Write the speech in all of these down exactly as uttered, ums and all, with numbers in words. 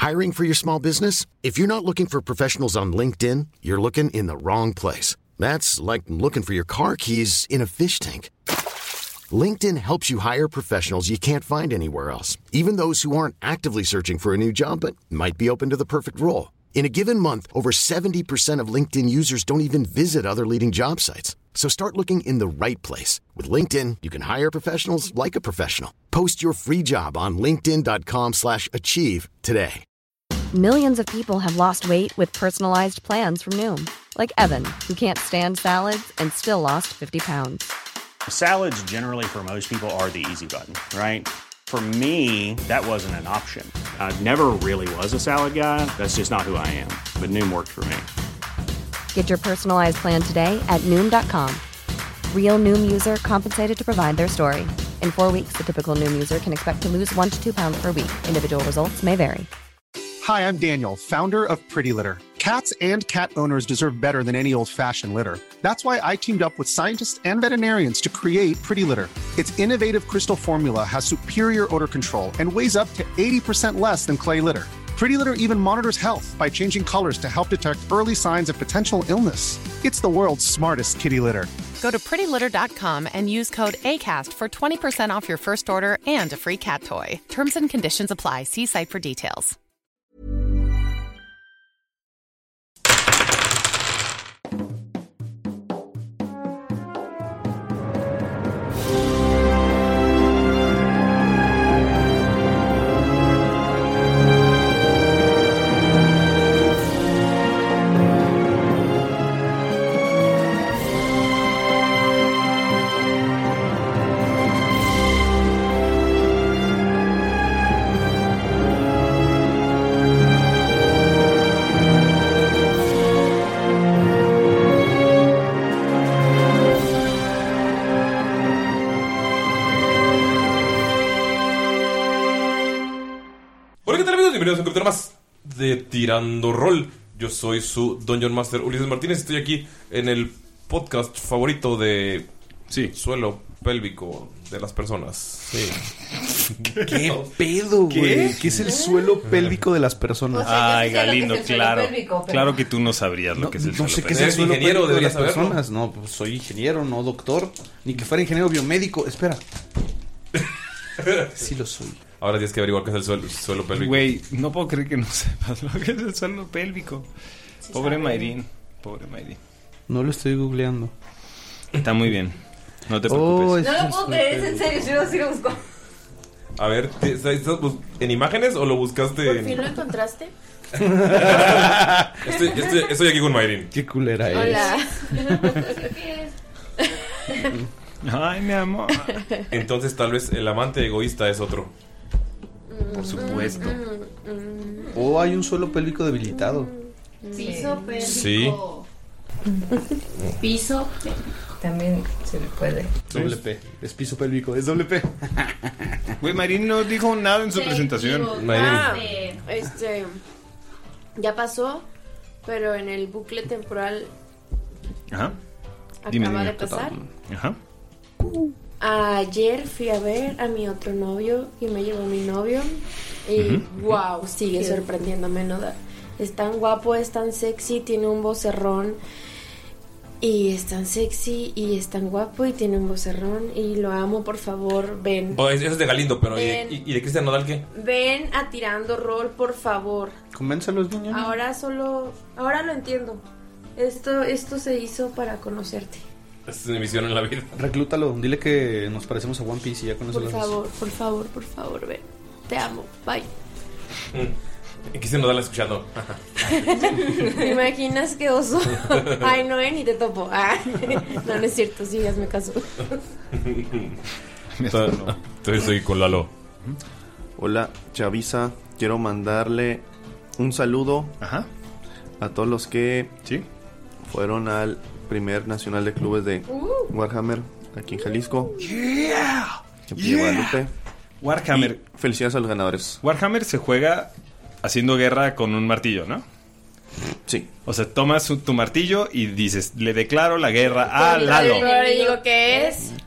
Hiring for your small business? If you're not looking for professionals on LinkedIn, you're looking in the wrong place. That's like looking for your car keys in a fish tank. LinkedIn helps you hire professionals you can't find anywhere else, even those who aren't actively searching for a new job but might be open to the perfect role. In a given month, over seventy percent of LinkedIn users don't even visit other leading job sites. So start looking in the right place. With LinkedIn, you can hire professionals like a professional. Post your free job on linkedin.com slash achieve today. Millions of people have lost weight with personalized plans from Noom. Like Evan, who can't stand salads and still lost fifty pounds. Salads generally for most people are the easy button, right? For me, that wasn't an option. I never really was a salad guy. That's just not who I am. But Noom worked for me. Get your personalized plan today at Noom dot com. Real Noom user compensated to provide their story. In four weeks, the typical Noom user can expect to lose one to two pounds per week. Individual results may vary. Hi, I'm Daniel, founder of Pretty Litter. Cats and cat owners deserve better than any old-fashioned litter. That's why I teamed up with scientists and veterinarians to create Pretty Litter. Its innovative crystal formula has superior odor control and weighs up to eighty percent less than clay litter. Pretty Litter even monitors health by changing colors to help detect early signs of potential illness. It's the world's smartest kitty litter. Go to pretty litter dot com and use code ACAST for twenty percent off your first order and a free cat toy. Terms and conditions apply. See site for details. Bienvenidos a un capítulo más de Tirando Rol. Yo soy su Dungeon Master Ulises Martínez. Estoy aquí en el podcast favorito de sí. suelo pélvico de las personas. Sí. ¿Qué pedo, güey? ¿Qué? ¿Qué es el suelo pélvico de las personas? O sea, Ay, Galindo, claro. Pélvico, pero... Claro que tú no sabrías lo no, que es el no suelo sé pélvico. qué es el suelo ingeniero, pélvico de las saberlo. personas. No, pues soy ingeniero, no doctor. Ni que fuera ingeniero biomédico. Espera. Sí lo soy. Ahora tienes que averiguar qué es el suelo, suelo pélvico. Güey, no puedo creer que no sepas lo que es el suelo pélvico. Sí, pobre Mayrin, pobre Mayrin. No lo estoy googleando. Está muy bien. No te preocupes. Oh, no lo puedo creer, es en serio, yo lo sí lo busco. A ver, ¿estás en imágenes o lo buscaste? ¿Por en... fin lo encontraste? estoy, estoy, estoy aquí con Mayrin. Qué culera es. Hola. ¿Qué es? Ay, mi amor. Entonces tal vez el amante egoísta es otro. Por supuesto. O oh, hay un suelo pélvico debilitado. Piso pélvico. Sí. Piso pélvico. También se le puede. Doble P. Es piso pélvico. Es doble P. Güey, Mayrin no dijo nada en su Se presentación. Ah, este. Ya pasó, pero en el bucle temporal. Ajá. Acaba Dime, dime. de pasar. Ajá. Ayer fui a ver a mi otro novio y me llevó mi novio y uh-huh. wow, sigue sorprendiéndome, ¿no? Es tan guapo, es tan sexy, tiene un vocerrón y es tan sexy y es tan guapo y tiene un vocerrón y lo amo, por favor, ven. Oh, eso es de Galindo, pero ven. ¿y, y de Cristian Nodal qué? Ven a Tirando Rol, por favor. Convénzalos, niños. Ahora solo, ahora lo entiendo. Esto, esto se hizo para conocerte. Esta es mi misión en la vida. Reclútalo, dile que nos parecemos a One Piece y ya con eso Por lo favor, por favor, por favor, ven. Te amo, bye. Mm. Cristian Nodal escuchando. ¿Te imaginas qué oso? Ay, no, eh, ni te topo. Ah. No, no es cierto, sí, hazme caso. Entonces estoy con Lalo. Hola, Chavisa. Quiero mandarle un saludo Ajá. a todos los que ¿Sí? fueron al primer nacional de clubes de uh. Warhammer aquí en Jalisco. Yeah. En Yeah. Guadalupe. Warhammer. Y felicidades a los ganadores. Warhammer se juega haciendo guerra con un martillo, ¿no? Sí. O sea, tomas tu martillo y dices, le declaro la guerra a Lalo. Ahora digo, ¿qué es? Ajá.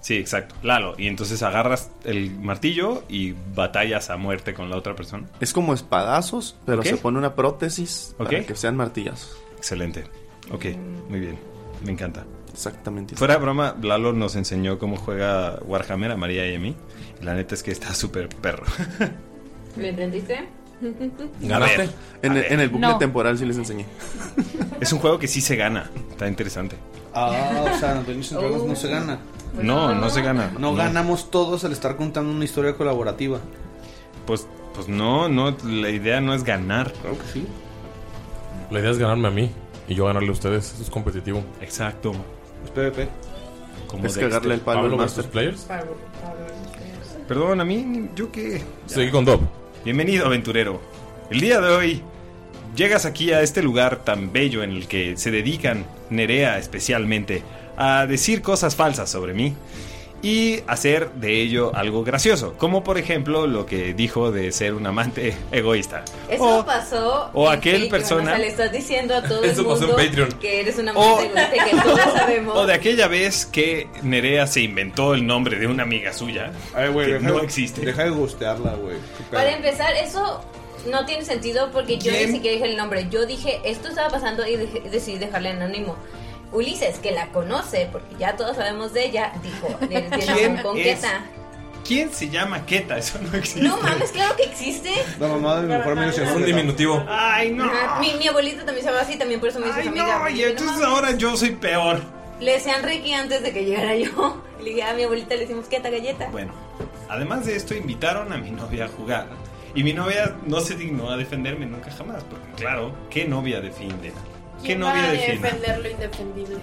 Sí, exacto, Lalo. Y entonces agarras el martillo y batallas a muerte con la otra persona. Es como espadazos, pero Ok. se pone una prótesis Ok. para que sean martillazos. Excelente. Ok, muy bien. Me encanta. Exactamente. Fuera de broma, Lalo nos enseñó cómo juega Warhammer a María y a mí. Y la neta es que está súper perro. ¿Le entendiste? ¿Ganaste? A ver, en, en el bucle No. temporal sí les enseñé. Es un juego que sí se gana. Está interesante. Ah, o sea, en Dungeons and Dragons no se gana. No, no se gana. No, ganamos todos al estar contando una historia colaborativa. Pues, pues no, no, la idea no es ganar. Claro que sí. La idea es ganarme a mí y yo ganarle a ustedes. Eso es competitivo. Exacto. Es PvP. Como Es Dexter. cagarle el palo al Pablo master. versus Players. Pablo, Pablo, Pablo. Perdón, a mí, ¿yo qué? Seguí con Dob. Bienvenido, aventurero. El día de hoy llegas aquí a este lugar tan bello en el que se dedican, Nerea especialmente, a decir cosas falsas sobre mí y hacer de ello algo gracioso, como por ejemplo lo que dijo de ser un amante egoísta. Eso O- pasó. o en aquel Patreon, persona- O sea, le estás diciendo a todo Eso el pasó en mundo Patreon. que eres una O- amante egoísta y que todos sabemos. O de aquella vez que Nerea se inventó el nombre de una amiga suya Ay, güey, que deja, no existe. Deja de gustearla, güey. Qué pedo. Para empezar, eso no tiene sentido porque yo ¿Quién? ni siquiera dije el nombre. Yo dije, esto estaba pasando y dejé- decidí dejarle anónimo. Ulises, que la conoce, porque ya todos sabemos de ella, dijo, "Eres bien ¿Quién con es? Keta". ¿Quién se llama Keta? Eso no existe. No mames, claro que existe. La mamá de mi mejor amigo se Es llama un Keta. diminutivo. Ay, no. Ajá, Mi, mi abuelita también se llama así, también por eso me dice Ay, su amiga. no, porque y dije, "No entonces mames". ahora yo soy peor. Le decían Ricky antes de que llegara yo. Le dije a mi abuelita, le decimos Keta Galleta. Bueno, además de esto, invitaron a mi novia a jugar. Y mi novia no se dignó a defenderme nunca jamás. Porque, claro, ¿qué novia defiende? ¿Qué ¿Quién novia va a defiende? defender lo indefendible?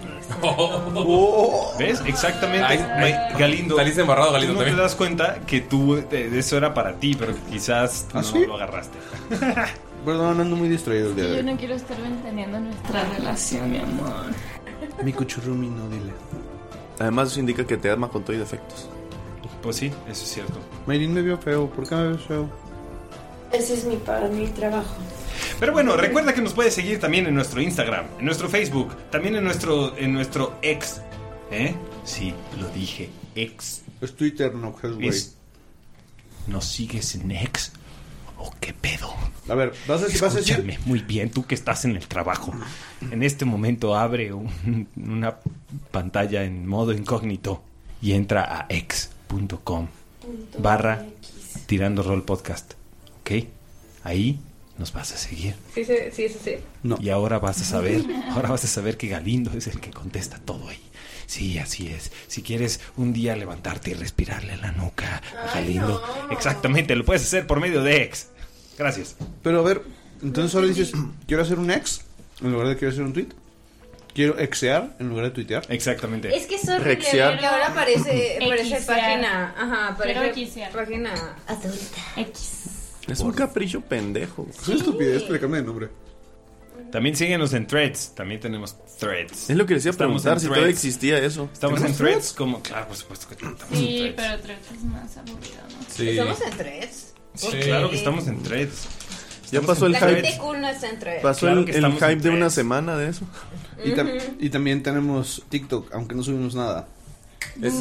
¿Ves? Exactamente. Ay, ay, Galindo. saliste embarrado, Tú Galindo, no te también. das cuenta que tú, eh, eso era para ti, pero quizás ¿Ah, no sí? lo agarraste. Perdón, ando muy distraído el día de Yo hoy. no quiero estar ventaneando nuestra relación, mi amor. Mi cuchurrumi, no, dile. Además, eso indica que te ama con todo y defectos. Pues sí, eso es cierto. Mayrin me vio feo. ¿Por qué me vio feo? Ese es mi, para mi trabajo. Pero bueno, recuerda que nos puedes seguir también en nuestro Instagram, en nuestro Facebook, también en nuestro, en nuestro ex. ¿Eh? Sí, lo dije, ex. Es Twitter, no es güey. Es- ¿Nos sigues en ex? ¿O qué pedo? A ver, ¿vas a, vas a decir? Escúchame muy bien, tú que estás en el trabajo. En este momento abre un- una pantalla en modo incógnito y entra a ex.com barra tirando rol podcast. ¿Ok? Ahí nos vas a seguir. Sí, sí, sí, sí, sí. No. Y ahora vas a saber, ahora vas a saber que Galindo es el que contesta todo ahí. Sí, así es. Si quieres un día levantarte y respirarle en la nuca a Galindo. Exactamente, lo puedes hacer por medio de ex. Gracias. Pero a ver, entonces solo dices, quiero hacer un ex en lugar de quiero hacer un tweet. Quiero exear en lugar de tuitear. Exactamente. Es que es horrible Rexear. ver que ahora aparece, aparece Xear. página. Ajá, Quiero aparece Xear. página adulta. X. Es un capricho pendejo. Es una estupidez, pero cambia de nombre. También síguenos en Threads. También tenemos Threads. Es lo que les iba a Estamos preguntar en si todavía Threads. existía eso. Estamos en ¿Tenemos Threads Threads? como... Claro, por supuesto que estamos en Sí, Threads. pero Threads es más aburrido, ¿no? Sí. ¿Estamos en threads? Sí. Claro que estamos en Threads. Ya Estamos pasó en el La hype. gente cool no está en threads. Pasó Claro el, que el estamos en hype de una Threads. semana de eso. Y, tam- y también tenemos TikTok, aunque no subimos nada. Es-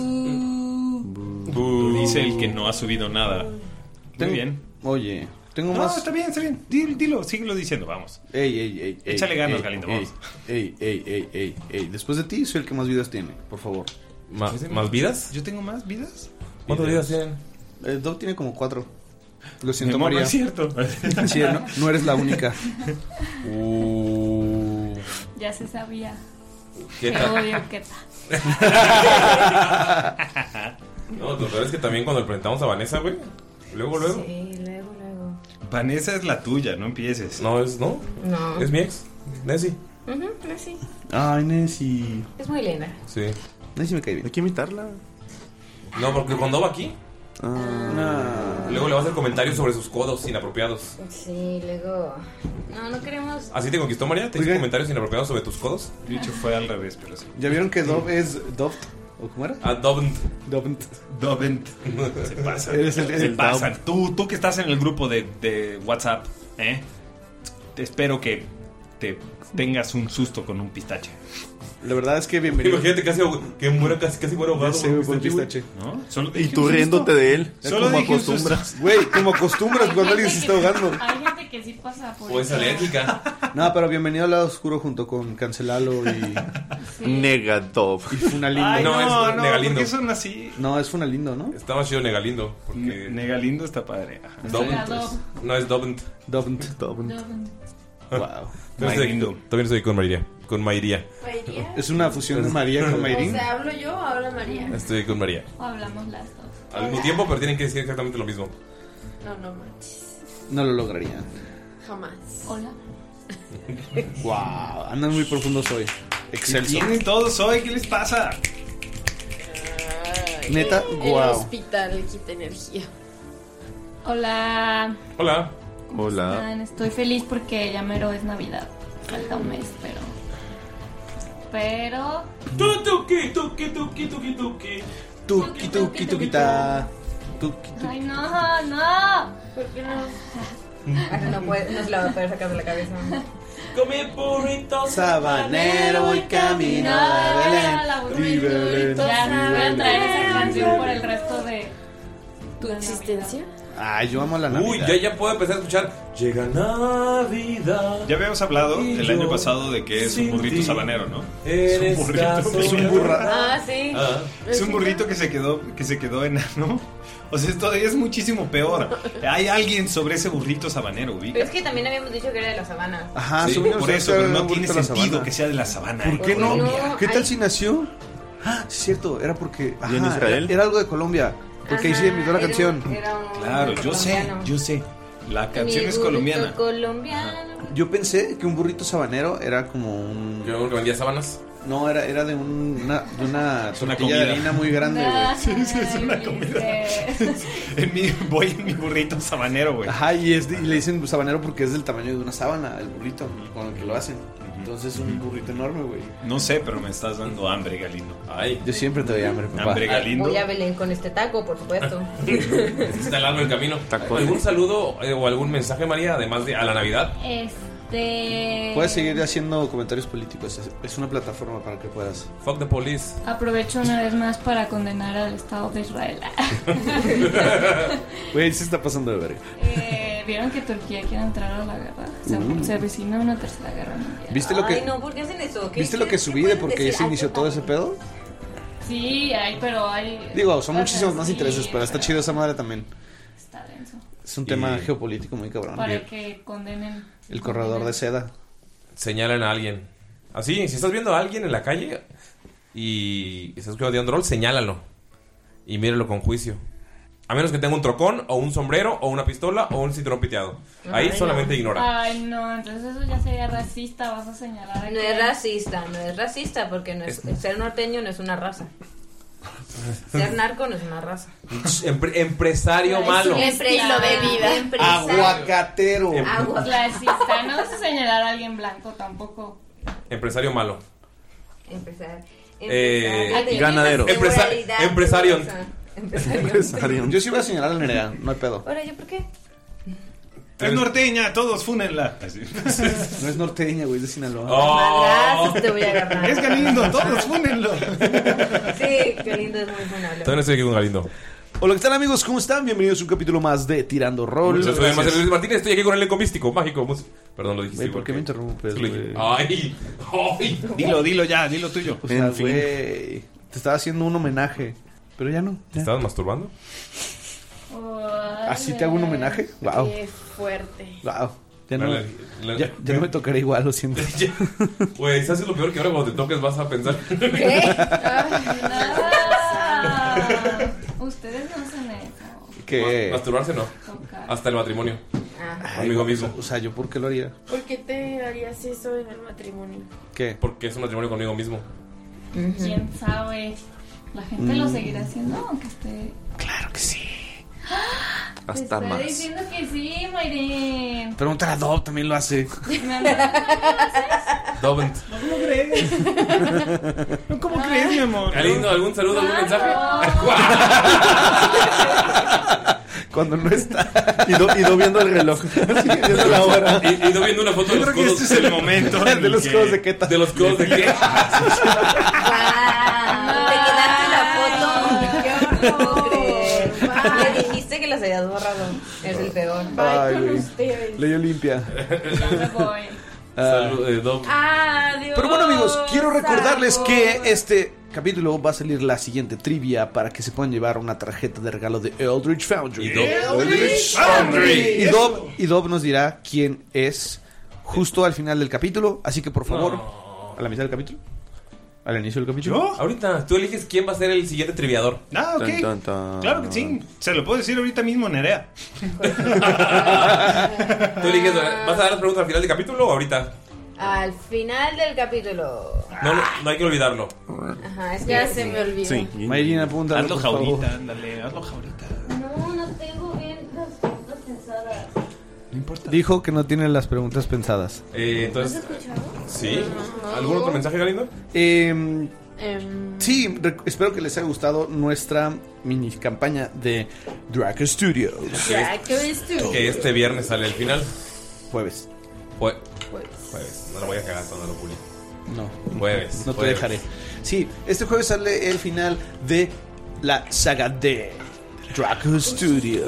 Lo dice el que no ha subido nada. Muy Tengo- bien. Oye, tengo No, más. está bien, está bien. Dilo, dilo, síguelo diciendo, vamos. Ey, ey, ey, ey, Échale ganas, ey, Galindo, ey, vamos. Ey, ey, ey, ey, ey. Después de ti, soy el que más vidas tiene, por favor. ¿Ma- ¿Más vidas? ¿Yo tengo más vidas? ¿Cuántas vidas tienen? El Doc tiene como cuatro. Lo siento, Mi amor, no María. es cierto. Sí, no, no eres la única. Uh, Ya se sabía. ¿Qué Que tal? odio Keta. No, lo peor es que también cuando le presentamos a Vanessa, güey. Luego, luego. Sí, luego, luego. Vanessa es la tuya, no empieces. No, es, no. No. Es mi ex, Nessie. Ujú, pero sí. Ay, Nessie. Es muy linda. Sí. Nessie me cae bien. Hay que imitarla. No, porque cuando va aquí, Ah. luego le va a hacer comentarios sobre sus codos inapropiados. Sí, luego. No, no queremos. ¿Así te conquistó, María? ¿Te hizo Oigan. comentarios inapropiados sobre tus codos? De hecho, fue al revés, pero sí. ¿Ya vieron que Dove es Dove? ¿O cómo era? Ah, Dovent. Dove. Dovent. Se pasan. Eres el- Se el pasan. Tú, tú que estás en el grupo de, de WhatsApp, ¿eh? Te espero que te tengas un susto con un pistache. La verdad es que bienvenido. Imagínate casi, que muera casi, casi muera ahogado Sí, por por un pistache, pistache. ¿No? Solo Y dije tú un susto. riéndote de él. Solo como dije un acostumbras. Güey, como acostumbras Hay cuando alguien gente se está que- ahogando. Hay gente que sí pasa por O es eso. alérgica. No, pero bienvenido al lado oscuro junto con Cancelalo y, Sí. Negadov. y Funalindo. Ay, No, no, es no, Negalindo. ¿por qué son así? No, es Funalindo, ¿no? Está más chido Negalindo. Porque Ne- Negalindo está padre. Ajá. Dobent, Negadov. no es Dobent. Dobent. Dobent. Wow. También también estoy con María. Con Mayría. ¿María? Es una fusión de María con O Mayrín. sea, ¿hablo yo o habla María? Estoy con María. O hablamos las dos. Al mismo tiempo, pero tienen que decir exactamente lo mismo. No, no manches. No lo lograrían. Jamás. Hola. Wow, andan muy profundos hoy. ¿Qué Excelso. tienen todos hoy? ¿Qué les pasa? Ay, Neta, el, guau. El hospital quita energía. Hola. Hola. Hola. están? Estoy feliz porque ya mero es Navidad. Falta un mes, pero. Pero. Tuki, tuki, tuki, tuki, tuki. Tuki, tuki, tuquita. Tuki, tuki. ¡Ay, no! ¡No! ¿Por qué no? Ay, no, puede, no se la va a poder sacar de la cabeza. Come burritos. Sabanero voy camino a Belén. Y Belén. Ya me voy a traer esa canción por el resto de ¿Tu existencia? Ay, yo amo la Navidad. Uy, ya, ya puedo empezar a escuchar. Llega Navidad. Ya habíamos hablado Y el yo año pasado de que es un sin burrito ti sabanero, ¿no? en Es un burrito. esta Es un soledad. burra. Ah, sí. Ah. Es un burrito que se quedó, que se quedó enano. O sea, esto es muchísimo peor. Hay alguien sobre ese burrito sabanero, ubica. Pero es que también habíamos dicho que era de la sabana. Ajá, Sí, según yo por sé eso, que pero era no un tiene burrito de la sentido sabana. que sea de la sabana. ¿Por qué no? No, ¿Qué tal hay- si nació? Ah, sí, es cierto, era porque. ¿Y en ajá, Israel? Era, era algo de Colombia. Porque ahí se invitó la Era un- canción. era un Claro, yo sé, colombiano. yo sé. La canción Mi es burrito colombiana. colombiano. Yo pensé que un burrito sabanero era como un. Yo que vendía sábanas. No, era, era de, un- una, de una Es una tortilla de comida. harina muy grande, güey. Sí, sí, es una comida. En mi, voy en mi burrito sabanero, güey. Ajá, y, es de- y le dicen sabanero porque es del tamaño de una sábana, el burrito con el que lo hacen. Entonces es un burrito enorme, güey. No sé, pero me estás dando hambre, Galindo. Ay, Yo siempre te doy hambre, papá. Hambre, Galindo. Voy a Belén con este taco, por supuesto. está el alma en camino. Tacones. ¿Algún saludo eh, o algún mensaje, María, además de a la Navidad? Este. Puedes seguir haciendo comentarios políticos. Es, es una plataforma para que puedas. Fuck the police. Aprovecho una vez más para condenar al Estado de Israel. Güey, se está pasando de verga. Eh, ¿Vieron que Turquía quiere entrar a la guerra? Se, Uh. se avecina una tercera guerra mundial. ¿Viste lo Ay, que, no, ¿por qué hacen eso? ¿Qué- ¿viste lo qué- que qué subí de pueden porque decir? se Ay, inició qué todo ese padre. pedo? Sí, hay, pero hay. Digo, son o sea, muchísimos más sí, intereses, pero está pero chido esa madre también. Está denso. Es un tema Y- geopolítico muy cabrón. Para que condenen. El corredor de seda. Señalan a alguien. Así, si estás viendo a alguien en la calle y estás escuchando de Roll, señálalo. Y míralo con juicio. A menos que tenga un trocón, o un sombrero, o una pistola, o un cinturón piteado. Ahí Ay, solamente no. ignora. Ay, no, entonces eso ya sería racista. Vas a señalar a No quién. es racista, no es racista porque no es, ser norteño no es una raza. Ser narco no es una raza. Empre- empresario Ay, malo. sí. Estilo de vida. Empresario. Aguacatero. Agua. Clasista, no vas a señalar a alguien blanco tampoco. Empresario malo. Empezar. Eh, Empresario. ganadero. Empresa- Seguridad, empresarion. dudosa. Empresario. Empresario. Yo sí voy a señalar a Nerea, no hay pedo. Ahora, ¿yo por qué? Es norteña, todos fúnenla. Así. No es norteña, güey, es de Sinaloa. Oh. Madrazos te voy a agarrar. Es Galindo, todos fúnenlo. Sí, qué lindo, es muy funable. Todavía no estoy aquí con Galindo. Hola, ¿qué tal, amigos? ¿Cómo están? Bienvenidos a un capítulo más de Tirando Rol. Yo soy Marcelo Luis Martínez, estoy aquí con el elenco místico, mágico. mus- Perdón, lo dijiste. Güey, ¿por qué me interrumpes, Sí, lo güey? dije. Ay, ay. Dilo, dilo ya, dilo tuyo. O sea, En fin. güey, te estaba haciendo un homenaje, pero ya no. ¿Te ya. estabas masturbando? ¿Así te hago un homenaje? Wow, Qué fuerte. wow. Ya no, La- la- ya, ya no me tocaré igual, lo siento. Güey, ¿sabes lo peor? Que ahora cuando te toques vas a pensar. ¿Qué? Ah, ustedes no hacen eso. Que Masturbarse no. Tocar. Hasta el matrimonio. Ah, Conmigo mismo. O sea, ¿yo por qué lo haría? ¿por qué te harías eso en el matrimonio? ¿Qué? Porque es un matrimonio conmigo mismo. ¿Quién sabe? La gente lo seguirá haciendo aunque esté. Claro que sí. Te Hasta estoy más. diciendo que sí, Mayrin. Pregúntale a Dob, también lo hace. Me anda- Dobent. ¿Cómo crees? ¿Cómo crees, mi amor? Galindo, ¿algún saludo, algún mensaje? cuando no está. Y do, y do viendo el reloj. Sí, viendo la hora. Y, y no viendo una foto de Yo los creo que codos. este es el momento en De los que- codos de Keta. De los codos de qué. Te quedaste la foto. Yo no puedo creer. Le dijiste que las habías borrado. Es el peor. Ay, con güey. ustedes. Leyó limpia. Ya me voy. Salud, eh, Dom. Adiós. Pero bueno, amigos, quiero recordarles que este capítulo va a salir la siguiente trivia para que se puedan llevar una tarjeta de regalo de Eldritch Foundry. Y Dom. Eldritch Foundry. Y Dob, y Dob nos dirá quién es justo al final del capítulo. Así que por favor, No. a la mitad del capítulo, al inicio del capítulo. ¿Yo? Ahorita tú eliges quién va a ser el siguiente triviador. Ah, ok. Tan, tan, tan. Claro que sí. Se lo puedo decir ahorita mismo, Nerea. Tú eliges, ¿vas a dar las preguntas al final del capítulo o ahorita? Al final del capítulo. No, no, no hay que olvidarlo. Ajá, es que Ya se me olvidó. Sí. Mayrin, apúntalo, Hazlo por favor. jaurita, ándale, hazlo jaurita. No, no tengo bien las preguntas pensadas. No importa. Dijo que no tiene las preguntas pensadas. Eh, entonces, ¿Has escuchado? ¿sí? ¿Algún otro mensaje, Galindo? Eh, Em, sí, rec- espero que les haya gustado nuestra mini campaña de Draco Studios. Draco Studios. Que este viernes sale el final. Jueves. Jue- Pues, Jueves. No lo voy a cagar cuando lo publique. No. Jueves. No te jueves. dejaré. Sí, este jueves sale el final de la saga de Draco Studios.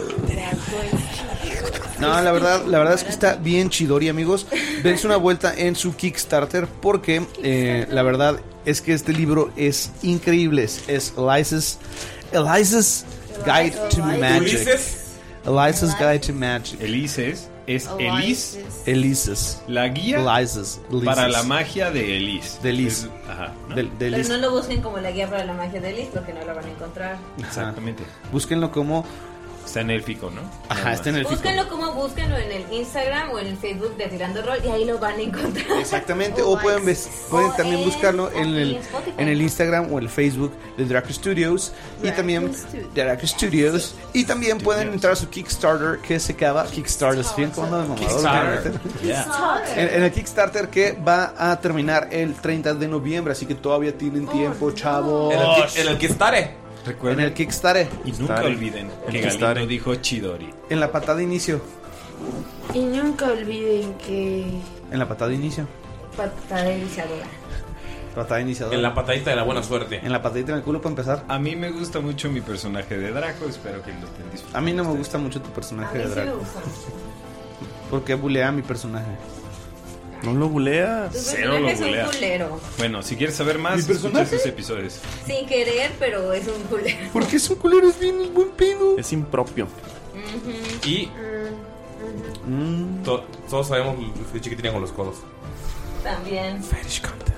No, la verdad, la verdad es que está bien chidori, amigos. Dense una vuelta en su Kickstarter porque eh, la verdad es que este libro es increíble. Es, es Eliza's, Eliza's Guide to Magic. ¿Ulises? Eliza's Guide to Magic. Elises es Elis, Eliza's. la guía Eliza's. para la magia de Elis. De Elis. Es- Ajá. ¿no? Del- de Pero Elis. no lo busquen como la guía para la magia de Liz porque no la van a encontrar. Exactamente. Búsquenlo como. Está en élfico, ¿no? Ajá, Nada está en más. el Búsquenlo como búsquenlo en el Instagram o en el Facebook de Tirando Rol y ahí lo van a encontrar. Exactamente, o pueden, ves- pueden O también en- buscarlo o en el, en Spotify. en el Instagram o el Facebook de Draco Studios y también Draco Studios y también pueden entrar a su Kickstarter que se acaba Kickstarter, ¿sí? ¿Cómo ando de mamador? Kickstarter. Yeah. En, en el Kickstarter que va a terminar el treinta de noviembre, así que todavía tienen tiempo, chavos. En el, ki- en el Kickstarter. En Recuerden el Kickstarter, y nunca Kickstarter. olviden El que Kickstarter. Galindo dijo Chidori. en la patada de inicio, y nunca olviden que en la patada de inicio, Patada iniciadora. patada iniciadora, En la patadita de la buena suerte. en la patadita en el culo para empezar. A mí me gusta mucho mi personaje de Draco, espero que lo estén disfrutando. A mí no me ustedes. gusta mucho tu A personaje mí de sí me Draco, gusta. porque bulea a mi personaje. No lo buleas. Tu Cero personaje lo es un bulea. culero. Bueno, si quieres saber más, ¿Mi escucha personaje? esos episodios. Sin querer, pero es un culero. Porque es un culero, es bien buen pedo. Es impropio. Y Mm. to- todos sabemos que chiquitina con los codos. También. Fetish content.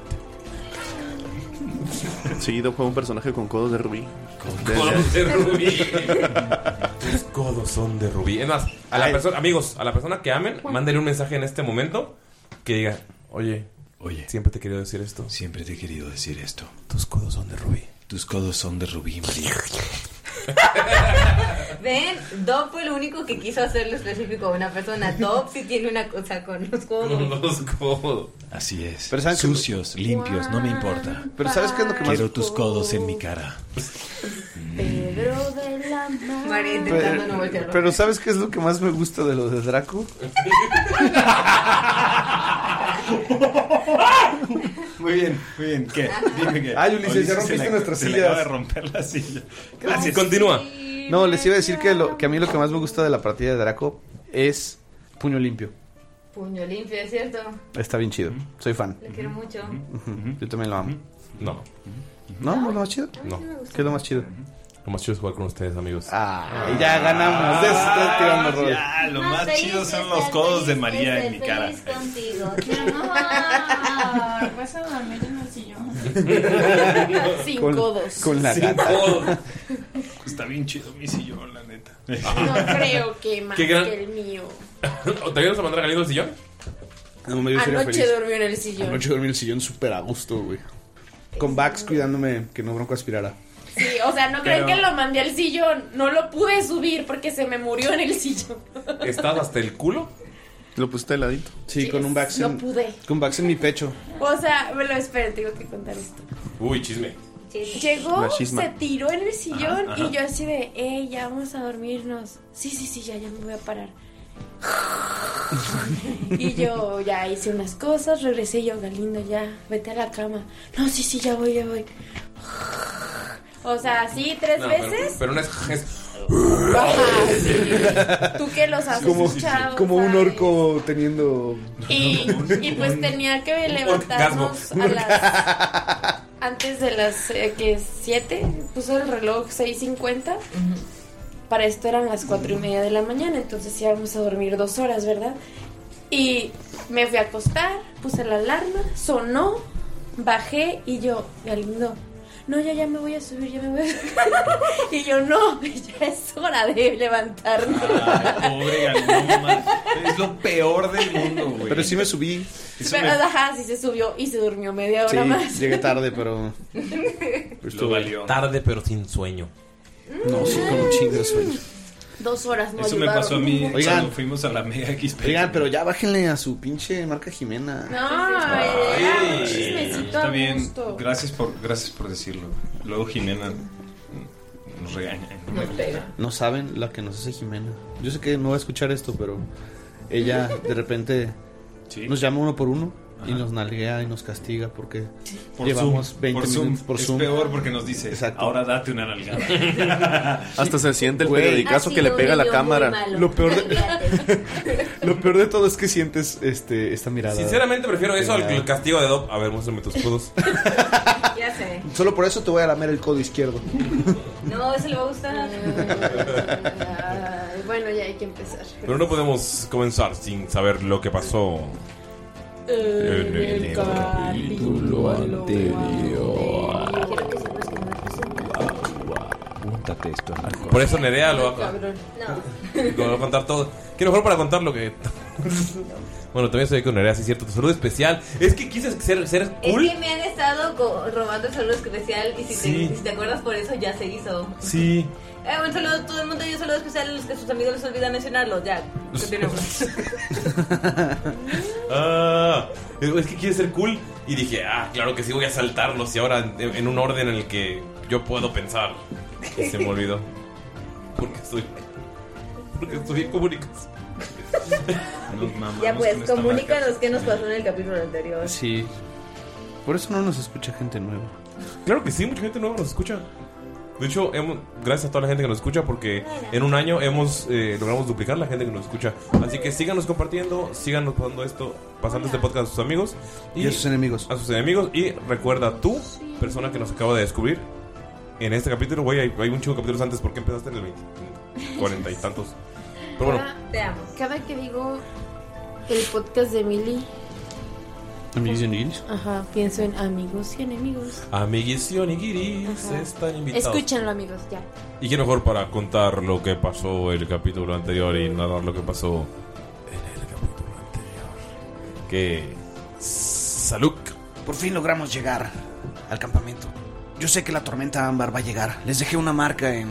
Sí, Do juega un personaje con codos de rubí. De- Codos de rubí. Tus codos son de rubí. Es más, a la Ay. persona, amigos, a la persona que amen, mándenle un mensaje en este momento que diga, oye, Oye, siempre te he querido decir esto. siempre te he querido decir esto. Tus codos son de rubí. Tus codos son de rubí, María. Ven, Dob fue el único que quiso hacerlo específico a una persona. Dob sí tiene una cosa con los codos. Con los codos. Así es. Pero ¿saben qué? Sucios, limpios, no me importa. Pero ¿sabes qué es lo que más? Quiero tus codos en mi cara. Pedro de la Mar. María intentando no Pero, voltearlo. pero ¿sabes qué es lo que más me gusta de lo de Draco? Muy bien, muy bien. ¿Qué? Dime qué. Ay, Ulises, ya rompiste se le- nuestras se le sillas. acaba de romper la silla. Gracias. Continúa. No, les iba a decir que, lo, que a mí lo que más me gusta de la partida de Draco es Puño Limpio. Puño limpio, ¿es cierto? Está bien chido, soy fan. Le quiero mucho. Ujú, yo también lo amo. No, ¿No? ¿No es lo más chido? no. ¿Qué es lo más chido? Lo más chido es jugar con ustedes, amigos. Ah, ya ganamos. De eso estás tirando rol. Ya, lo más chido son los codos de María en mi cara. Contigo. Amor, vas a dormir en el sillón. Sin Con, codos. con la Sin gata. codos. Está bien chido mi sillón, la neta. No creo que más Qué gran- que el mío. ¿Te vienes a mandar a Galindo al sillón? No, me dio sería Anoche feliz. durmió en el sillón. Anoche dormí en el sillón súper a gusto, güey. Con Vax cuidándome que no bronco aspirara. Sí, o sea, no creen Pero- que lo mandé al sillón. No lo pude subir porque se me murió en el sillón. ¿Estás hasta el culo? Lo pusiste de ladito. Sí, Sí, con un Vax no en, pude. con Vax en mi pecho. O sea, me lo espero, tengo que contar esto. Uy, chisme. Llegó, Machismo. se tiró en el sillón Ajá, ajá. y yo así de, eh, ya vamos a dormirnos. Sí, sí, sí, ya, ya me voy a parar. Y yo ya hice unas cosas, regresé y yo, Galindo, ya, vete a la cama. No, sí, sí, ya voy, ya voy. O sea, así tres No, veces. Pero, pero no es. es- Ajá, sí. Tú que los has Como, escuchado. como un ¿sabes? orco teniendo. Y, y pues tenía que levantarnos a las antes de las eh, que siete, puso el reloj seis cincuenta. Para esto eran las cuatro y media de la mañana, entonces íbamos a dormir dos horas, ¿verdad? Y me fui a acostar, puse la alarma, sonó, bajé y yo, Galindo, no, ya, ya me voy a subir, ya me voy a subir. Y yo, no, ya es hora de levantarme. Ay, pobre Galindo, man. Es lo peor del mundo, güey. Pero sí me subí. Pero, ajá, sí se subió y se durmió media hora Sí, más. llegué tarde, pero. Lo valió. Tarde, pero sin sueño. No, sí, con un chingo de sueño. Dos horas no Eso me ayudaron. pasó a mí Oigan. cuando fuimos a la Mega X P. Oigan, pero ya bájenle a su pinche marca Jimena. No, ya, un Ay, chismecito está a bien. gusto. Gracias por, gracias por decirlo. Luego Jimena nos regaña. Nos pega. No saben la que nos hace Jimena. Yo sé que no va a escuchar esto, pero ella de repente Sí. nos llama uno por uno y Ajá. nos nalguea y nos castiga porque Por llevamos Zoom, veinte por Zoom. minutos por Es Zoom. peor porque nos dice, Exacto. ahora date una nalgada. Hasta se siente el Güey. periodicazo Ha que le sido pega a un la niño cámara. muy malo. Lo peor de- Fíjate. Lo peor de todo es que sientes este esta mirada. Sinceramente prefiero eso al Pegada. al castigo de Dob. A ver, muéstrame tus escudos. Ya sé. Solo por eso te voy a lamer el codo izquierdo. No, eso le va a gustar. Ay, bueno, ya hay que empezar. Pero no podemos comenzar sin saber lo que pasó. En el capítulo anterior. Quiero que sepas que no me presenta. Apúntate esto. Por eso Nerea lo va, a- Cabrón. No. lo va a contar todo. ¿Qué mejor para contar lo que.? Bueno, también estoy con Nerea, sí es cierto. Tu saludo especial. Es que quise ser, ser cool. Es que me han estado co- robando el saludo especial y si, Sí. te, si te acuerdas por eso ya se hizo. Sí. Eh, un saludo a todo el mundo y un saludo especial a los que sus amigos les olvidan mencionarlo. Ya, continuemos. Ah, es que quise ser cool. Y dije, ah, claro que sí, voy a saltarlos. Y ahora en, en un orden en el que yo puedo pensar. Y se me olvidó. Porque estoy. Porque estoy en comunicación. Nos mamamos Ya pues, con esta comunícanos qué nos pasó en el capítulo anterior. Sí. Por eso no nos escucha gente nueva. Claro que sí, mucha gente nueva nos escucha. De hecho, hemos, gracias a toda la gente que nos escucha, porque en un año hemos eh, logramos duplicar la gente que nos escucha. Así que síganos compartiendo, síganos pasando esto, pasando este podcast a sus amigos Y a sus enemigos. A sus enemigos. Y recuerda tú, persona que nos acaba de descubrir, en este capítulo, güey, hay, hay un chico de capítulos antes, ¿por qué empezaste en el veinte? cuarenta y tantos. Pero bueno, Te amo. Cada que digo el podcast de Emily, Amigos y amigos. ajá, pienso en amigos y enemigos. amiguis y onigiris Ajá. están invitados. Escúchenlo, amigos, ya. Y qué mejor para contar lo que pasó el capítulo anterior y narrar lo que pasó en el capítulo anterior. Que. Salud. Por fin logramos llegar al campamento. Yo sé que la tormenta ámbar va a llegar. Les dejé una marca en,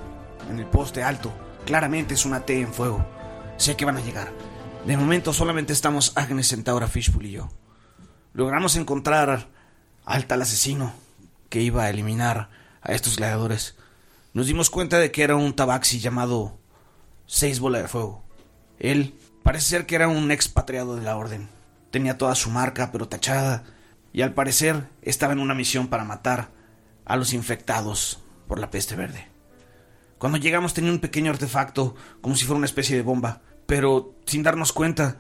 en el poste alto. Claramente es una T en fuego. Sé que van a llegar. De momento solamente estamos Agnes, Centaura, Fishpool y yo. Logramos encontrar al tal asesino que iba a eliminar a estos gladiadores. Nos dimos cuenta de que era un tabaxi llamado Seis Bola de Fuego. Él parece ser que era un expatriado de la orden. Tenía toda su marca pero tachada. Y al parecer estaba en una misión para matar a los infectados por la peste verde. Cuando llegamos tenía un pequeño artefacto, como si fuera una especie de bomba, pero sin darnos cuenta,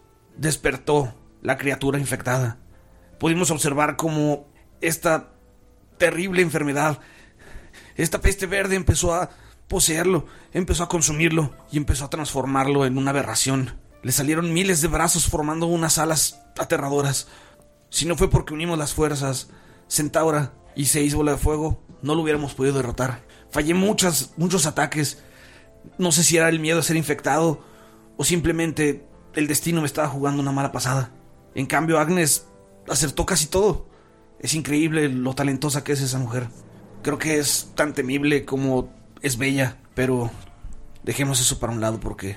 despertó la criatura infectada. Pudimos observar cómo esta terrible enfermedad, esta peste verde empezó a poseerlo, empezó a consumirlo y empezó a transformarlo en una aberración. Le salieron miles de brazos formando unas alas aterradoras. Si no fue porque unimos las fuerzas, Centaura y Seis Bola de Fuego, no lo hubiéramos podido derrotar. Fallé muchas, muchos ataques. No sé si era el miedo a ser infectado o simplemente el destino me estaba jugando una mala pasada. En cambio, Agnes acertó casi todo. Es increíble lo talentosa que es esa mujer. Creo que es tan temible como es bella, pero dejemos eso para un lado porque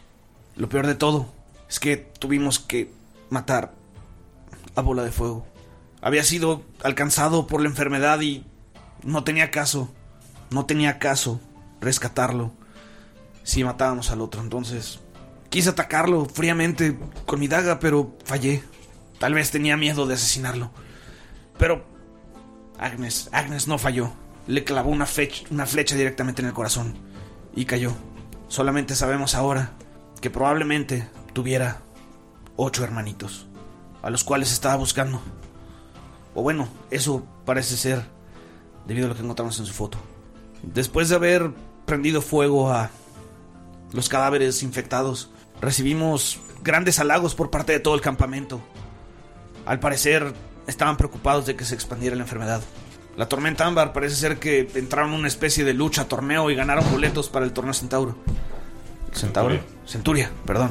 lo peor de todo es que tuvimos que matar a Bola de Fuego. Había sido alcanzado por la enfermedad y no tenía caso, no tenía caso rescatarlo si matábamos al otro. Entonces quise atacarlo fríamente con mi daga, pero fallé. Tal vez tenía miedo de asesinarlo. Pero Agnes, Agnes no falló. Le clavó una flecha, una flecha directamente en el corazón y cayó. Solamente sabemos ahora que probablemente tuviera ocho hermanitos, a los cuales estaba buscando. O bueno, eso parece ser debido a lo que encontramos en su foto. Después de haber prendido fuego a los cadáveres infectados, recibimos grandes halagos por parte de todo el campamento. Al parecer estaban preocupados de que se expandiera la enfermedad. La tormenta ámbar parece ser que entraron en una especie de lucha, torneo, y ganaron boletos para el torneo Centauro. ¿Centauro? Centuria, perdón.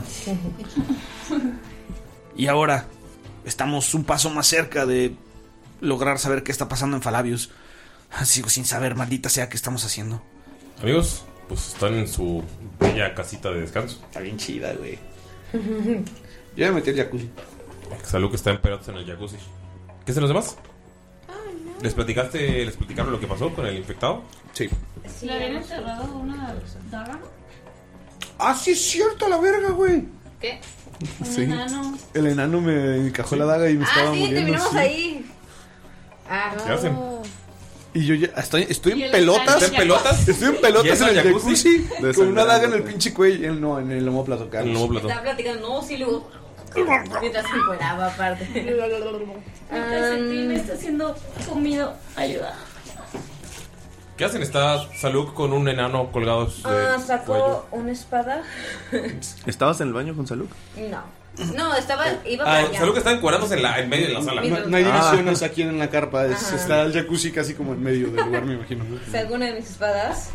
Y ahora estamos un paso más cerca de lograr saber qué está pasando en Falabius. Sigo sin saber, maldita sea, qué estamos haciendo. Amigos, pues están en su bella casita de descanso. Está bien chida, güey. Yo voy a meter jacuzzi. Salud que está en pelotas en el jacuzzi. ¿Qué hacen los demás? ¿Les platicaste, les platicaron lo que pasó con el infectado? Sí. ¿Le habían enterrado una daga? Ah, sí es cierto, la verga, güey. ¿Qué? Sí. Un enano. El enano me encajó la daga y me Ah, estaba sí, muriendo. terminamos sí. ahí. Ah, ¿Qué hacen? Y yo ya estoy, estoy ¿Y en el pelotas. ¿Está en pelotas? Estoy en ¿Y pelotas eso en el en el jacuzzi? jacuzzi con una daga en el pinche cuello. En- No, en el omóplato, Carlos. En el omóplato. estaba platicando, no, sí, luego. Mientras se encueraba, aparte. Mi calcetín está siendo comido. Ayuda. ¿Qué hacen? Está Saluk con un enano colgado de Ah, cuello. sacó una espada. ¿Estabas en el baño con Saluk? No. No, estaba. Iba Ah, para allá. Saluk está encuerándose en, la, en medio de la sala. No, no hay Ah. divisiones aquí en la carpa. es- Ajá. está el jacuzzi casi como en medio del lugar, me imagino. Sacó una de mis espadas.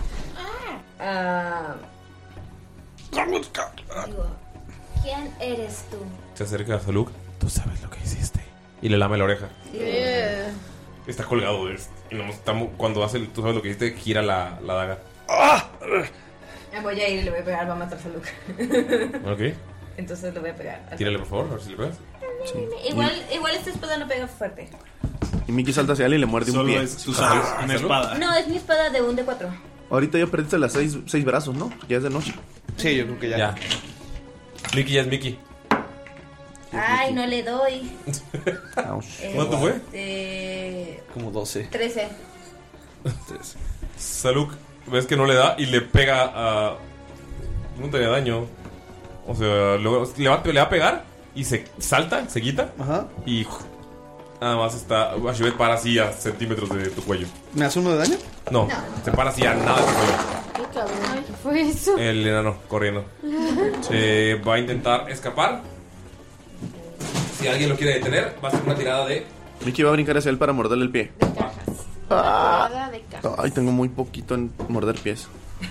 Ah. Digo, ¿quién eres tú? Se acerca a Saluk. Tú sabes lo que hiciste. Y le lame la oreja. Yeah. Está colgado. de- Y nomás estamos- cuando hace el, tú sabes lo que hiciste, gira la, la daga. Me voy a ir y le voy a pegar, va a matar a Luke. Ok. Entonces le voy a pegar. Tírale, por favor, a ver si le pegas. Igual, igual esta espada no pega fuerte. Y Mickey salta hacia él y le muerde un Solo pie. es, tú sabes, una espada. No, es mi espada de un D cuatro. Ahorita ya perdiste las seis, seis brazos, ¿no? Ya es de noche. Sí, yo creo que ya. Ya. Mickey ya es Mickey. Ay, no le doy. ¿Cuánto fue? Este... Como doce. trece. Saluk, ves que no le da y le pega a. No tenía daño. O sea, luego le va, le va a pegar y se salta, se quita. Ajá. Y nada más está. Ashibet para así a centímetros de tu cuello. ¿Me hace uno de daño? No, se para así a nada de tu cuello. Qué cabrón, ¿qué fue eso? El enano corriendo. Eh, va a intentar escapar. Si alguien lo quiere detener, va a hacer una tirada de. Mickey va a brincar hacia él para morderle el pie. Nada de caja. Ay, tengo muy poquito en morder pies.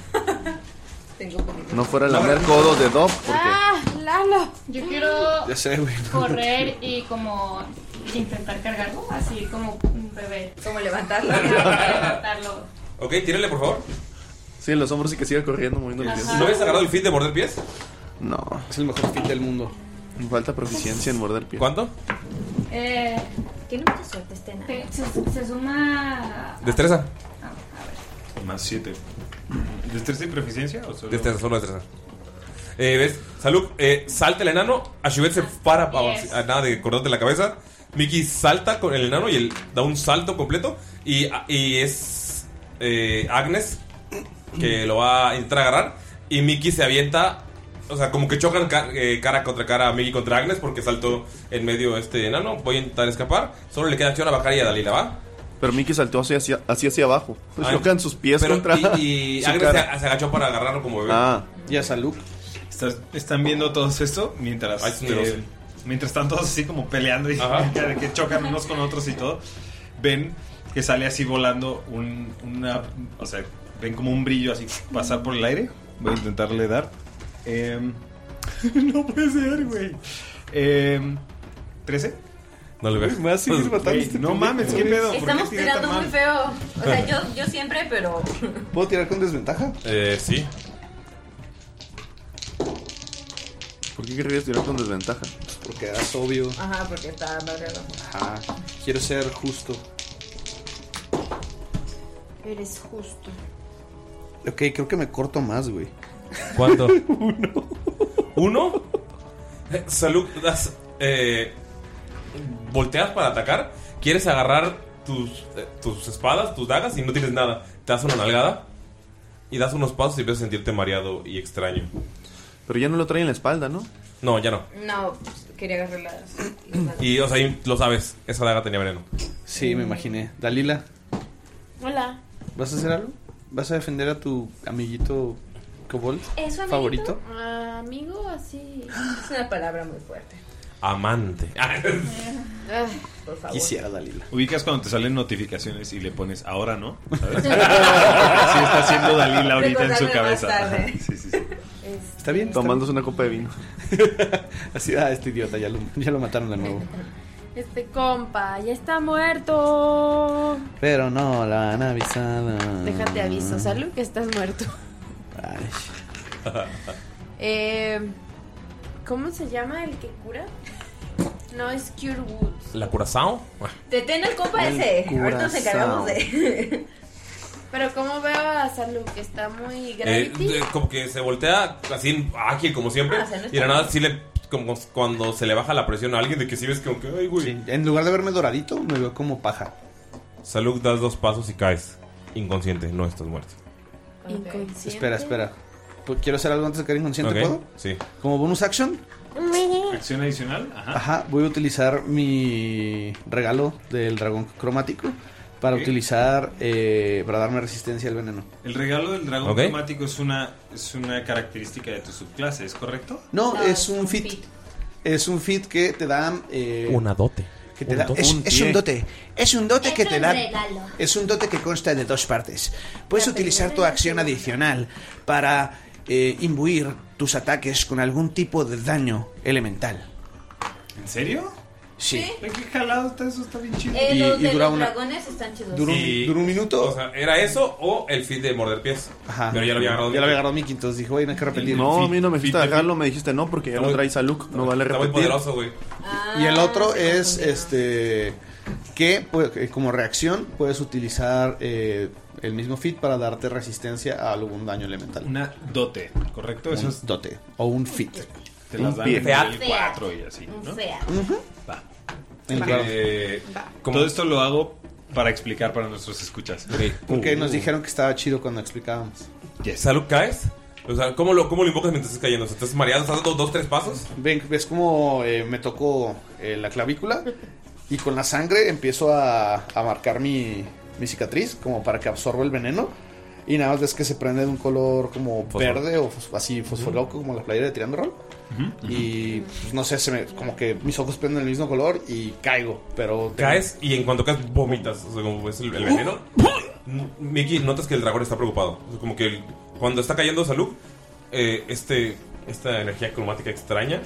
Tengo un poquito. No fuera a lamer codos de Dog, porque Ah, Lalo. Yo quiero Ya sé, güey. correr y como intentar cargarlo, así como un bebé. Como levantarlo. Levantarlo. Ok, tírale por favor. sí, en los hombros sí que siga corriendo, moviendo los pies. ¿No habías agarrado el fit de morder pies? No, Es el mejor fit del mundo. me falta proficiencia en morder pies. ¿Cuánto? Eh, Tiene mucha suerte este enano. te- se, se suma. Destreza. Ah, a ver. Más siete. ¿Destreza y proficiencia? ¿O solo? Destreza, solo destreza. Eh, ¿Ves? Saluk, eh, salta el enano. Ashibet se para a, Yes. a nada de cortarte la cabeza. Mickey salta con el enano y él da un salto completo. Y, y es eh, Agnes que lo va a intentar agarrar. Y Mickey se avienta. O sea, como que chocan ca- eh, cara contra cara a Mickey contra Agnes porque saltó en medio este enano. Voy a intentar escapar. Solo le queda acción a Bacari y a Dalila, ¿va? Pero Mickey saltó hacia, hacia, hacia, hacia abajo. Pues Ah, chocan sus pies pero- contra Y, y su Agnes se, cara. se agachó para agarrarlo como bebé. Ah, Ya, Saluk. Estás- están viendo todo esto mientras Ay, es un eh, negocio. mientras están todos así como peleando y Ajá. que chocan unos con otros y todo. Ven que sale así volando un, una, o sea, ven como un brillo así pasar por el aire. Voy a intentarle dar. Em, no puede ser, güey. Em, ¿trece? No le ves. Me vas a seguir matando Güey, este no pendejo, mames, güey. ¿qué pedo? ¿Por qué Estamos tiré tirando tan muy mal? feo. O sea, yo, yo siempre, pero. ¿Puedo tirar con desventaja? Eh, sí. ¿por qué querrías tirar con desventaja? Porque es obvio. Ajá, porque está madreado. Ajá. Quiero ser justo. Eres justo. Ok, creo que me corto más, güey. ¿Cuánto? Uno. ¿Uno? Eh, Salud, das, eh, volteas para atacar. Quieres agarrar tus, eh, tus espadas, tus dagas y no tienes nada. Te das una nalgada y das unos pasos y empiezas a sentirte mareado y extraño. Pero ya no lo trae en la espalda, ¿no? No, ya no. No, pues, quería agarrar las, las manos. Y, o sea, y lo sabes, esa daga tenía veneno. Sí, me imaginé. Dalila, Hola. ¿vas a hacer algo? ¿Vas a defender a tu amiguito kobold ¿Es su amiguito? favorito? Ah, amigo, así. Es una palabra muy fuerte. Amante. Ah, por favor. Quisiera, Dalila. Ubicas cuando te salen notificaciones y le pones ahora, ¿no? ¿Sabes? Así está haciendo Dalila ahorita en su Recordarme más cabeza. tarde. Sí, sí, sí. ¿Está bien? Tomándose una copa de vino. Así, ah, este idiota, ya lo, ya lo mataron de nuevo. Este compa ya está muerto. Pero no, la han avisado. Déjate aviso, Salud, que estás muerto. Ay. Eh, ¿Cómo se llama el que cura? No, es Cure Woods. ¿La Curazao? Detén el compa El ese. Ahorita nos Curazao. encargamos de. Pero ¿cómo veo a Salud? Que está muy Eh, gravity. de- como que se voltea así ágil como siempre. Ah, o sea, no está y de la nada mal. sí le, como cuando se le baja la presión a alguien de que sí ves como que ay güey. En lugar de verme doradito, me veo como paja. Salud, das dos pasos y caes. Inconsciente, no estás muerto. Inconsciente. Espera, espera. Pues, ¿quiero hacer algo antes de caer inconsciente? Ok, ¿Puedo? sí. Como bonus action. Acción adicional. Ajá. Ajá, voy a utilizar mi regalo del dragón cromático para Ok. utilizar, eh, para darme resistencia al veneno. El regalo del dragón Ok. cromático es una, es una característica de tu subclase, ¿es correcto? No, es un fit. Es un fit que te da... eh, Una dote. Que te Un da, dote. es, Un es pie. un dote. Es un dote que Es te un da. regalo. Es un dote que consta de dos partes. Puedes utilizar tu acción adicional para eh, imbuir tus ataques con algún tipo de daño elemental. ¿En serio? Sí. Qué jalado está eso, está bien chido. Eh, Y- los y de dura los una- dragones están chidos. Dura un, Y- dura un minuto. O sea, era eso o el feed de morder pies. Ajá. Pero ya lo había agarrado. Ya lo había agarrado Mickey, entonces dijo, oye, no hay que repetir. No, a mí no me dijiste dejarlo, me dijiste no, porque ya Está lo muy- traes a Luke, no vale Está repetir. muy poderoso, güey. Y el otro es este que pues, eh, como reacción puedes utilizar eh, el mismo fit para darte resistencia a algún daño elemental. Una dote, ¿correcto? Un Eso es- dote o un fit. Te las Un dan pie. en el cuatro y así, ¿no? Ujú. Va. En Va. lugar- Eh, ¿cómo? Todo esto lo hago para explicar para nuestros escuchas. Porque Uh. nos dijeron que estaba chido cuando explicábamos. ¿Salud caes? O sea, ¿cómo lo, cómo lo invocas mientras estás cayendo? O sea, ¿estás mareado? ¿Estás dando dos, tres pasos? Ven, ves como eh, me tocó eh, la clavícula y con la sangre empiezo a, a marcar mi, mi cicatriz como para que absorba el veneno. Y nada más ves que se prende de un color como Fosforo. verde o fos- así fosforoco como la playera de Tirando Roll. Y pues, no sé, se me, como que mis ojos prenden el mismo color y caigo. Pero Caes y en cuanto caes vomitas. O sea, como es el, el veneno. M- Mickey, notas que el dragón está preocupado. O sea, como que el- cuando está cayendo Salud, eh, este, esta energía cromática extraña,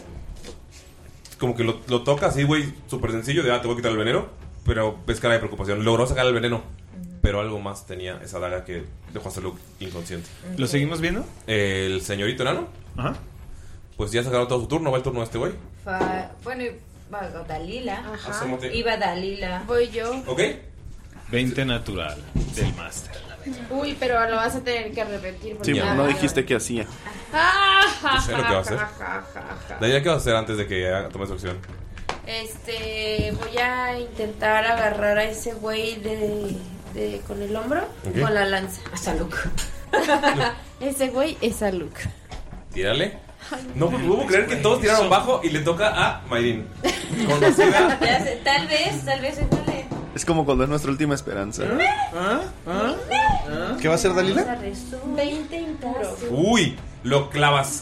como que lo, lo toca así, güey, súper sencillo, de ah, te voy a quitar el veneno. Pero ves cara de preocupación. Logró sacar el veneno. Pero algo más tenía esa daga que dejó a Salud inconsciente. ¿Lo seguimos viendo? El señorito enano. Ajá. Pues ya sacaron todo su turno. Va el turno de este güey. Fa- Bueno, va Dalila. Ajá. Asómate. Iba Dalila. Voy yo. ¿Ok? veinte natural del máster. Uy, pero lo vas a tener que repetir. porque- Sí, no dijiste qué hacía. Ah, ja, Yo sé lo que va a hacer. ja, ja, ja, ja. Daría, ¿qué vas a hacer antes de que haga- tome su acción? Este, voy a intentar agarrar a ese güey de, de con el hombro, Ok. con la lanza. A Saluk. Ese güey es a Luke. Tírale. No puedo creer que todos tiraron bajo y le toca a Mayrin. Conocida. Ya sé, Tal vez, tal vez se vale. Es como cuando es nuestra última esperanza. ¿Qué va a hacer Dalila? veinte impuros. Uy, lo clavas.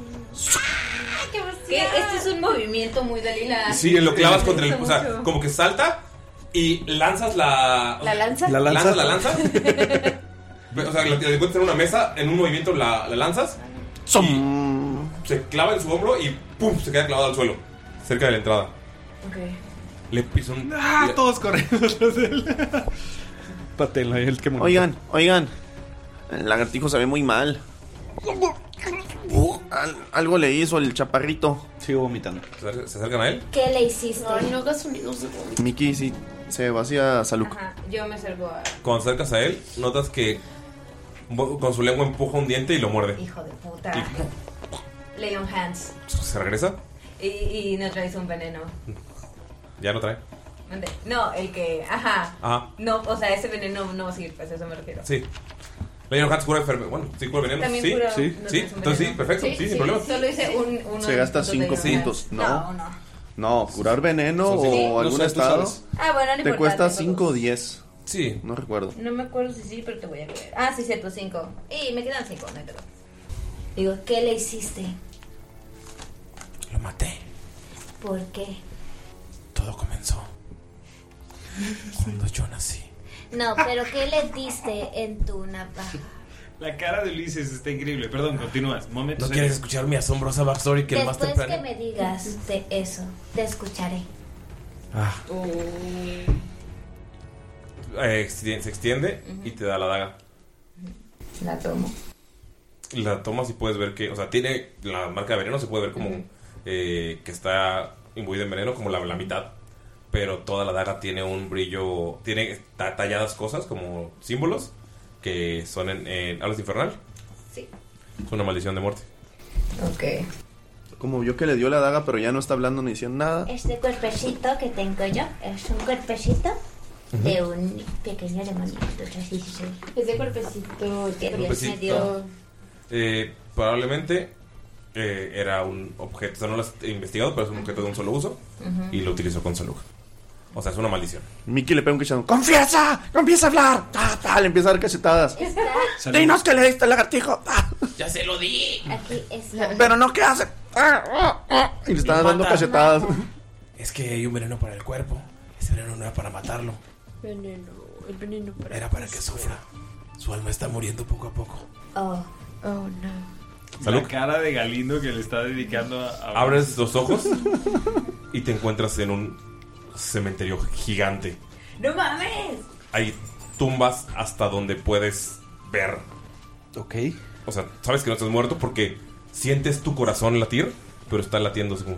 Que este es un movimiento muy Dalila. Sí, lo clavas contra el. Me O gusta sea, mucho. como que salta y lanzas la. ¿La lanza? La lanza. Lanzas la lanza. O sea, la la encuentras en una mesa, en un movimiento la, la lanzas. Y se clava en su hombro y ¡pum! Se queda clavado al suelo, cerca de la entrada. Ok. Le piso un. Ah, le- todos corriendo detrás de él. Patelo, el que Oigan, oigan. El lagartijo se ve muy mal. Al- algo le hizo el chaparrito. Sigo vomitando. ¿Se se acercan a él? ¿Qué le hiciste? Ay, no hagas sonidos de vómito. Mickey sí se va hacia Saluk. Ajá, yo me acerco a... Cuando te acercas a él, notas que bo- con su lengua empuja un diente y lo muerde. Hijo de puta. Leon Hands. Se regresa, Y, y no traes un veneno. ya no trae. ¿Dónde? No, el que... Ajá. Ajá, No, o sea, ese veneno no va a seguir, pues a eso me refiero. sí. Leon Hans cura enfermedad. Bueno, sí, cura veneno. También Sí, cura- sí, no sí. tienes un Entonces sí, veneno. perfecto. Sí, sin problema. Solo hice un, uno Se de gasta los puntos cinco de Leon puntos. Hands. No. No, no. No, curar veneno Son cinco. o No algún sé, tú estado. sabes. Ah, bueno, no Te importa, cuesta tengo cinco o dos. diez. Sí. No recuerdo. No me acuerdo si sí, pero te voy a creer. Ah, sí, cierto, cinco. Y me quedan cinco, no hay pedo. Digo, ¿qué le hiciste? Lo maté. ¿Por qué? Todo comenzó cuando yo nací. No, pero ¿qué le diste en tu navaja? La cara de Ulises está increíble. Perdón, continúas. Momento ¿No serio. quieres escuchar mi asombrosa backstory que el más Después temprano? que me digas de eso, te escucharé. Ah. Eh, se extiende y te da la daga. La tomo. La tomas y puedes ver que, o sea, tiene la marca de veneno, se puede ver como Ujú. eh, que está imbuida en veneno, como la, la mitad. Pero toda la daga tiene un brillo, tiene ta- talladas cosas como símbolos que son en, en Hablas Infernal. Sí. Es una maldición de muerte. Ok. Como vio que le dio la daga, pero ya no está hablando ni diciendo nada. Este cuerpecito que tengo yo es un cuerpecito de un pequeño demonio. Así sí soy. Ese cuerpecito que Dios me Cuerpecito. dio. Eh, probablemente eh, era un objeto, o sea, no lo has investigado, pero es un objeto de un solo uso. Ujú. Y lo utilizó con Saluk. O sea, es una maldición. Mickey le pega un cachetón. ¡Confiesa! ¡No empieza a hablar! ¡Ah, ah! Le empieza a dar cachetadas. ¡Dinos que le diste el lagartijo! ¡Ah! ¡Ya se lo di! Aquí está. Pero no, ¿qué hace? ¡Ah, ah, ah! Y le están dando mata. cachetadas. Es que hay un veneno para el cuerpo. Ese veneno no era para matarlo. Veneno, el veneno para... Era para que sufra. Su alma está muriendo poco a poco. Oh. Oh, no. Salud. La cara de Galindo que le está dedicando a... a- Abres los ojos y te encuentras en un cementerio gigante. ¡No mames! Hay tumbas hasta donde puedes ver. Ok. O sea, sabes que no estás muerto porque sientes tu corazón latir, pero está latiendo así como...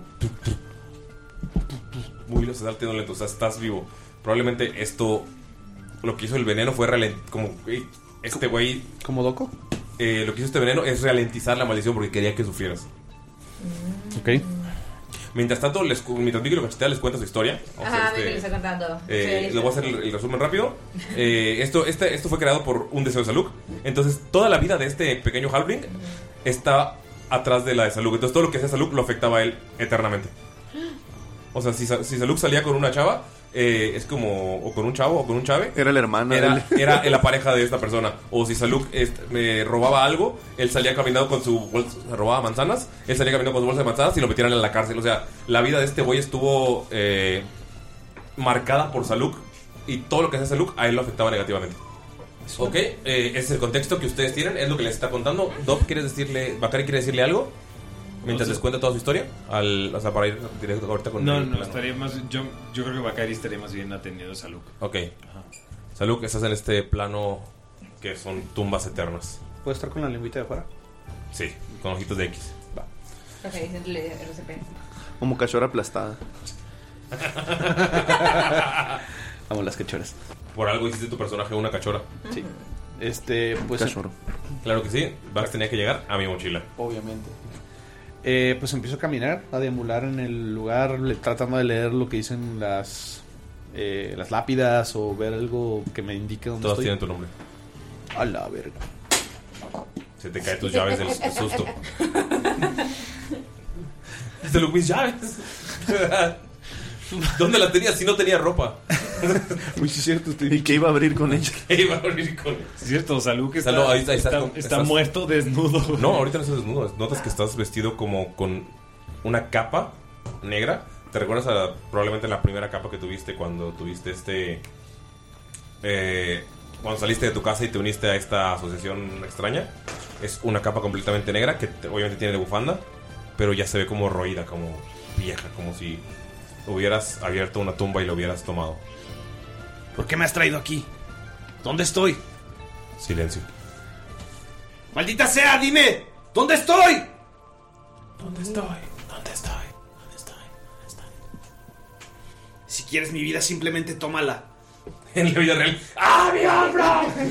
Muy se está latiendo lento, o sea, estás vivo. Probablemente esto, lo que hizo el veneno fue ralent como güey, este güey... ¿Como Doco? Eh, lo que hizo este veneno es ralentizar la maldición porque quería que sufrieras. Ok. Mientras tanto, les, cu- mientras Vicky lo cachetea, les cuenta su historia. O sea, Ajá, este, me lo está contando. Eh, Sí, le voy a hacer el, el resumen rápido. Eh, esto, este, esto fue creado por un deseo de Saluk. Entonces, toda la vida de este pequeño halfling está atrás de la de Saluk. Entonces, todo lo que hacía Saluk lo afectaba a él eternamente. O sea, si, Sa- si Saluk salía con una chava, eh, es como. O con un chavo o con un chave. Era el hermano. Era, de él. era la pareja de esta persona. O si Saluk este, me robaba algo, él salía caminando con su bolsa, robaba manzanas, él salía caminando con su bolsa de manzanas y lo metieran en la cárcel. O sea, la vida de este güey estuvo eh, marcada por Saluk y todo lo que hacía Saluk a él lo afectaba negativamente. Ok, eh, ese es el contexto que ustedes tienen, es lo que les está contando. Dob, ¿quieres decirle, Bakari quiere decirle algo? Mientras les cuenta toda su historia, al, o sea, para ir directo ahorita con No, el no, plano. estaría más... Yo, yo creo que Bakari estaría más bien atendiendo a Saluk. Ok. Saluk, estás en este plano que son tumbas eternas. ¿Puedo estar con la lengüita de afuera? Sí, con ojitos de X. Va. Ok, le R C P. Como cachorra aplastada. Amo las cachoras. Por algo hiciste tu personaje una cachora. Sí. Este, pues. Cachorro. Claro que sí. Vax tenía que llegar a mi mochila. Obviamente. Eh, pues empiezo a caminar, a deambular en el lugar, le- tratando de leer lo que dicen las eh, las lápidas o ver algo que me indique dónde Todas estoy. tienen tu nombre. A la verga. Se te caen tus llaves del susto. Saluk, mis llaves. ¿Dónde las tenías si no tenía ropa? Uy, sí es cierto. ¿Y qué iba a abrir con ella? ¿Qué iba a abrir con ella? Es cierto, Saluk está, Salud, ahí está, ahí está, estás, está estás- muerto desnudo. No, ahorita no estás desnudo. Notas que estás vestido como con una capa negra. ¿Te recuerdas a probablemente la primera capa que tuviste cuando tuviste este... Eh, cuando saliste de tu casa y te uniste a esta asociación extraña? Es una capa completamente negra que te- obviamente tiene de bufanda, pero ya se ve como roída, como vieja, como si hubieras abierto una tumba y lo hubieras tomado. ¿Por qué me has traído aquí? ¿Dónde estoy? Silencio. ¡Maldita sea, dime! ¿Dónde estoy? ¿Dónde estoy? ¿Dónde estoy? quieres mi vida, simplemente tómala. En la vida real. ¡Ah, mi hombro!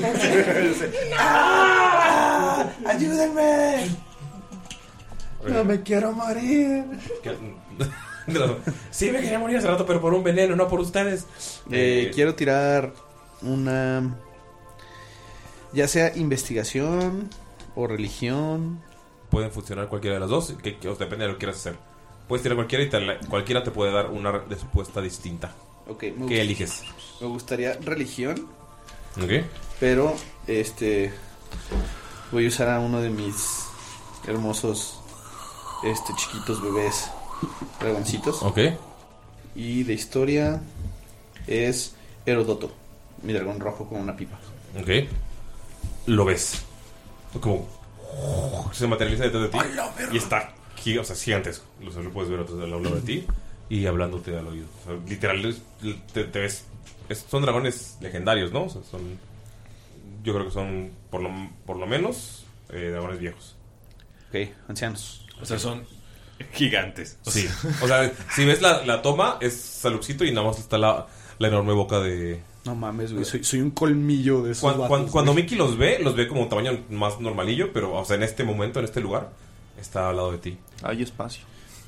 ¡Ah! ¡Ayúdenme! No me quiero morir. No, sí, me quería morir hace rato, pero por un veneno, no por ustedes. Eh, quiero tirar una... Ya sea investigación o religión. Pueden funcionar cualquiera de las dos, que, que, depende de lo que quieras hacer. Puedes tirar cualquiera y te la- cualquiera te puede dar una respuesta distinta. Ok, me ¿Qué gusta- eliges? Me gustaría religión, Ok. pero este voy a usar a uno de mis hermosos este chiquitos bebés dragoncitos. Ok. Y de historia es Herodoto, mi dragón rojo con una pipa. Ok. Lo ves. Como se materializa detrás de ti. Y está gi- o sea, es gigantesco. Lo, lo puedes ver atrás del lado de ti y hablándote al oído. O sea, literal, es- te, te ves. es- son dragones legendarios, ¿no? O sea, son. Yo creo que son, por lo, por lo menos, eh, dragones viejos. Ok, ancianos. O sea, son gigantes. O Sí. sea- O sea, si ves la, la toma, es Saluxito y nada más está la, la enorme boca de. No mames, güey, soy, soy un colmillo de esos Cuando, vatos, cuando, güey. cuando Mickey los ve, los ve como un tamaño más normalillo, pero, o sea, en este momento, en este lugar, está al lado de ti. Hay espacio.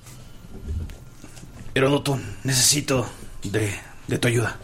Herodoto, necesito de, de tu ayuda.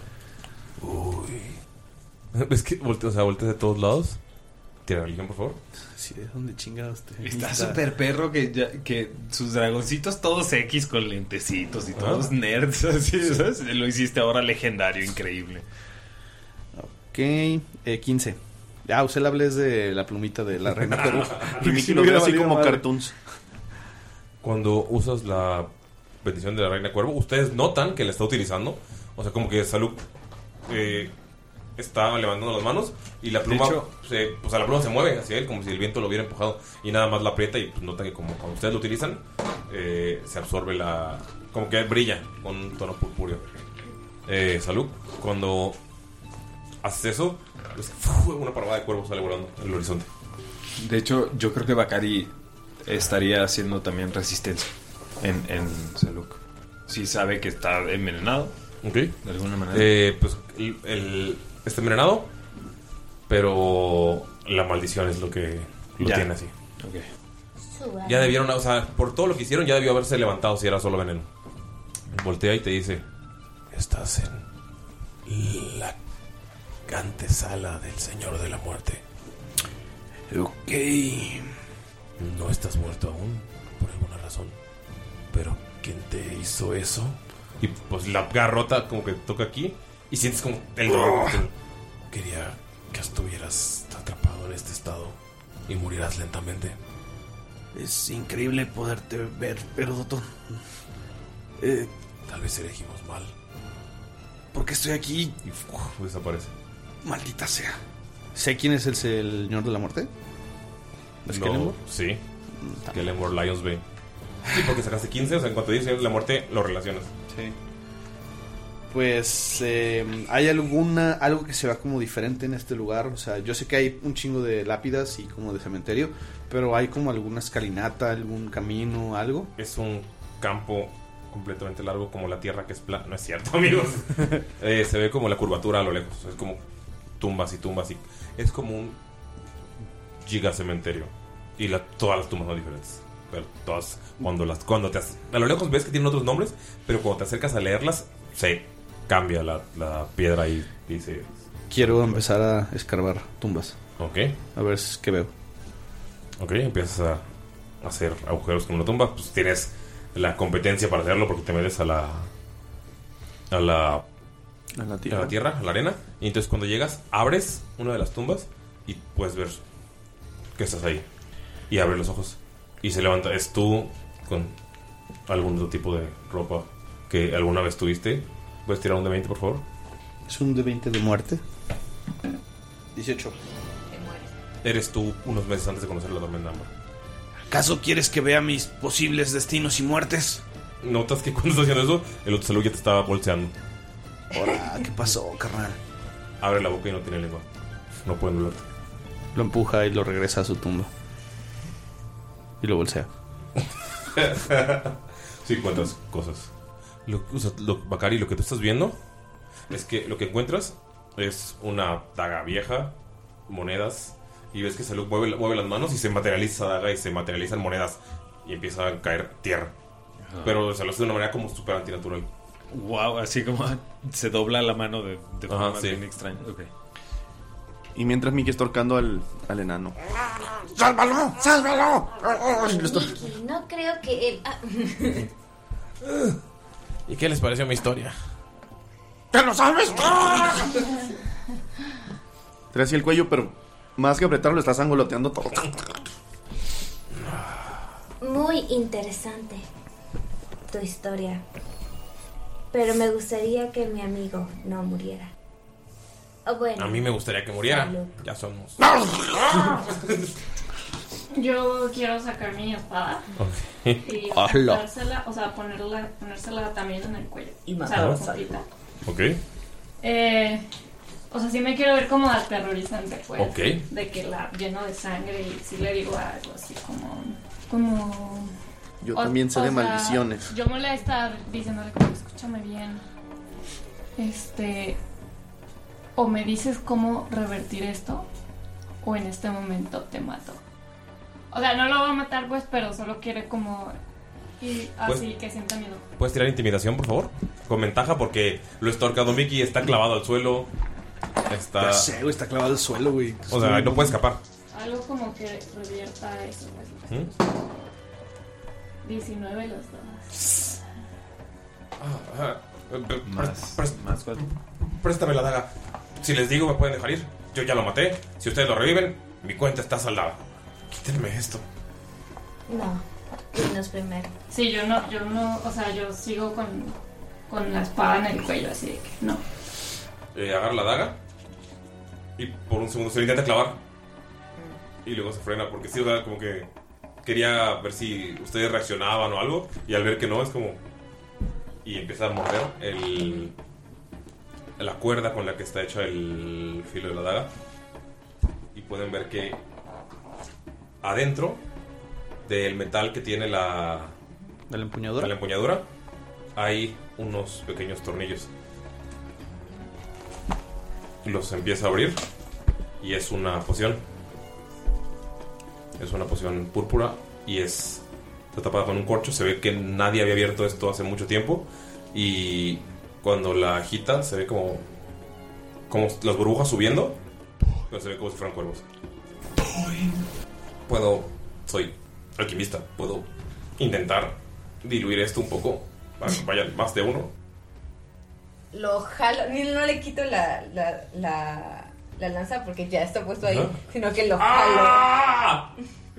¿Ves que volteas, o sea, volteas de todos lados? Tira religión, por favor. Sí, ¿de dónde chingados te Está súper perro que, ya- que sus dragoncitos todos X con lentecitos y todos Ah. nerds, así, ¿sabes? Lo hiciste ahora legendario, increíble. Ok, eh, quince. Ah, usé el hables de la plumita de la reina Perú. Y Mickey lo ve así como cartoons. Cuando usas la bendición de la reina cuervo, ustedes notan que la está utilizando. O sea, como que Salud eh, está levantando las manos y la pluma, De hecho- se, o sea, la pluma se mueve hacia él como si el viento lo hubiera empujado y nada más la aprieta y pues notan que como cuando ustedes lo utilizan eh, se absorbe la, como que brilla con un tono purpúreo. Eh, Salud, cuando haces eso, pues, una parvada de cuervos sale volando en el horizonte. De hecho, yo creo que Bakari estaría haciendo también resistencia en, en Saluk. Si sabe que está envenenado. Ok. De alguna manera. Eh, pues el, el- está envenenado, pero la maldición es lo que lo Ya. tiene así. Ok. Ya debieron, o sea, por todo lo que hicieron, ya debió haberse levantado si era solo veneno. Voltea y te dice: estás en la antesala del Señor de la Muerte. Ok. No estás muerto aún, por alguna razón. Pero, ¿quién te hizo eso? Y pues la garrota como que toca aquí y sientes como el dolor. Quería que estuvieras atrapado en este estado y murieras lentamente. Es increíble poderte ver, Herodoto. Eh, Tal vez elegimos mal. ¿Por qué estoy aquí? Y uf, desaparece. Maldita sea. ¿Sé quién es el Señor de la Muerte? ¿Es No, Kellenborg? sí. Kellenborg, Lionsbane. Sí, porque sacaste quince, o sea, en cuanto dices la muerte, lo relacionas. Sí. Pues eh, hay alguna algo que se va como diferente en este lugar. O sea, yo sé que hay un chingo de lápidas y como de cementerio, pero hay como alguna escalinata, algún camino, algo. Es un campo completamente largo como la tierra que es plana. No es cierto, amigos. Eh, se ve como la curvatura a lo lejos. Es como tumbas y tumbas y es como un giga cementerio. Y la, todas las tumbas son diferentes. Pero todas, cuando las cuando te as- a lo lejos ves que tienen otros nombres, pero cuando te acercas a leerlas, se cambia la, la piedra y dice. Quiero empezar a escarbar tumbas. Ok. A ver qué veo. Ok, empiezas a hacer agujeros con una tumba. Pues tienes la competencia para hacerlo porque te metes a la. A la. A la A tierra. la tierra, a la arena. Y entonces cuando llegas, abres una de las tumbas y puedes ver que estás ahí. Y abres los ojos. Y se levanta. Es tú con algún otro tipo de ropa que alguna vez tuviste. ¿Puedes tirar un de veinte, por favor? Es un de veinte de muerte. dieciocho. Eres tú unos meses antes de conocer la tormenta ámbar. ¿Acaso quieres que vea mis posibles destinos y muertes? Notas que cuando estás haciendo eso, el otro salud ya te estaba bolseando. Hola, ¿qué pasó, carnal? Abre la boca y no tiene lengua. No pueden hablar. Lo empuja y lo regresa a su tumba. Y lo bolsea. Sí, cuántas cosas. Lo, o sea, lo, Bacari, lo que tú estás viendo es que lo que encuentras es una daga vieja, monedas, y ves que Saluk mueve, mueve las manos y se materializa esa daga y se materializan monedas y empieza a caer tierra. Ajá. Pero se lo hace de una manera como súper antinatural. Wow, así como se dobla la mano de, de forma Ajá, sí. bien extraña. Okay. Y mientras Mickey está ahorcando al, al enano. ¡Sálvalo! ¡Sálvalo! Mickey, no creo que él... ah. ¿Y qué les pareció mi historia? ¡Que lo salves! Trae así el cuello, pero más que apretarlo, le estás angoloteando todo. Muy interesante tu historia. Pero me gustaría que mi amigo no muriera. O bueno, A mí me gustaría que muriera. Salud. Ya somos. Yo quiero sacar mi espada y Hola. dársela, o sea, ponerla, ponérsela también en el cuello. Y o sea, matarla. juntita. Ok. Eh, o sea, sí me quiero ver como aterrorizante, pues. Ok. De que la lleno de sangre y sí le digo algo así como... como Yo o- también sé o de sea, maldiciones. Yo me la estaba diciéndole como, escúchame bien. Este... O me dices cómo revertir esto, o en este momento te mato. O sea, no lo va a matar, pues, pero solo quiere como... Y así Pues- que sienta miedo. ¿Puedes tirar intimidación, por favor? Con ventaja porque lo está ahorcando Mickey, está clavado al suelo. Está... Ya sé, güey, está clavado al suelo, güey. O sea, no puede escapar. Algo como que revierta eso, pues. ¿Mm? diecinueve los dos. Ah, ah, eh, pre- Más, pres- más cuatro. Préstame la daga. Si les digo, me pueden dejar ir. Yo ya lo maté. Si ustedes lo reviven, mi cuenta está saldada. Quítenme esto. no. Dinos primero. Sí, yo no, yo no, o sea, yo sigo con, con la espada en el cuello, así de que no. Eh, agarra la daga y por un segundo se lo intenta clavar. Y luego se frena porque sí, o sea, como que quería ver si ustedes reaccionaban o algo. Y al ver que no, es como... Y empieza a morder el... la cuerda con la que está hecha el filo de la daga. Y pueden ver que adentro del metal que tiene la... ¿De la empuñadura? de la empuñadura hay unos pequeños tornillos. Los empieza a abrir y es una poción. Es una poción púrpura y es... está tapada con un corcho. Se ve que nadie había abierto esto hace mucho tiempo. Y cuando la agita se ve como... como las burbujas subiendo. Pero se ve como si fueran cuervos. Puedo... soy alquimista. Puedo intentar diluir esto un poco para que vayan más de uno. Lo jalo, ni no le quito la, la, la, la lanza porque ya está puesto ahí, Ajá. sino que lo jalo.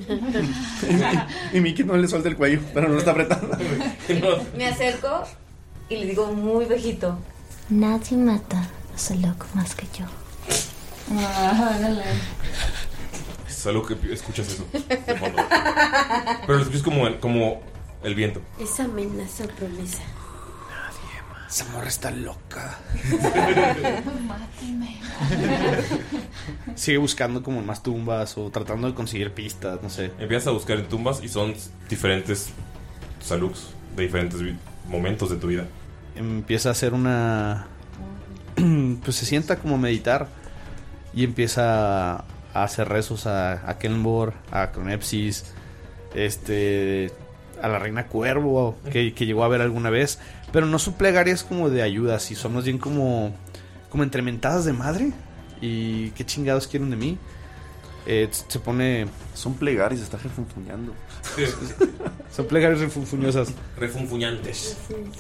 Y Mickey no le suelta el cuello, pero no lo está apretando. Me acerco y le digo muy bajito: Nadie mata a Saluk más que yo. Ah, dale. Es algo que escuchas eso de fondo. Pero lo escuchas como, como el viento. Esa amenaza o promesa. Esa morra está loca. Máteme. Sigue buscando como más tumbas o tratando de conseguir pistas, no sé. Empiezas a buscar en tumbas y son diferentes Saluks de diferentes vi- momentos de tu vida. Empieza a hacer una... pues se sienta como a meditar y empieza a hacer rezos a, a Kellenborg, a Cronepsis, este, a la reina Cuervo que, que llegó a ver alguna vez, pero no son plegarias como de ayuda, si son más bien como como entrementadas de madre. Y qué chingados quieren de mí. Eh, se pone... Son plegarias, se está refunfuñando. Son plegarias refunfuñosas. Refunfuñantes.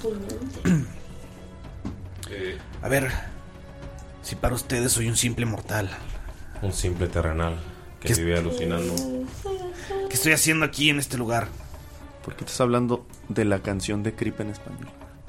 Eh, A ver, si para ustedes soy un simple mortal, un simple terrenal que vive alucinando. ¿qué estoy haciendo aquí en este lugar? ¿Por qué estás hablando de la canción de Creep en español?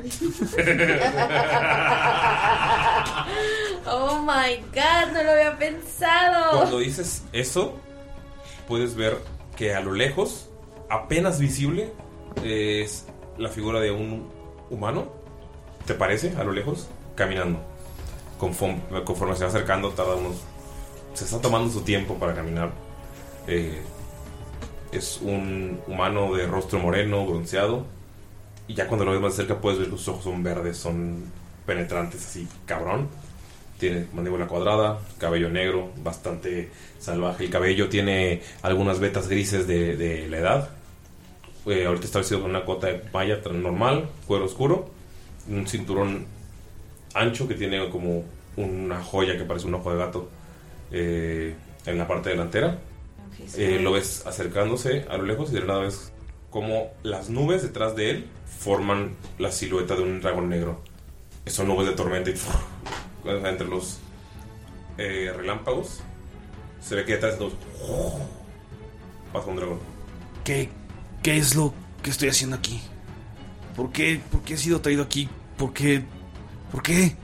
Oh my god, no lo había pensado. Cuando dices eso, puedes ver que a lo lejos, apenas visible, es la figura de un humano. ¿Te parece? A lo lejos, caminando. Conforme, conforme se va acercando, tarda unos... se está tomando su tiempo para caminar. Eh, es un humano de rostro moreno, bronceado, Y ya cuando lo ves más cerca puedes ver que sus ojos son verdes, son penetrantes así, cabrón. Tiene mandíbula cuadrada, cabello negro, bastante salvaje. El cabello tiene algunas vetas grises de, de la edad. Eh, ahorita está vestido con una cota de malla normal, cuero oscuro, un cinturón ancho que tiene como una joya que parece un ojo de gato eh, en la parte delantera. Eh, lo ves acercándose a lo lejos y de nada ves como las nubes detrás de él forman la silueta de un dragón negro. Son nubes de tormenta y ¡fuf! Entre los eh, relámpagos se ve que detrás de los pasa un dragón. ¿Qué, ¿Qué es lo que estoy haciendo aquí? ¿Por qué, ¿Por qué he sido traído aquí? ¿Por qué? ¿Por qué?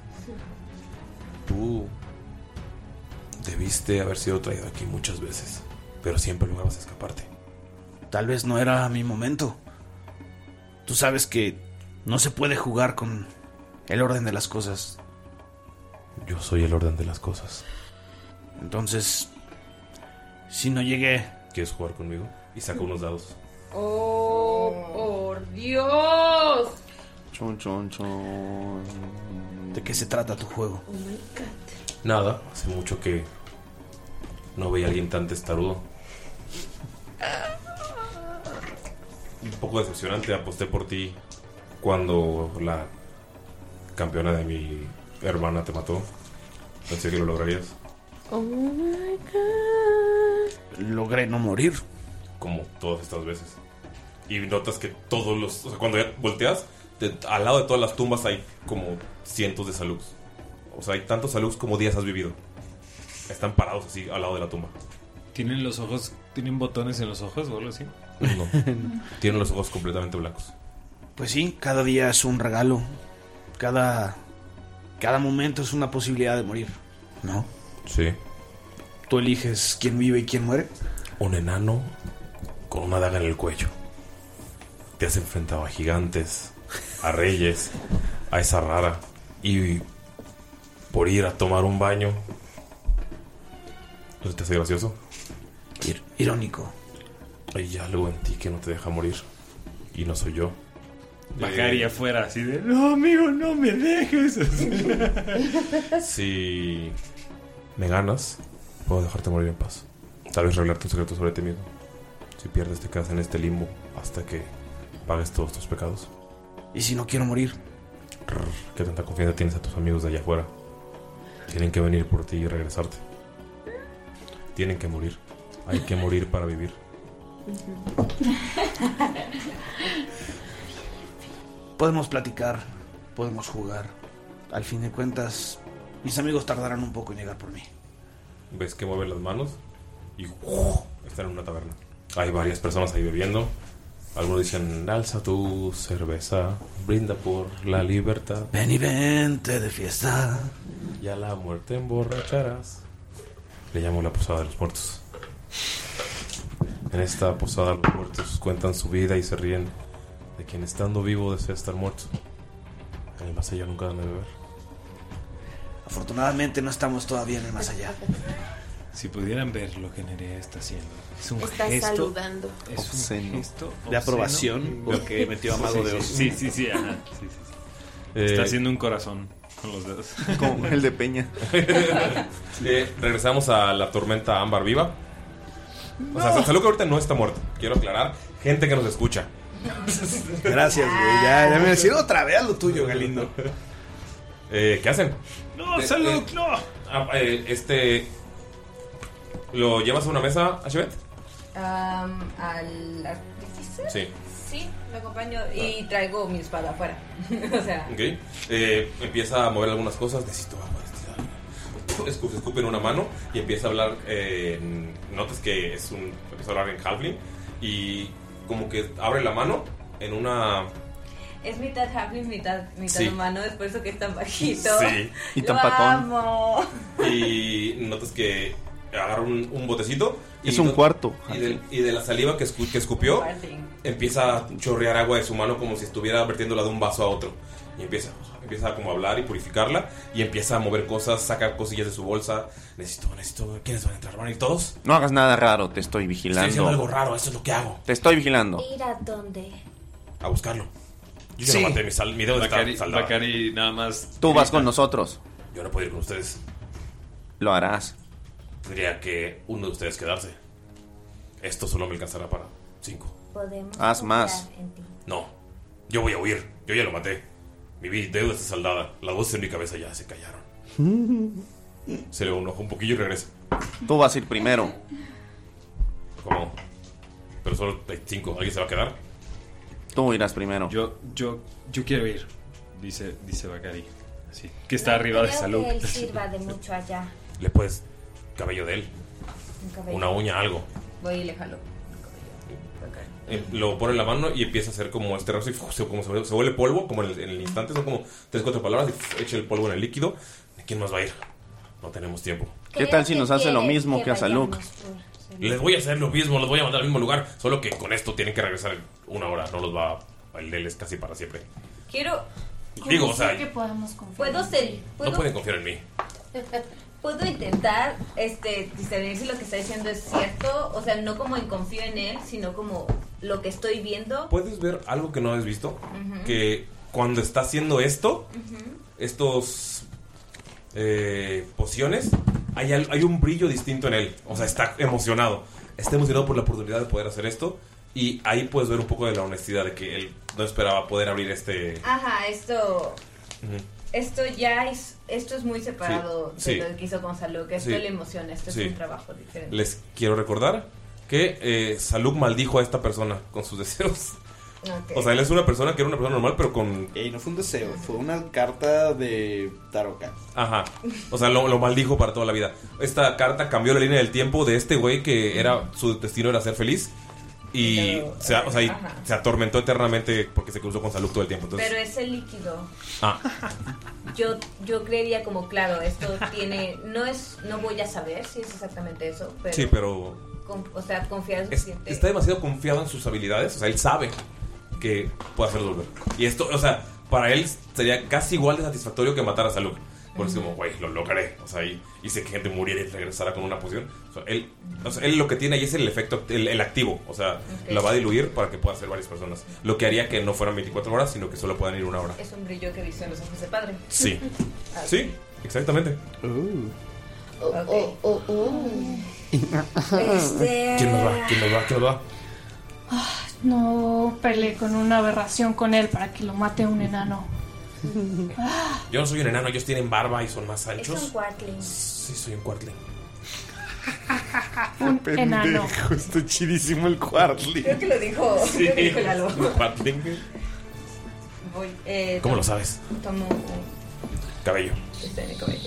Tú debiste haber sido traído aquí muchas veces, pero siempre lograbas escaparte. Tal vez no era mi momento. Tú sabes que no se puede jugar con el orden de las cosas. Yo soy el orden de las cosas. Entonces, si no llegué... ¿Quieres jugar conmigo? Y saca unos dados. ¡Oh, por Dios! Chon, chon, chon. ¿De qué se trata tu juego? Oh my God. Nada, hace mucho que no veía a alguien tan testarudo. Un poco decepcionante, aposté por ti cuando la campeona de mi hermana te mató. Pensé que lo lograrías. Oh my God. Logré no morir. Como todas estas veces. Y notas que todos los... O sea, cuando ya volteas, de, al lado de todas las tumbas hay como cientos de saludos. O sea, hay tantos saludos como días has vivido. Están parados así al lado de la tumba. ¿Tienen los ojos, tienen botones en los ojos o algo así? No. Tienen los ojos completamente blancos. Pues sí, cada día es un regalo. Cada... Cada momento es una posibilidad de morir, ¿no? Sí. ¿Tú eliges quién vive y quién muere? Un enano con una daga en el cuello. Te has enfrentado a gigantes, a reyes, a esa rara. Y por ir a tomar un baño. ¿No te hace gracioso? Ir- irónico. Hay algo en ti que no te deja morir. Y no soy yo. Bacari afuera, así de... No, amigo, no me dejes. Si me ganas, puedo dejarte morir en paz. Tal vez revelarte un secreto sobre ti mismo. Si pierdes, te quedas en este limbo hasta que pagues todos tus pecados. ¿Y si no quiero morir? ¿Qué tanta confianza tienes a tus amigos de allá afuera? Tienen que venir por ti y regresarte. Tienen que morir. Hay que morir para vivir. Podemos platicar, podemos jugar. Al fin de cuentas, mis amigos tardarán un poco en llegar por mí. Ves que mueven las manos y ¡uh! Están en una taberna. Hay varias personas ahí bebiendo. Algunos dicen, alza tu cerveza, brinda por la libertad. Ven y vente de fiesta. Y a la muerte emborracharás. Le llamo la posada de los muertos. En esta posada los muertos cuentan su vida y se ríen de quien estando vivo desea estar muerto. En el más allá nunca dan de beber. Afortunadamente no estamos todavía en el más allá. Si pudieran ver lo que Nerea está haciendo. Es un Está gesto, saludando. Es Obsceno. un gesto De obsceno. aprobación, porque metió a Mago de Oz. Sí, sí, sí, ajá. Sí, sí, sí. Eh, Está haciendo un corazón con los dedos. Como el de Peña. eh, regresamos a la tormenta ámbar viva. O sea, Salud que ahorita no está muerto. Quiero aclarar. Gente que nos escucha. Gracias, güey. Ya, ya me decía otra vez lo tuyo, Galindo. Eh, ¿Qué hacen? No, Eh, Salud, eh, no. Ah, eh, este. ¿Lo llevas a una mesa, Ashibet? Um, ¿Al artífice? Sí. Sí, me acompaño y traigo mi espada afuera. O sea. Ok. Eh, empieza a mover algunas cosas. Necesito agua. Escu- Se escupe en una mano y empieza a hablar. Eh, en- notas que es un. Empieza a hablar en Halfling. Y como que abre la mano en una. Es mitad halfling, mitad, mitad Sí. humano, es por eso que es tan bajito. Sí. Y tan Lo patón. amo. Y notas que agarra un, un botecito. Y Es un no- cuarto. Y de, y de la saliva que, escu- que escupió, empieza a chorrear agua de su mano como si estuviera vertiéndola de un vaso a otro. Y empieza, empieza como a hablar y purificarla. Y empieza a mover cosas, saca cosillas de su bolsa. Necesito, necesito. ¿Quiénes van a entrar? ¿Van a ir todos? No hagas nada raro, te estoy Estoy vigilando. haciendo algo raro, eso es lo que hago. Te estoy vigilando. ¿Ir a dónde? A buscarlo. Yo ya Sí. no maté, mi, sal, mi deuda Bacari, está saldada. Bacari nada más. Tú vas con nosotros. Yo no puedo ir con ustedes. Lo harás. Tendría que uno de ustedes quedarse. Esto solo me alcanzará para cinco. Podemos Haz confiar más. en ti. No, yo voy a huir. Yo ya lo maté. Mi vi- deuda está saldada. Las voces en mi cabeza ya se callaron. Se le enojó un poquillo y regresa. Tú vas a ir primero. ¿Cómo? Pero solo hay cinco. ¿Alguien se va a quedar? Tú irás primero. Yo, yo, yo quiero ir, dice, dice Bacari. Así, que está arriba Creo de Salud. que él sirva de mucho allá. Le puedes cabello de él. Un cabello. Una uña, algo. Voy y le jalo. Eh, lo pone en la mano y empieza a hacer como este rezo y fu, se, como se, vuelve- se vuelve polvo, como en el, en el instante, son como tres, cuatro palabras y fu, echa el polvo en el líquido. ¿Quién más va a ir? No tenemos tiempo. ¿Qué tal si nos hace lo mismo que a Saluk? Les voy a hacer lo mismo, los voy a mandar al mismo lugar, solo que con esto tienen que regresar en una hora, no los va a el de él es casi para siempre. Quiero. Digo, o sea, que podemos confiar. Puedo ser. ¿Puedo, no pueden confiar en mí. puedo intentar este, discernir si lo que está diciendo es cierto. O sea, no como en confío en él, sino como lo que estoy viendo. ¿Puedes ver algo que no has visto? Ujú. Que cuando está haciendo esto, Ujú. estos eh, pociones, hay, al- hay un brillo distinto en él. O sea, está emocionado. Está emocionado por la oportunidad de poder hacer esto. Y ahí puedes ver un poco de la honestidad de que él no esperaba poder abrir este... Ajá, esto. Ujú. Esto ya es. Esto es muy separado Sí, de sí. lo que hizo con Salud. Esto Sí. es la emoción. Esto Sí. es un trabajo diferente. Les quiero recordar que eh, Saluk maldijo a esta persona con sus deseos. Ok. O sea, él es una persona que era una persona normal, pero con... Ey, no fue un deseo, fue una carta de Taroka. Ajá. O sea, lo, lo maldijo para toda la vida. Esta carta cambió la línea del tiempo de este güey que era su destino era ser feliz. Y Pero, se, o sea, y ajá. se atormentó eternamente porque se cruzó con Saluk todo el tiempo. Entonces, Pero ese líquido. ah, Yo, yo creería como, claro, esto tiene. No es. No voy a saber si es exactamente eso. Pero. sí, pero con- o sea, confiar es- suficiente. está demasiado confiado en sus habilidades. O sea, él sabe que puede hacerlo volver. Y esto, o sea, para él sería casi igual de satisfactorio que matar a Saluk. Por eso, como, güey, lo logré. O sea, y hice que gente muriera y regresara con una poción. O sea, él, o sea, él lo que tiene ahí es el efecto, el, el activo. O sea, Ok. la va a diluir para que pueda ser varias personas. Lo que haría que no fueran veinticuatro horas, sino que solo puedan ir una hora. Es un brillo que dice en los ojos de padre. Sí. Ah, Sí, exactamente. Ok. Este... ¿Quién nos va? ¿Quién nos va? ¿Quién nos va? No peleé con una aberración con él para que lo mate un enano. Yo no soy un enano, ellos tienen barba y son más Es anchos. un Quatling. Sí, soy un Quartling. Un enano. Está chidísimo el Quartling. Creo que lo dijo. Sí, Creo que dijo Lalo. un Quartling. Voy, eh, ¿Cómo tomo- lo sabes? Tomo. Cabello. Este de cabello.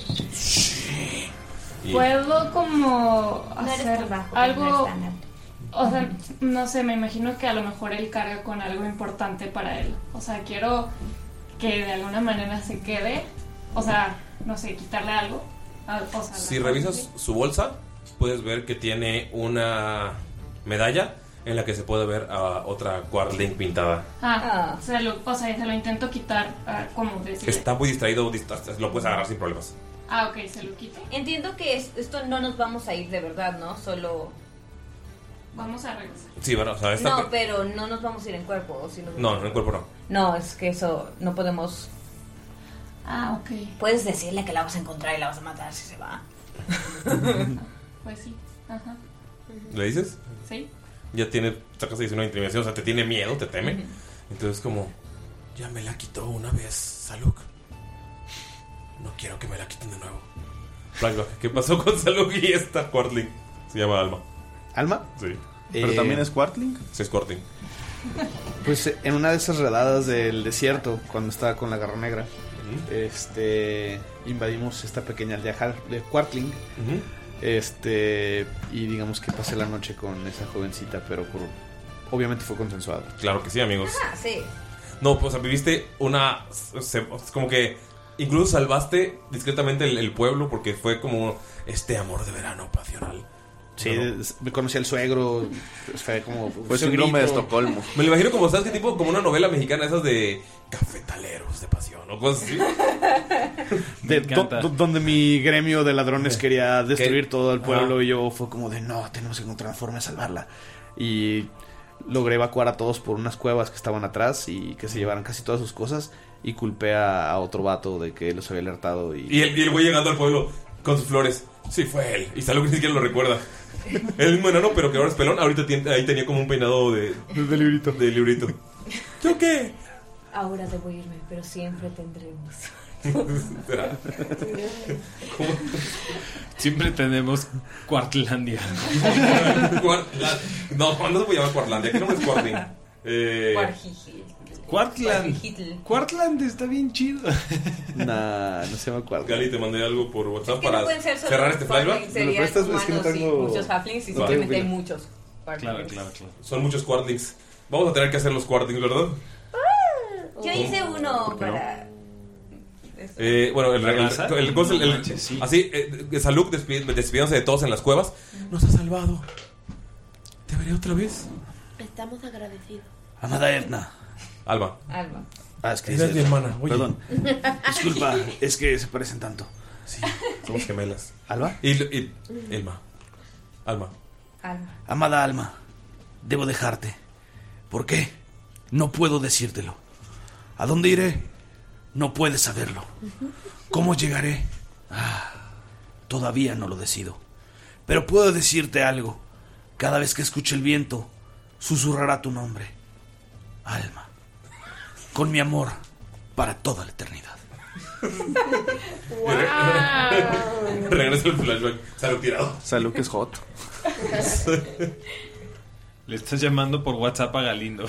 Y- Puedo como No eres hacer tan bajo, no algo. eres tan alto. O sea, no sé, me imagino que a lo mejor él carga con algo importante para él. O sea, quiero que de alguna manera se quede. O sea, no sé, quitarle algo. Ah, o sea, Si la- revisas su bolsa, puedes ver que tiene una medalla en la que se puede ver a otra Quartling pintada. Ah, se lo, o sea, se lo intento quitar, ah, como decir. Está muy distraído, dist- lo puedes agarrar sin problemas. Ah, ok, se lo quito. Entiendo que es- esto no nos vamos a ir de verdad, ¿no? Solo. Vamos a regresar. Sí, bueno, o sea, esta... No, pero no nos vamos a ir en cuerpo. ¿o sí nos No, vamos? en el cuerpo no. No, es que eso no podemos. Ah, ok. Puedes decirle que la vas a encontrar y la vas a matar si se va. Pues sí. Ajá. ¿Le dices? Sí. Ya tiene, sacas ahí una intimidación, o sea, te tiene miedo, te teme. Entonces como, ya me la quitó una vez, Saluk. No quiero que me la quiten de nuevo. Flashback, ¿qué pasó con Saluk y esta Quartling? Se llama Alma. ¿Alma? Sí. ¿Pero Eh, también es Quartling? Sí, es Quartling. Pues eh, en una de esas redadas del desierto, cuando estaba con la Garra Negra, este invadimos esta pequeña aldea Har- de Quartling. Este, y digamos que pasé la noche con esa jovencita, pero por, obviamente fue consensuado. Claro que sí, amigos. Ah, sí. No, pues o sea, viviste una... se- como que incluso salvaste discretamente el, el pueblo porque fue como este amor de verano pasional. Sí, No, no. es- me conocí al suegro, pues fue como... Fue síndrome de Estocolmo. Me lo imagino como, ¿sabes qué tipo? Como una novela mexicana, esas de cafetaleros de pasión o cosas así. De- do- do- donde mi gremio de ladrones quería destruir ¿Qué? todo el pueblo Ajá. y yo fue como de no, tenemos que encontrar una forma de salvarla. Y logré evacuar a todos por unas cuevas que estaban atrás y que se llevaran casi todas sus cosas. Y culpé a, a otro vato de que los había alertado. Y, Y el, y el güey llegando al pueblo con sus flores. Sí, fue él. Y Saluk ni siquiera lo recuerda. El mismo enano, pero que ahora es pelón. Ahorita tiene, ahí tenía como un peinado de... De librito. De librito. ¿Yo qué? Ahora debo irme, pero siempre tendremos. Siempre tenemos Cuartlandia. Cuartla- No, no se puede llamar Cuartlandia. ¿Qué nombre es Cuartling? Eh... Cuarjijil. Cuartland. Cuartland está bien chido. Nah, no se llama Cuartland. Gali, te mandé algo por WhatsApp Que no para pueden ser solo cerrar este flashback. Quartlings, serían prestas? Es que no humanos y tengo- muchos halflings y No simplemente hay tengo muchos Claro, Quartlings. claro, claro. Son muchos Quartlings. Vamos a tener que hacer los Quartlings, ¿verdad? Yo hice uno qué no? para... Eh, bueno, el, el, ¿Raza? el- el- el- No manches, sí. así, eh, Saluk despid- despidiéndose de todos en las cuevas. Nos ha salvado. ¿Te veré otra vez? Estamos agradecidos. Amada Edna. Alma. Alma. Ah, es que Eres dice- mi hermana, oye. Perdón. Disculpa, es que se parecen tanto. Sí, somos gemelas. ¿Alba? Y, y Elma. Alma. Alma. Amada Alma, debo dejarte. ¿Por qué? No puedo decírtelo. ¿A dónde iré? No puedes saberlo. ¿Cómo llegaré? Ah, todavía no lo decido. Pero puedo decirte algo. Cada vez que escuche el viento, susurrará tu nombre. Alma. Con mi amor para toda la eternidad. Regresa el flashback. Saluk tirado. Saluk es hot. Le estás llamando por WhatsApp a Galindo.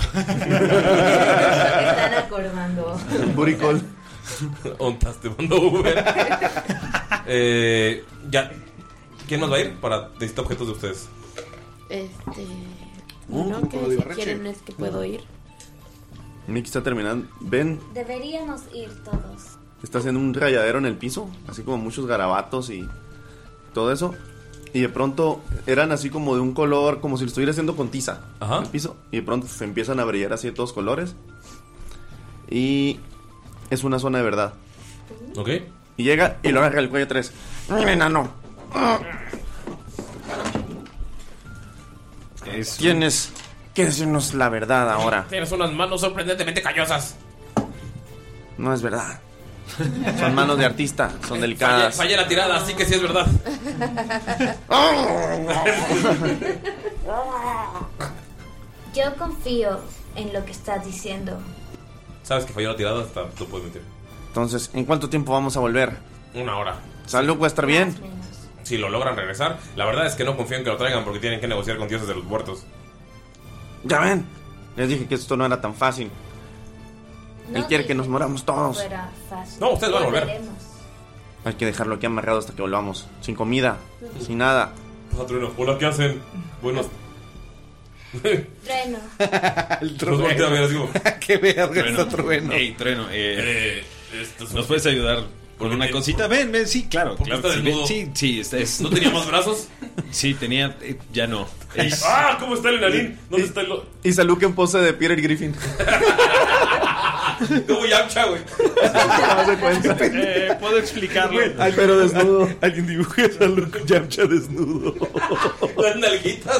Están acordando. Buricol. Ontas te mando Uber. eh, ya. ¿Quién más va a ir para necesitar objetos de ustedes? Este. Uh, no, que como si digo, quieren es que puedo ir. Miki está terminando. Ven, Deberíamos ir todos. está haciendo un rayadero en el piso, así como muchos garabatos y todo eso. Y de pronto eran así como de un color, como si lo estuviera haciendo con tiza. Ajá. En el piso. Y de pronto se empiezan a brillar así de todos colores. Y es una zona de verdad. Ok. Y llega y lo agarra el cuello tres. ¡Mira, enano! Tienes que decirnos la verdad ahora. Tienes unas manos sorprendentemente callosas. No es verdad. Son manos de artista, son Fallé, delicadas. fallé la tirada, así que sí es verdad. Yo confío en lo que estás diciendo. Sabes que falló la tirada, hasta tú puedes mentir. Entonces, ¿en cuánto tiempo vamos a volver? Una hora. ¿Salud va a estar bien? Si lo logran regresar, la verdad es que no confío en que lo traigan porque tienen que negociar con dioses de los muertos. Ya ven, les dije que esto no era tan fácil. Él quiere que nos moramos todos. Fuera fácil. No, ustedes van a volver. Volveremos. Hay que dejarlo aquí amarrado hasta que volvamos. Sin comida, sin nada. Trueno, hola, ¿qué hacen? Buenos. Trueno. El Nos voltea a ver así como. Qué verga Trueno. está Trueno. Ey, Trueno, eh, esto es ¿nos un- puedes ayudar con una cosita? Ven, ven, sí, claro. ¿Por qué claro está sí, desnudo? ven, sí, sí, está, es- ¿No tenía más brazos? Sí, tenía, eh, ya no. Es- ¡Ah! ¿Cómo está el enanín? ¿Dónde está el.? lo- Y Salud en pose de Peter Griffin. Como Yamcha, güey. eh, puedo explicarlo. Pero desnudo. Alguien dibuje a Salud con Yamcha desnudo. Las nalguitas.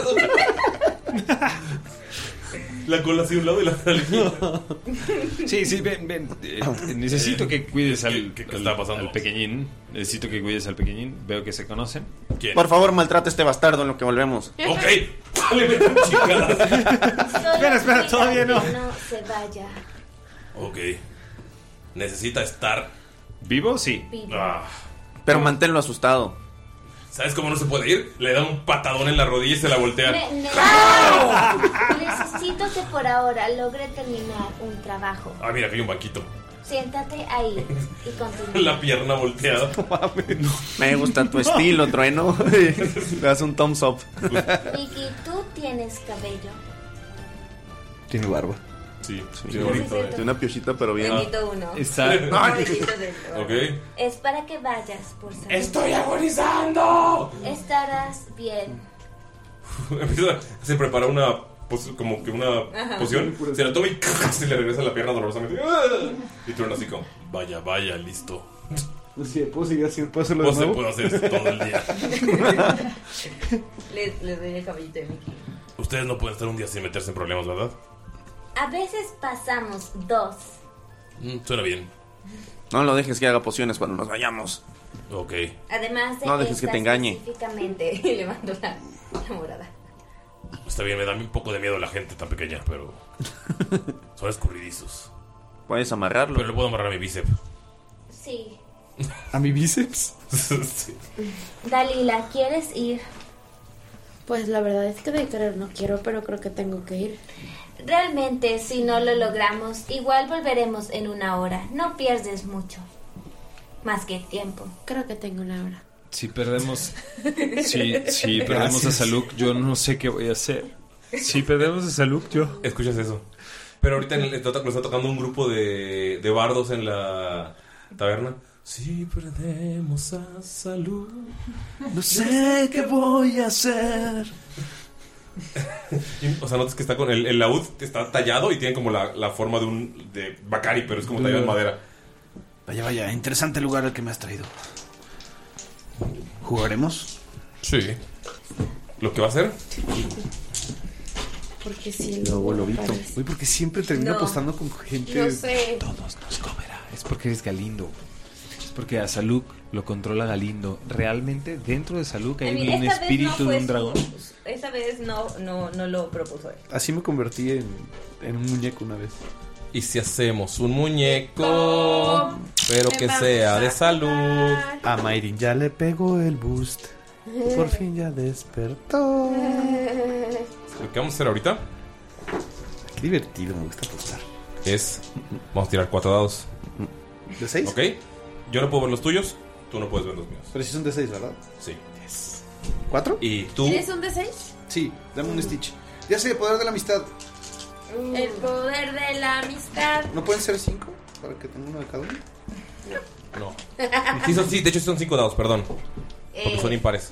La cola hacia un lado y la nalguita. Sí, sí, ven, ven. eh, necesito que cuides al, ¿Qué- qué al- está pasando? al pequeñín. Necesito que cuides al pequeñín. Veo que se conocen. ¿Quién? Por favor, maltrata a este bastardo en lo que volvemos. Ok. Le meto un chingadazo. Solo Espera, espera, cuida todavía no. que no se vaya. Ok. Necesita estar. ¿Vivo? Sí. Vivo. Ah. Pero manténlo asustado. ¿Sabes cómo no se puede ir? Le da un patadón en la rodilla y se la voltea. Ne- ne- Necesito que por ahora logre terminar un trabajo. Ah, mira, aquí hay un banquito. Siéntate ahí y continúa. La pierna volteada. Me gusta tu estilo, Trueno. Le das un thumbs up. Vicky, tú tienes cabello. Tiene barba. Sí, Sí, qué bonito. sí, sí. Tiene una piochita, pero bien. Bendito uno. Está. Bendito del oro. Ok. Es para que vayas por salud. ¡Estoy agonizando! Estarás bien. Empieza, se prepara una pos- como que una Ajá. poción, se la toma y se le regresa la pierna dolorosamente. ¡Ah! Y Trueno así como, vaya, vaya, listo. Sí, ¿puedo seguir haciendo? ¿Puedo hacerlo de Pues se nuevo? puede hacer esto todo el día. Le, le doy el cabellito de Mickey. Ustedes no pueden estar un día sin meterse en problemas, ¿verdad? A veces pasamos dos. Mm, suena bien. No lo dejes que haga pociones cuando nos vayamos. Ok. Además de No dejes que esta te engañe. específicamente, le mando la, la morada. Está bien, me da un poco de miedo la gente tan pequeña, pero son escurridizos. Puedes amarrarlo. Pero le puedo amarrar a mi bíceps. Sí. ¿A mi bíceps? Sí. Dalila, ¿quieres ir? Pues la verdad es que de querer no quiero, pero creo que tengo que ir. Realmente, si no lo logramos, igual volveremos en una hora. No pierdes mucho. Más que tiempo. Creo que tengo una hora. Si perdemos... Si, si perdemos a Gracias. Saluk, yo no sé qué voy a hacer. Si perdemos a Saluk, yo... Escuchas eso. Pero ahorita en el, está, lo está tocando un grupo de, de bardos en la taberna. Si perdemos a Salud, no sé qué voy a hacer. Y, o sea, notas que está con el, el laúd está tallado y tiene como la, la forma de un de Bacari, pero es como tallado en madera. Vaya, vaya, interesante lugar al que me has traído. ¿Jugaremos? Sí. ¿Lo que va a hacer? Porque si el Lobo lobo lobito. aparece. Uy, porque siempre termino No. apostando con gente. No sé. Todos nos comerá. Es porque eres Galindo. Es porque a Saluk lo controla Galindo. Realmente dentro de Saluk hay Mira, un esta vez espíritu no fue de un dragón. su- esta vez no, no, no lo propuso él. Así me convertí en, en un muñeco una vez. ¿Y si hacemos un muñeco, pero que sea de salud? A Mayrin ya le pegó el boost. Por fin ya despertó. Lo que vamos a hacer ahorita Qué divertido, me gusta apostar. es... Vamos a tirar cuatro dados. ¿De seis? ¿Ok? Yo no puedo ver los tuyos, tú no puedes ver los míos. Pero si son de seis, ¿verdad? Sí. ¿Cuatro? ¿Y tú? ¿Tienes un de seis? Sí, dame un Stitch. Ya sé, poder de la amistad. El poder de la amistad. ¿No pueden ser cinco? Para que tenga uno de cada uno. No. Sí, son, sí, de hecho son cinco dados, perdón. Porque Eh. son impares.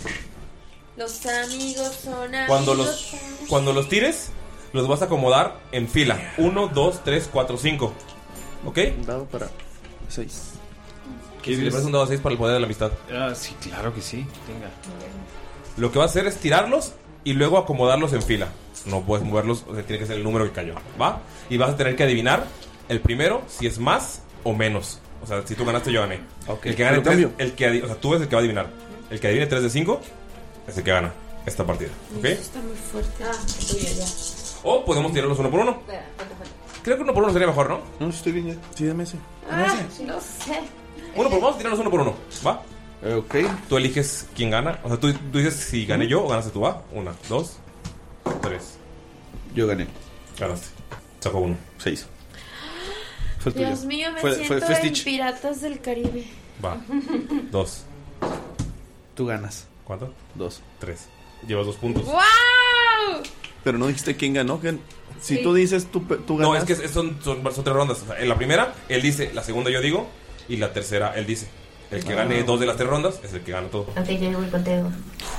Los amigos son amigos. Cuando los, cuando los tires, los vas a acomodar en fila. Uno, dos, tres, cuatro, cinco. ¿Ok? Un dado para seis. ¿Y si le pones un dado a seis para el poder de la amistad? Ah, sí, claro que sí. Venga. Lo que va a hacer es tirarlos y luego acomodarlos en fila. No puedes moverlos, o sea, tiene que ser el número que cayó. ¿Va? Y vas a tener que adivinar el primero si es más o menos. O sea, si tú ganaste, yo gané. Ok. El que gane Pero tres, cambio. el que adi- o sea, tú eres el que va a adivinar. El que adivine tres de cinco es el que gana esta partida. ¿Ok? Eso está muy fuerte. Ah, tuyo ya. O podemos tirarlos uno por uno. Espera, ¿cuánto falta? Creo que uno por uno sería mejor, ¿no? No, estoy bien ya. Sí, dame ese. Ah, no sé. Uno por, vamos a tirarlos uno por uno. ¿Va? Ok. Tú eliges quién gana. O sea, tú, tú dices si gané yo o ganaste tú. ¿Va? Una, dos, tres. Yo gané. Ganaste. Sacó uno. Seis. Fue el tuyo. Dios mío, me Fue- siento fue- fue en Stitch. Piratas del Caribe. Va. Dos. Tú ganas. ¿Cuánto? Dos. Tres. Llevas dos puntos. ¡Wow! Pero no dijiste quién ganó. ¿Quién? Si Sí. tú dices, tú, pe- tú ganas. No, es que es- son, son, son tres rondas. O sea, en la primera, él dice, la segunda yo digo, y la tercera, él dice. El que Ah. gane dos de las tres rondas es el que gana todo. Ok, yo voy contigo.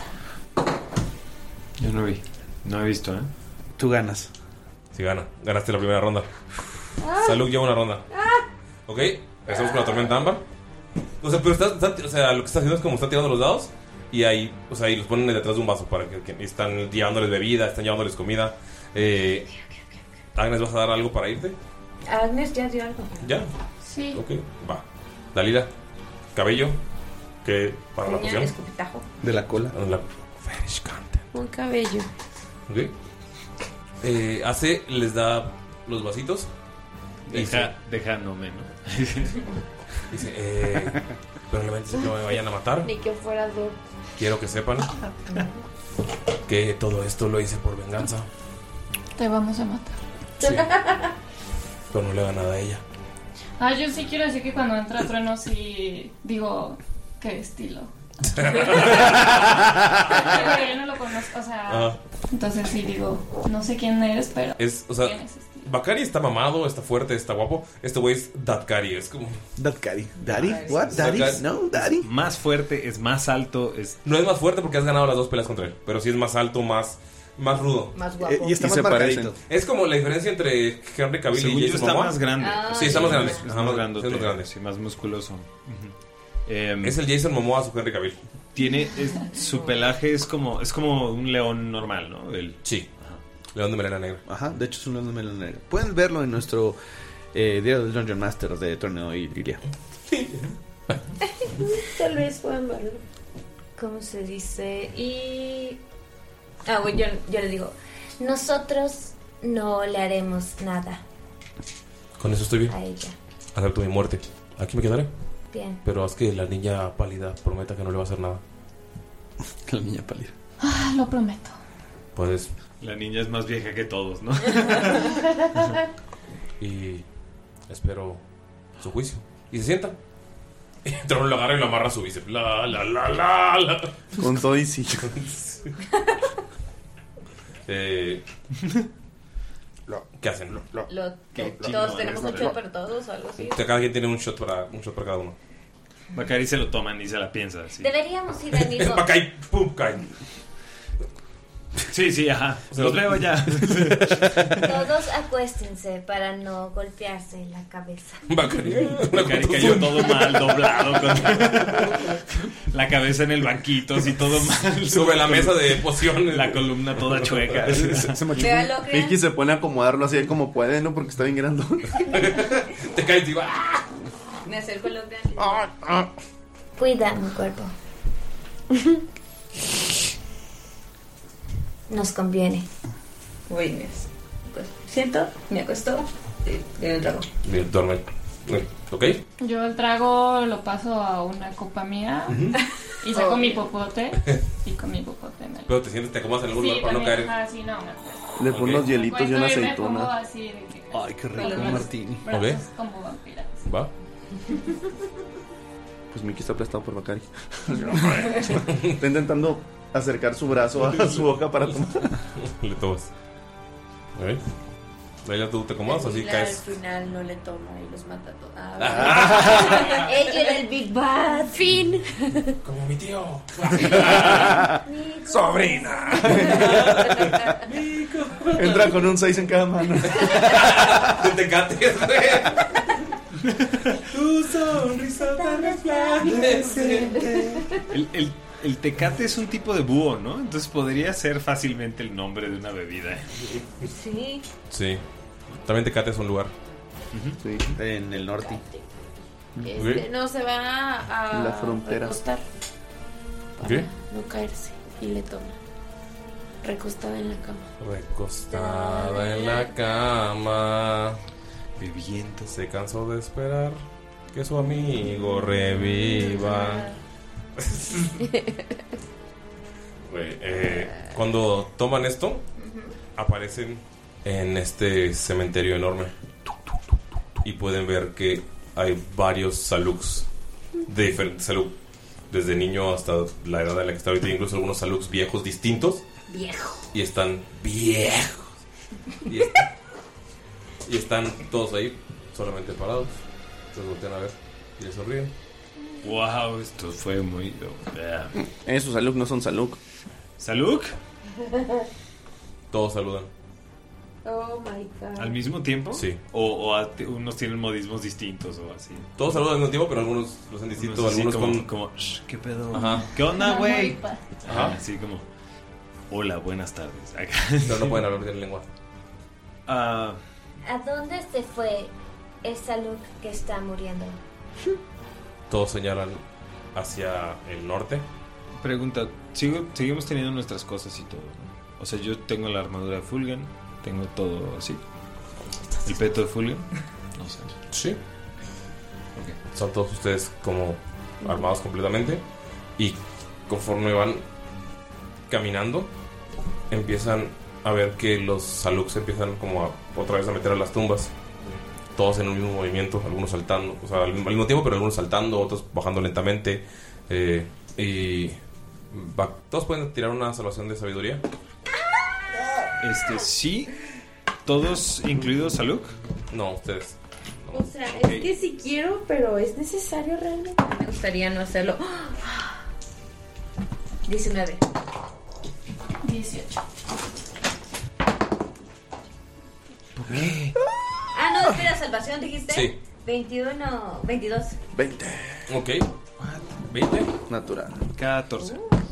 Yo no vi. No he visto, ¿eh? Tú ganas. Si gana. Ganaste la primera ronda. Salud lleva una ronda. ¿Ok? Empezamos con la tormenta ámbar. O sea, pero estás, estás- o sea, lo que está haciendo es como está tirando los dados. Y ahí, o sea, y los ponen detrás de un vaso para que, que están llevándoles bebida, están llevándoles comida. Eh, Agnes, ¿vas a dar algo para irte? Agnes ya dio algo. ¿Ya? Sí. Ok, va. Dalila, cabello. ¿Qué para la Señal, poción? escupitajo. De la cola. La Fetish Content. Un cabello. Ok. Eh, hace, les da los vasitos. Deja, deja, no menos. Dice, eh, probablemente no me vayan a matar. Ni que fuera Doc. Quiero que sepan que todo esto lo hice por venganza. Te vamos a matar. Pero no le haga nada a ella. Ah, yo sí quiero decir que cuando entra Trueno sí digo, qué estilo. Pero yo no lo conozco, o sea, Ah. entonces sí digo, no sé quién eres, pero Es, o sea, tienes estilo. Bakari está mamado, está fuerte, está guapo. Este güey es Datkari, es como... Datkari. ¿Daddy? ¿What? Daddy? ¿Daddy? No, Daddy. Más fuerte, es más alto, es... No es más fuerte porque has ganado las dos peleas contra él, pero sí es más alto, más, más rudo. Más guapo. Eh, y está Y más se marcadito. parecen. Es como la diferencia entre Henry Cavill Según y yo Jason está Momoa. más grande. Ah, Sí, está más grande. Es Ajá, más más- grande, es más grande. sí, más musculoso. Ujú. Eh, Es el Jason Momoa su Henry Cavill. Tiene es- su pelaje es como es como un león normal, ¿no? El, sí. León de melena negra. Ajá, de hecho es un león de melena negra. Pueden verlo en nuestro eh, Diario del Dungeon Master de Torneo y Lilia. Tal vez puedan verlo. ¿Cómo se dice? Y... Ah, bueno, yo, yo le digo, nosotros no le haremos nada Con eso estoy bien. a ella. Acepto mi muerte. Aquí me quedaré. Bien. Pero haz que la niña pálida prometa que no le va a hacer nada. La niña pálida. Ah, lo prometo. Puedes. La niña es más vieja que todos, ¿no? Y espero su juicio. Y se sienta. Y Tron lo agarra y lo amarra a su bíceps. La, la, la, la, la. Con todo y sí. eh, ¿Qué hacen? Lo, que Lo- todos lo- tenemos lo- un shot para todos o algo así. Cada quien tiene un shot para, un shot para cada uno. Bacari se lo toman y se la piensa. Sí, Deberíamos ir al mismo. Bacari, pum, cae. sí, sí, ajá. Los veo ya. Todos acuéstense para no golpearse la cabeza. Bacari. Bacari cayó todo mal, doblado, con la cabeza en el banquito, así todo mal. Sube la mesa de pociones. La columna toda chueca. Véalo, crean. Vicky se pone a acomodarlo así como puede, ¿no? Porque está bien grande. Te caes y digo, ¡ah! Me acerco a lo grande. Cuida mi cuerpo. Nos conviene. Voy, me pues, siento, me acuesto y le trago. Bien, duerme. ¿Ok? Yo el trago lo paso a una copa mía y saco mi popote y con mi popote me... Pero te sientes, te acomodas en algún Sí, lugar para no también, caer. ajá, sí, no, me acuerdo. Le pones unos hielitos y una Cuando me pongo aceituna. así de que- Ay, qué rico, con los martini. brazos Ok. como vampira. Va. Pues Mickey está aplastado por Bacari. Está intentando acercar su brazo a su boca para tomar. Le tomas. ¿Ok? Ahí ya tú te acomodas, así Pilar caes. al final no le toma y los mata a todos. Ah. Ella era el Big Bad. Fin. Como mi tío. ¡Sobrina! Entra con un seis en cada mano. De Tecate. Tu sonrisa tan resplandeciente. El, el, el tecate es un tipo de búho, ¿no? Entonces podría ser fácilmente el nombre de una bebida. Sí. Sí. También Tecate es un lugar. Sí. En el norte. Este, no, se va a La frontera. recostar para ¿Qué? no caerse y le toma. Recostada en la cama. Recostada en la cama. Bebiendo. Se cansó de esperar que su amigo reviva. Güey, eh, cuando toman esto, aparecen en este cementerio enorme y pueden ver que hay varios saluks de diferentes saluk, desde niño hasta la edad en la que está ahorita, incluso algunos saluks viejos distintos. Viejo. Y están viejos. Y, est- y están todos ahí, solamente parados. Se voltean a ver y les sonríen. Wow, esto fue muy. Esos Saluk no son Saluk. ¿Saluk? Todos saludan. Oh my god. ¿Al mismo tiempo? Sí. O, o a- unos tienen modismos distintos o así. Todos saludan al mismo tiempo, pero algunos los hacen distintos. Unos así Algunos como, con. como, "Shh, ¿qué pedo? Ajá. ¿Qué onda, güey? Ajá. Ajá. Así como, hola, buenas tardes. Acá. Pero no pueden hablar bien lengua. Ah, ¿A dónde se fue el salud que está muriendo? Todos señalan hacia el norte. pregunta, sigo, seguimos teniendo nuestras cosas y todo, ¿no? O sea, yo tengo la armadura de Fulgen, tengo todo así. ¿El peto de Fulgen? No sé. Sí. Son todos ustedes como armados completamente. Y conforme van caminando, empiezan a ver que los Saluks empiezan como a otra vez a meter a las tumbas. Todos en un mismo movimiento, algunos saltando, o sea, al mismo tiempo, pero algunos saltando, otros bajando lentamente. Eh, y va- todos pueden tirar una salvación de sabiduría. Este, sí. ¿Todos incluidos Saluk? No, ustedes. O sea, es que si quiero, pero ¿es necesario realmente? Me gustaría no hacerlo. diecinueve. dieciocho. Ah, no, espera, salvación dijiste. Sí. veintiuno, veintidós. veinte. Ok. ¿veinte? Natural. catorce.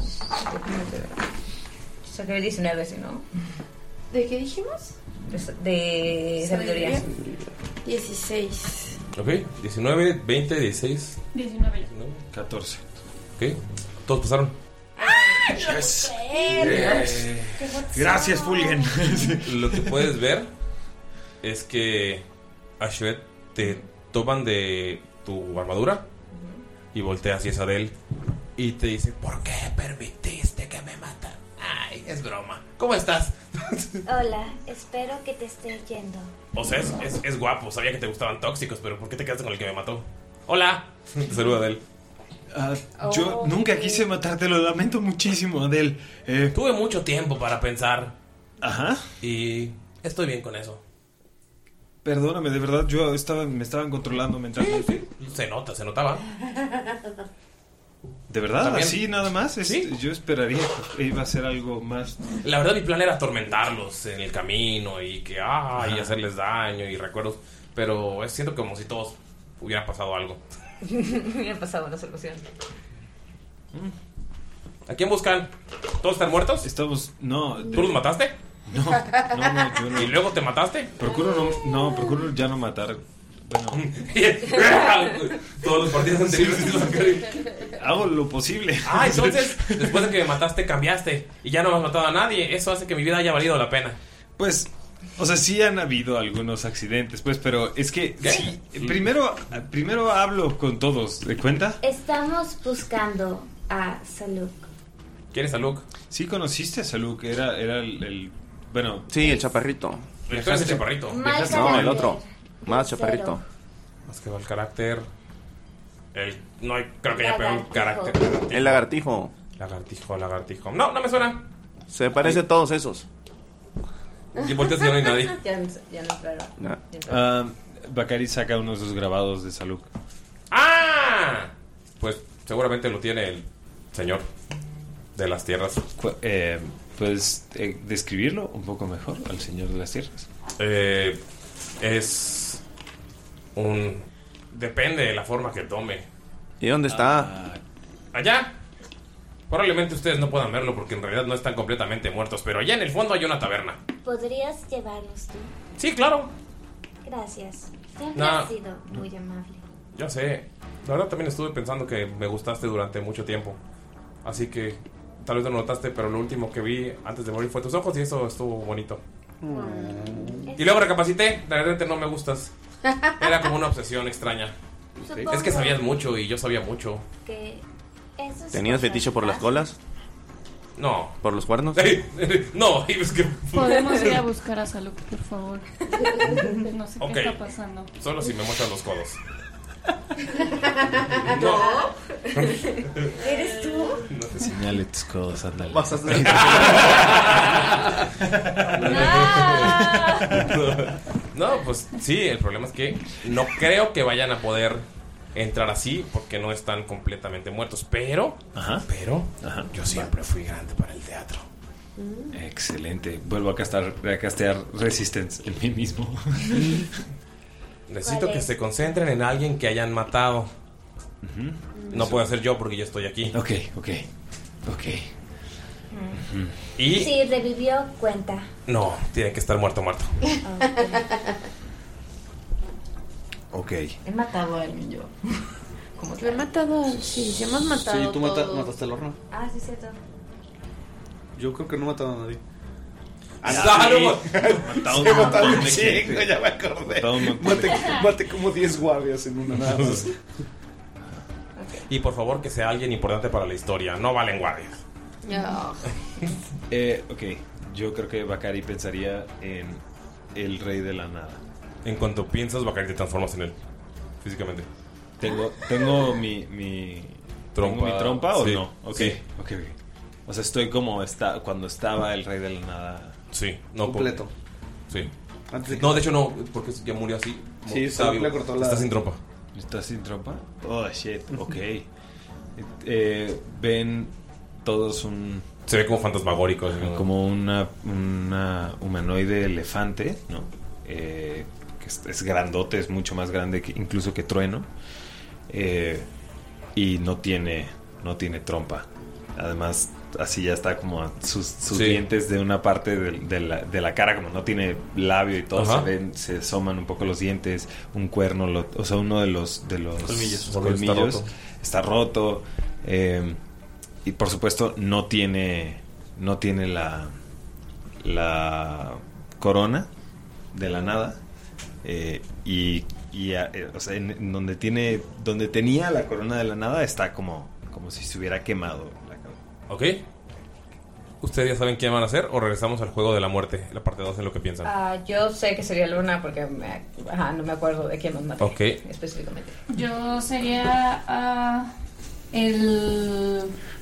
Saqué diecinueve, si no. ¿De qué dijimos? De, de sabiduría. dieciséis. Ok, diecinueve, veinte, dieciséis, diecinueve. catorce. Ok, todos pasaron. Yes. Yes. Gracias, Fulgen. Lo que puedes ver es que Ashvet te toman de tu armadura y volteas hacia Adel y te dice: ¿por qué permitiste que me mataran? Ay, es broma. ¿Cómo estás? Hola, espero que te esté yendo. O sea, es, es, es guapo. Sabía que te gustaban tóxicos, pero ¿por qué te quedaste con el que me mató? Hola. Te saluda Adel. Uh, yo oh. nunca quise matarte, lo lamento muchísimo, Adel. Eh, Tuve mucho tiempo para pensar. Ajá. Y estoy bien con eso. Perdóname, de verdad, yo estaba, me estaban controlando mentalmente. Sí, sí. Se nota, se notaba. ¿De verdad? ¿También? ¿Así nada más? ¿Sí? Yo esperaría que iba a ser algo más. La verdad, mi plan era atormentarlos en el camino y que, ah, y hacerles daño y recuerdos. Pero es siento como si todos hubiera pasado algo. Me ha pasado una solución. ¿A quién buscan? ¿Todos están muertos? Estamos. No. ¿Tú los mataste? No, no, no, yo no. ¿Y luego te mataste? Procuro no, no, procuro ya no matar. Bueno. Todos los partidos anteriores. Hago lo posible. Ah, entonces, después de que me mataste, cambiaste. Y ya no me has matado a nadie. Eso hace que mi vida haya valido la pena. Pues, o sea, sí han habido algunos accidentes, pues, pero es que sí, primero, primero hablo con todos, ¿de cuenta? Estamos buscando a Saluk. ¿Quién es Saluk? Sí conociste a Saluk, era, era el, el bueno. Sí, el chaparrito. ¿El chaparrito? No, el otro. Más chaparrito. Más que va el carácter. El, no hay, creo que haya peor un carácter. El lagartijo. Lagartijo, lagartijo. No, no me suena. Se parece a todos esos. Y volteas y no hay nadie. Ya, ya no entraron. Uh, Bakari saca unos de sus grabados de Saluk. ¡Ah! Pues seguramente lo tiene el señor de las tierras. Eh, ¿Puedes eh, describirlo un poco mejor al señor de las tierras? Eh, es un... Depende de la forma que tome. ¿Y dónde está? Ah, allá. Probablemente ustedes no puedan verlo porque en realidad no están completamente muertos, pero allá en el fondo hay una taberna. ¿Podrías llevarnos tú? Sí, claro. Gracias. Siempre No. has sido muy amable. Ya sé. La verdad también estuve pensando que me gustaste durante mucho tiempo. Así que tal vez no lo notaste, pero lo último que vi antes de morir fue tus ojos y eso estuvo bonito. Mm. Y luego recapacité, la verdad no me gustas. Era como una obsesión extraña. Supongo Es que sabías mucho y yo sabía mucho. que esas ¿Tenías cosas fetiche por las colas? No. ¿Por los cuernos? No, es que... Podemos ir a buscar a Saluk, por favor. No sé Ok. qué está pasando. Solo si me muestran los codos. No. ¿Eres tú? No te señale tus codos, ándale. Vas a No, pues sí, el problema es que no creo que vayan a poder entrar así porque no están completamente muertos. Pero, Ajá. pero, Ajá. yo siempre fui grande para el teatro. Excelente. Vuelvo a castear, a castear Resistance en mí mismo. Necesito que se concentren en alguien que hayan matado. Uh-huh. No puedo ser yo porque yo estoy aquí. Ok, ok, ok. Mm. Y Si revivió, cuenta. no, tiene que estar muerto, muerto. Ok. He matado a alguien yo. ¿Cómo te he matado? Sí, sí hemos matado. Sí, tú mata- todos. mataste al horno. Ah, sí, cierto. Yo creo que no he matado a nadie. Ah, claro, sí. Matado un he matado montón un de chingo, gente. ya me acordé. Matado un montón de Maté, gente. maté como diez guardias en una nada más. Y por favor que sea alguien importante para la historia. No valen guardias. No. Eh, ok, yo creo que Bakari pensaría en el rey de la nada. En cuanto piensas, Bakari te transformas en él. Físicamente. Tengo, tengo mi, mi Trompa. ¿tengo mi trompa o Sí. no? Ok, Sí. ok, ok. O sea, estoy como está cuando estaba el rey de la nada. Sí, no Completo. Sí. Antes de que- No, de hecho no, porque ya murió así. Sí, Está Saluk vivo. le cortó la- Está sin trompa. ¿Estás sin trompa? Oh, shit, ok. Eh, ven todos un... Se ve como fantasmagórico. así, ¿no? Como una, una humanoide elefante, ¿no? Eh, que es, es grandote, es mucho más grande que incluso que Trueno. Eh, y no tiene, no tiene trompa. Además, así ya está como sus, sus Sí. dientes de una parte de, de, la, de la cara, como no tiene labio y todo, Ajá. se ven, se asoman un poco los dientes, un cuerno, lo- o sea, uno de los, de los Colmillos. colmillos Está roto. está roto. eh, y por supuesto no tiene, no tiene la, la corona de la nada. eh, y, y a- eh, o sea, en, en donde tiene, donde tenía la corona de la nada está como, como si se hubiera quemado la cabeza. ¿Ok? ¿Ustedes ya saben qué van a hacer o regresamos al juego de la muerte? La parte dos en lo que piensan. Ah, yo sé que sería Luna porque me, ajá, no me acuerdo de quién nos mató Ok. específicamente. Yo sería ah, el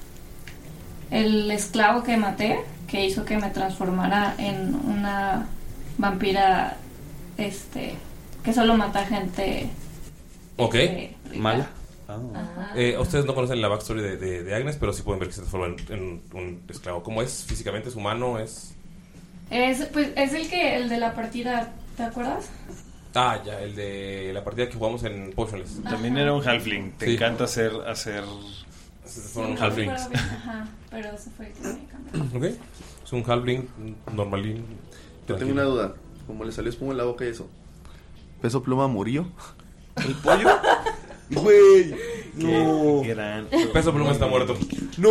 el esclavo que maté, que hizo que me transformara en una vampira, este, que solo mata gente. Ok. este, rica. ¿Mala? Eh, ustedes no conocen la backstory de, de, de Agnes, pero sí pueden ver que se transforma en, en un esclavo. ¿Cómo es? ¿Físicamente es humano? ¿Es...? Es, pues, es el que el de la partida, ¿te acuerdas? Ah, ya, el de la partida que jugamos en Potionless. También era un halfling. Te Sí. encanta hacer hacer fueron Sí, no halflings. recuerdo bien, ajá, pero se fue que me cambió. Ok. Es un halfling normalín. Yo tengo una duda. Como le salió espuma en la boca y eso. ¿Peso Pluma murió? ¿El pollo? Güey, no. Gran... Peso Pluma está muerto. No.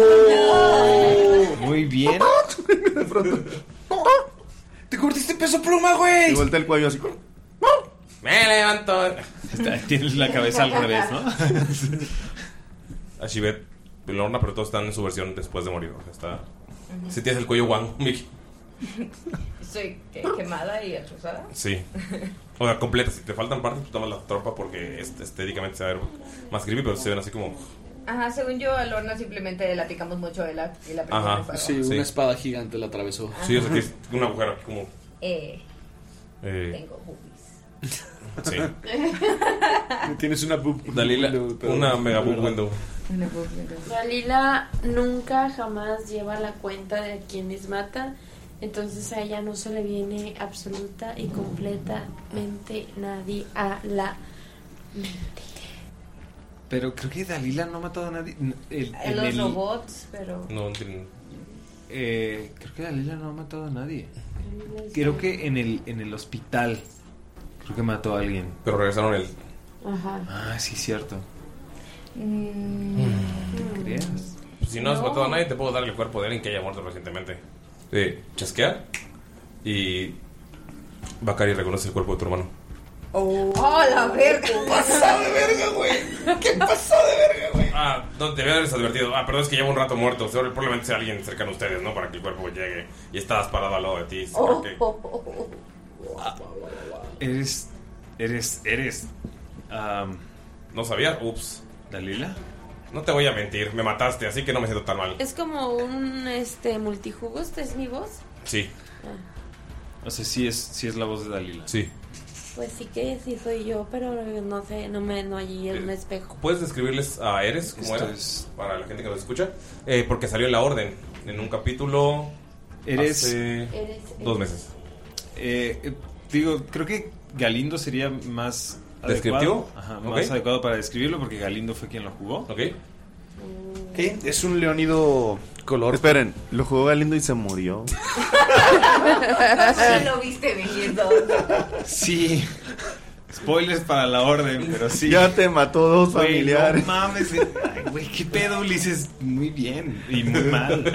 Muy bien. De pronto. ¡Te cortaste Peso Pluma, güey! Y voltea el cuello así. Me levanto. Está- tienes la cabeza al revés, ¿no? Ashibet, Lorna, pero todos están en su versión después de morir. O sea, está... Si tienes el cuello guango, Mickey. Soy ¿qué? Quemada y achuzada. Sí. O sea, completa. Si te faltan partes, pues tomas la tropa porque est- estéticamente se va a ver más creepy, pero se ven así como... Ajá, según yo, a Lorna simplemente la picamos mucho de la, y la prendimos Ajá, en fuego. Sí, Sí. una espada gigante la atravesó. Sí, o sea, que es un agujero aquí como... Eh, Eh, tengo boobies. sí. Tienes una boob Dalila, window, pero- una mega boob window. Una boob window. Dalila nunca jamás lleva la cuenta de a quienes mata, entonces a ella no se le viene absoluta y completamente nadie a la mente. Pero creo que Dalila no ha matado a nadie. N- el- En en los el- robots, pero... No, no tienen... Eh, creo que Dalila no ha matado a nadie. Creo que en el, en el hospital. Creo que mató a alguien. Pero regresaron el... Ajá. Ah, sí, cierto. Mm, ¿Te creas? Pues si no has No. matado a nadie, te puedo dar el cuerpo de alguien que haya muerto recientemente. Eh, chasquea y... Bakari reconoce el cuerpo de tu hermano. ¡Oh, la verga! ¿Qué pasó de verga, güey? ¿Qué pasó de verga, güey? Ah, no, debí haberles advertido. Ah, perdón, es que llevo un rato muerto. Seguro- Probablemente sea alguien cercano a ustedes, ¿no? Para que el cuerpo llegue. Y estabas parado al lado de ti. Oh, que- oh, oh, oh. Eres. Eres. Eres. am, ¿No sabía? Ups. ¿Dalila? No te voy a mentir, me mataste, así que no me siento tan mal. Es como un este multijugos, ¿es mi voz? Sí, O sea, sí es, sí es la voz de Dalila. sí. Pues sí que sí soy yo, pero no sé, no me no allí en un espejo. ¿Puedes describirles a Eres cómo Esto era? es- Para la gente que nos escucha. Eh, porque salió en la orden. En un capítulo. Eres- hace Eres- dos meses. Eh, eh, digo, creo que Galindo sería más ¿Descriptivo? adecuado. Ajá, Ok. más adecuado para describirlo porque Galindo fue quien lo jugó. Ok. Ok, es un leónido color. Esperen, lo jugó Galindo y se murió. Sí lo viste venir, Don. Sí. Spoilers para la orden, pero sí. Ya te mató dos Güey, familiares. No mames. eh, Ay, güey, qué pedo, Ulises. Muy bien y muy mal.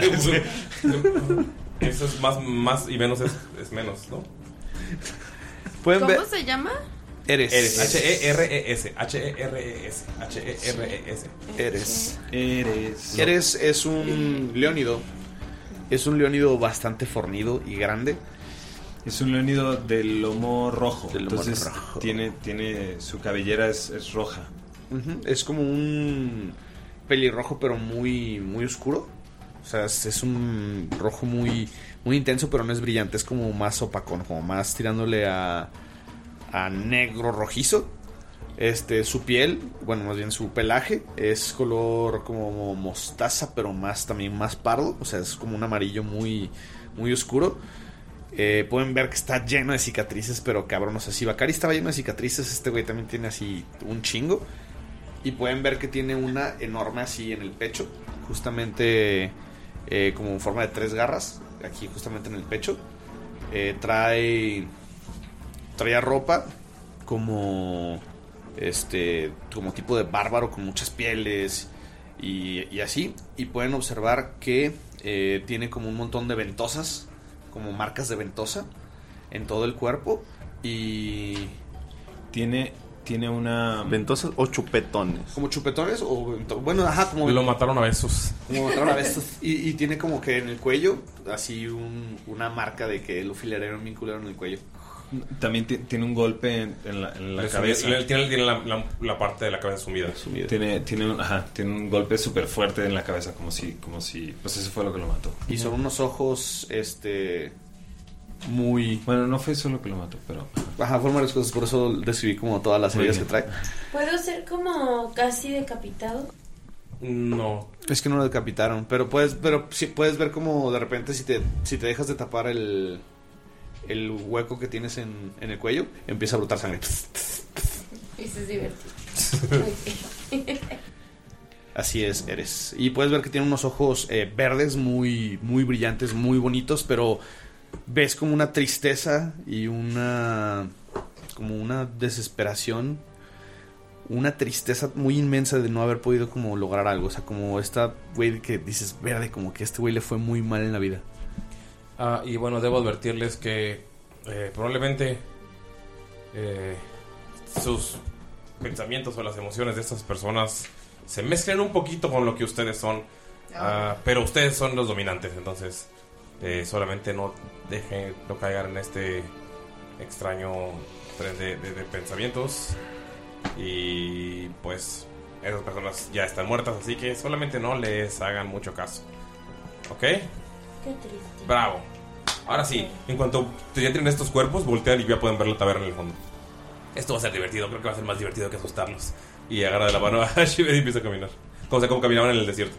Eso es más, más y menos es, es menos, ¿no? Pueden ¿Cómo ver. se llama? Eres. Eres. H E R E S. H E R E S. H E R E S. Eres. Eres. Eres es un leónido. Es un leónido bastante fornido y grande. Es un leónido del lomo rojo. Del lomo Entonces rojo. tiene, tiene su cabellera es, es roja. Ujú, es como un pelirrojo, pero muy, muy oscuro. O sea, es, es un rojo muy, muy intenso, pero no es brillante. Es como más opacón, como más tirándole a, a negro rojizo. Este, su piel, bueno, más bien su pelaje, es color como mostaza, pero más también más pardo. O sea, es como un amarillo muy, muy oscuro. Eh, pueden ver que está lleno de cicatrices, pero cabrón, o sea, si Bakari estaba lleno de cicatrices, este güey también tiene así un chingo. y pueden ver que tiene una enorme así en el pecho, justamente eh, como en forma de tres garras, aquí justamente en el pecho. Eh, trae traía ropa como este como tipo de bárbaro con muchas pieles y, y así, y pueden observar que eh, tiene como un montón de ventosas, como marcas de ventosa en todo el cuerpo, y tiene tiene una ventosas o chupetones, como chupetones o bueno, ajá, como lo mataron a besos, como mataron a besos y, y tiene como que en el cuello así un, una marca de que lo filaron bien culero en el cuello. También t- tiene un golpe en, en la, en la Le cabeza. sumi- le- tiene tiene la, la- la parte de la cabeza sumida. Tiene, tiene, un, ajá, tiene un golpe súper fuerte en la cabeza, como si, como si, pues eso fue lo que lo mató. Y son unos ojos, este, muy... Bueno, no fue eso lo que lo mató, pero... Ajá, fueron varias cosas, por eso describí como todas las heridas que trae. ¿Puedo ser como casi decapitado? No. Es que no lo decapitaron, pero puedes, pero sí puedes ver como de repente si te, si te dejas de tapar el, el hueco que tienes en, en el cuello, empieza a brotar sangre. Eso es divertido. Ok. Así es, eres. Y puedes ver que tiene unos ojos eh, verdes muy, muy brillantes, muy bonitos, pero ves como una tristeza y una, como una desesperación, una tristeza muy inmensa de no haber podido como lograr algo. O sea, como esta güey que dices, verde, como que a este güey le fue muy mal en la vida. Ah, y bueno, debo advertirles que eh, probablemente eh, sus pensamientos o las emociones de estas personas se mezclen un poquito con lo que ustedes son, ah, pero ustedes son los dominantes, entonces eh, solamente no dejen, no caigan en este extraño tren de, de- de pensamientos, y pues esas personas ya están muertas, así que solamente no les hagan mucho caso, ¿ok? Qué triste. Bravo. Ahora sí, en cuanto ya tienen estos cuerpos, voltean y ya pueden ver la taberna en el fondo. Esto va a ser divertido, creo que va a ser más divertido que asustarlos. Y agarra de la mano a Shiver y empieza a caminar. Como, o sea, como caminaban en el desierto.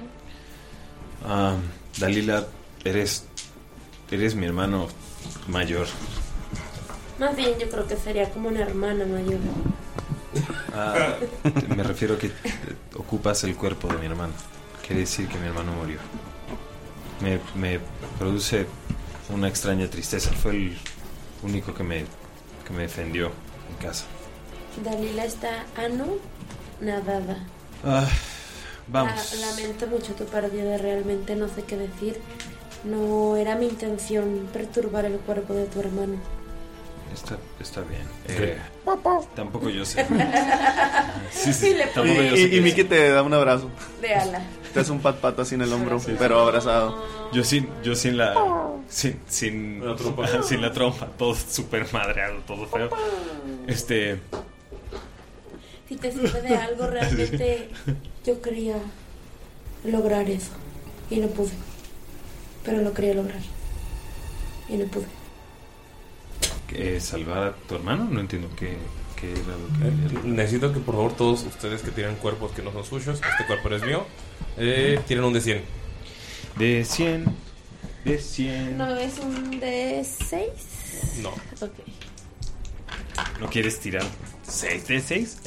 Ah, Dalila, eres, eres mi hermano mayor. Más bien yo creo que sería como una hermana mayor. Ah, me refiero a que eh, ocupas el cuerpo de mi hermano. Quiere decir que mi hermano murió. Me, me produce una extraña tristeza. Fue el único que me, que me defendió en casa. Dalila está anonadada. Ah, vamos. La- lamento mucho tu pérdida, realmente no sé qué decir. No era mi intención perturbar el cuerpo de tu hermano. Está, está bien. Eh, tampoco yo sé. Sí, sí, Y le tampoco pone- yo sé. Y, qué y es. Miki te da un abrazo. De ala. Te hace un pat pat así en el hombro, pero abrazado. Yo sin, yo sin la, sin, sin la trompa, sin la trompa, todo súper madreado, todo feo. Este, Si te sirve de algo, realmente yo quería lograr eso. Y no pude. Pero lo quería lograr. Y no pude. eh, salvar a tu hermano, no entiendo qué, qué era lo que. Eh, necesito que por favor todos ustedes que tienen cuerpos que no son suyos, este cuerpo es mío, eh, tienen un de cien. De cien, de cien. ¿No es un de seis? No. Ok. ¿No quieres tirar seis de seis?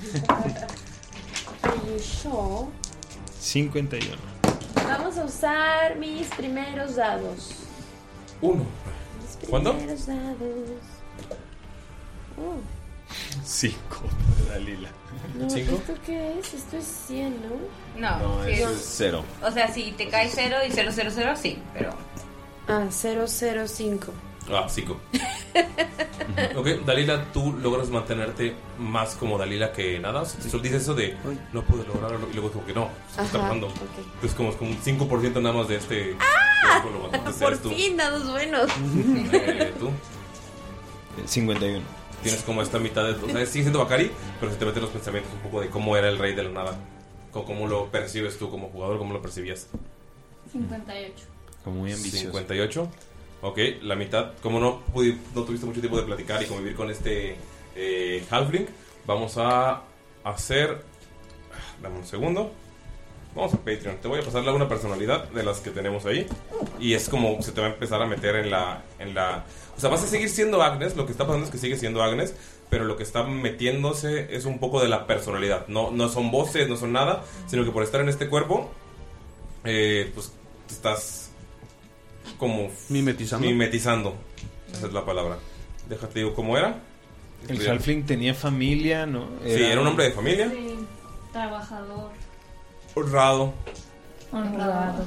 Are you sure? cincuenta y uno. Vamos a usar mis primeros dados. Uno. Mis ¿Cuándo? primeros dados. Oh. cinco de Dalila. No, ¿esto qué es? Esto es cien, ¿no? No, No, sí eso es- es cero. O sea, si te cae cero y cero, cero, cero, sí, pero... Ah, cero cero cinco. Ah, cinco. Ok, Dalila, tú logras mantenerte más como Dalila que nada. Si dices eso de no pude lograrlo y luego como que no, se está Ajá, bajando. ok. Entonces como, como un cinco por ciento nada más de este. ¡Ah! cuerpo lo entonces Por eres tú. fin, dados buenos. Eh, tú cincuenta y uno. tienes como esta mitad de. O sea, sigue siendo Bakari, pero se te meten los pensamientos un poco de cómo era el rey de la nada. Cómo, cómo lo percibes tú como jugador, cómo lo percibías. cincuenta y ocho. Como muy ambicioso. cincuenta y ocho. Ok, la mitad. Como no, pudi- no tuviste mucho tiempo de platicar y convivir con este eh, halfling, vamos a hacer. Dame un segundo. Vamos a Patreon. Te voy a pasar alguna personalidad de las que tenemos ahí. Y es como se te va a empezar a meter en la, en la... O sea, vas a seguir siendo Agnes. Lo que está pasando es que sigue siendo Agnes. Pero lo que está metiéndose es un poco de la personalidad. No, no son voces, no son nada. Sino que por estar en este cuerpo, eh, pues estás como... Mimetizando. Mimetizando. Esa es la palabra. Déjate digo cómo era. El halfling tenía familia, ¿no? Sí, era un hombre de familia. Sí, trabajador. Honrado. Honrado.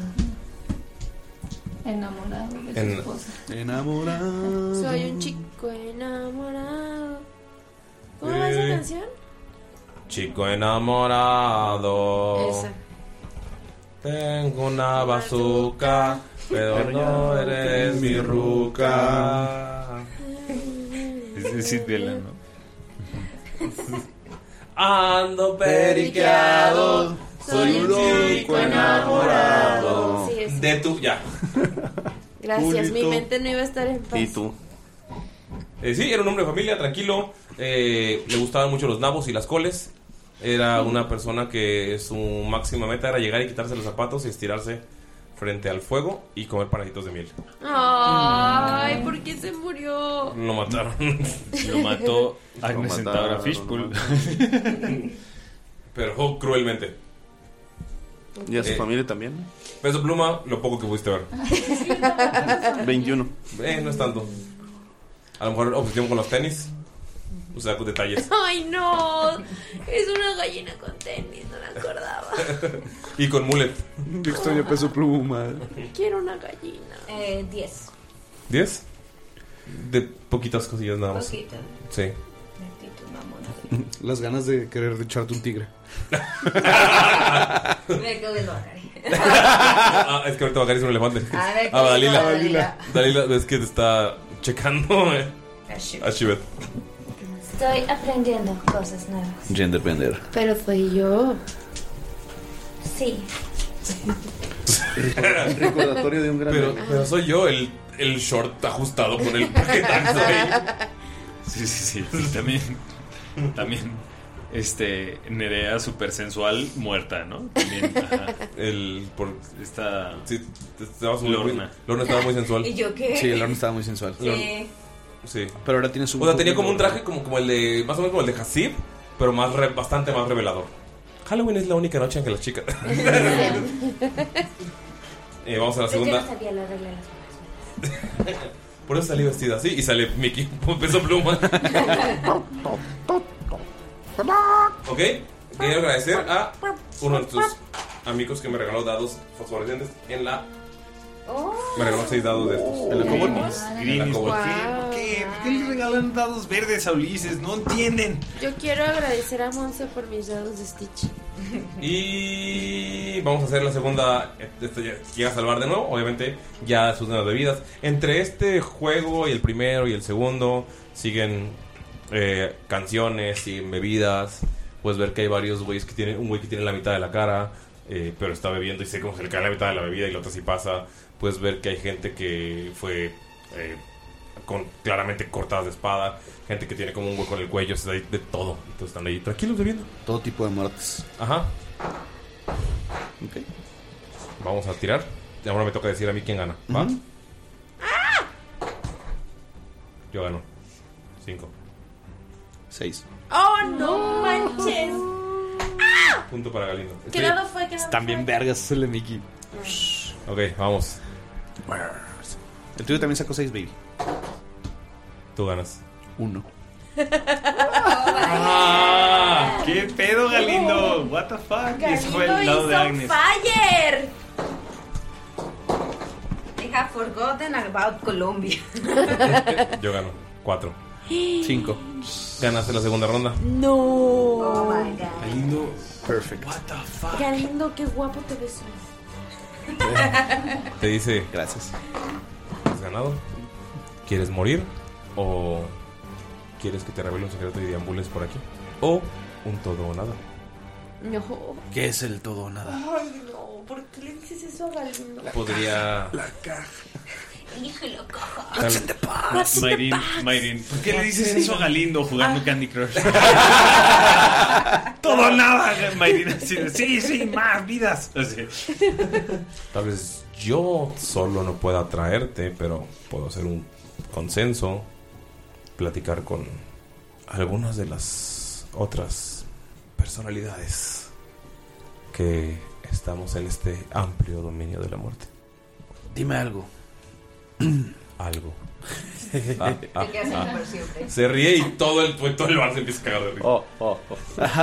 Enamorado de su En- esposa. Enamorado. Soy un chico enamorado. ¿Cómo va esa Eh. canción? Chico enamorado. Esa. Tengo una bazooka, pero no eres mi ruca. Es decir, Vela, ¿no? Ando periqueado, soy un loco enamorado. Sí, es- De tu, ya. Gracias, mi Julito. mente no iba a estar en paz. ¿Y tú? Eh, sí, era un hombre de familia, tranquilo. eh, le gustaban mucho los nabos y las coles. Era una persona que su máxima meta era llegar y quitarse los zapatos y estirarse frente al fuego y comer panaditos de miel. Ay, ¿por qué se murió? Lo mataron. Lo mató Agnes Lo Centaura mataron, Fishpool. Pero oh, cruelmente. ¿Y a su Eh, familia también? Peso Pluma, lo poco que pudiste ver. veintiuno. Eh, no es tanto. A lo mejor obsesión con los tenis. O sea, con detalles. Ay, no. Es una gallina con tenis, no la acordaba. Y con mullet. Yo extraño Peso Pluma. Quiero una gallina. Eh, diez. ¿Diez? De poquitas cosillas nada más. Poquito. Sí. Maldito mamón. Las ganas de querer echarte un tigre. Me quedo viendo a Cari. Ah, es que ahorita Bacari es un elefante. A ver, Ah, ¿qué Dalila. dijo Dalila? Dalila, es que te está checando eh, A Shivet. a Shivet. Estoy aprendiendo cosas nuevas. Genderbender. Pero fui yo. Sí. Recordatorio de un gran Pero, amigo. pero soy yo el, el short ajustado con el paquetazo ahí. Sí, sí, sí. También. También. Este. Nerea super sensual muerta, ¿no? También. Ajá. El. Por, Esta. Sí, estaba muy, Lorna. Lorna estaba muy sensual. ¿Y yo qué? Sí, el horno estaba muy sensual. Sí. Sí. Pero ahora tiene su. O sea, tenía como un traje como, como el de. Más o menos como el de Hasib, pero más re- bastante más revelador. Halloween es la única noche en que las chicas. Eh, vamos a la Pero yo segunda. no sabía la regla de las buenas. Por eso salí vestida así y sale Mickey con peso pluma. Ok, quiero agradecer a uno de tus amigos que me regaló dados fosforescentes en la. Me regaló seis dados de estos. En la Cobol. En la Grinis, Cobol. ¿por qué? ¿Por qué? ¿Por qué le regalan dados verdes a Ulises? No entienden. Yo quiero agradecer a Monse por mis dados de Stitch. Y vamos a hacer la segunda. Esto ya llega a salvar de nuevo. Obviamente, ya sus nuevas bebidas. Entre este juego y el primero y el segundo, siguen eh, canciones, siguen bebidas. Puedes ver que hay varios güeyes que tienen. Un güey que tiene la mitad de la cara, eh, pero está bebiendo y sé cómo se le cae la mitad de la bebida y la otra sí pasa. Puedes ver que hay gente que fue eh, con claramente cortadas de espada. Gente que tiene como un hueco en el cuello. O sea, hay de todo. Entonces están ahí tranquilos bebiendo. Todo tipo de muertes. Ajá. Ok. Vamos a tirar. Y ahora me toca decir a mí quién gana. ¿Va? Ujú. Yo gano. Cinco. Seis. ¡Oh, no manches! Punto para Galindo. ¿Qué Estoy- dado fue? ¿Qué dado Están bien vergas el de Mickey. Ok, vamos. El tuyo también sacó seis, baby. Tú ganas. Uno. Ah, ¿qué pedo, Galindo? What the fuck? Y ese fue el lado de Agnes. Fire. I have forgotten about Colombia. Yo gano. Cuatro. Cinco. Ganaste la segunda ronda. No. Oh my god. Galindo. Perfect. What the fuck? Galindo, qué guapo te ves. Te dice: Gracias. ¿has ganado? ¿Quieres morir? ¿O quieres que te revele un secreto y deambules por aquí? ¿O un todo o nada? No. ¿Qué es el todo o nada? Ay, no. ¿Por qué le dices eso a Galindo? Podría. La caja. Déjelo, cojo. Mayrin, Mayrin, ¿por qué le dices eso a Galindo jugando Candy Crush? Todo o nada, Mayrin. Así de, sí, sí, más vidas. Así. Tal vez yo solo no pueda traerte, pero puedo hacer un consenso, platicar con algunas de las otras personalidades que estamos en este amplio dominio de la muerte. Dime algo. Algo. Ah, ah, Te quedas ah, por siempre. Se ríe y todo el, todo el bar se empieza a cagar de risa. Oh, oh, oh.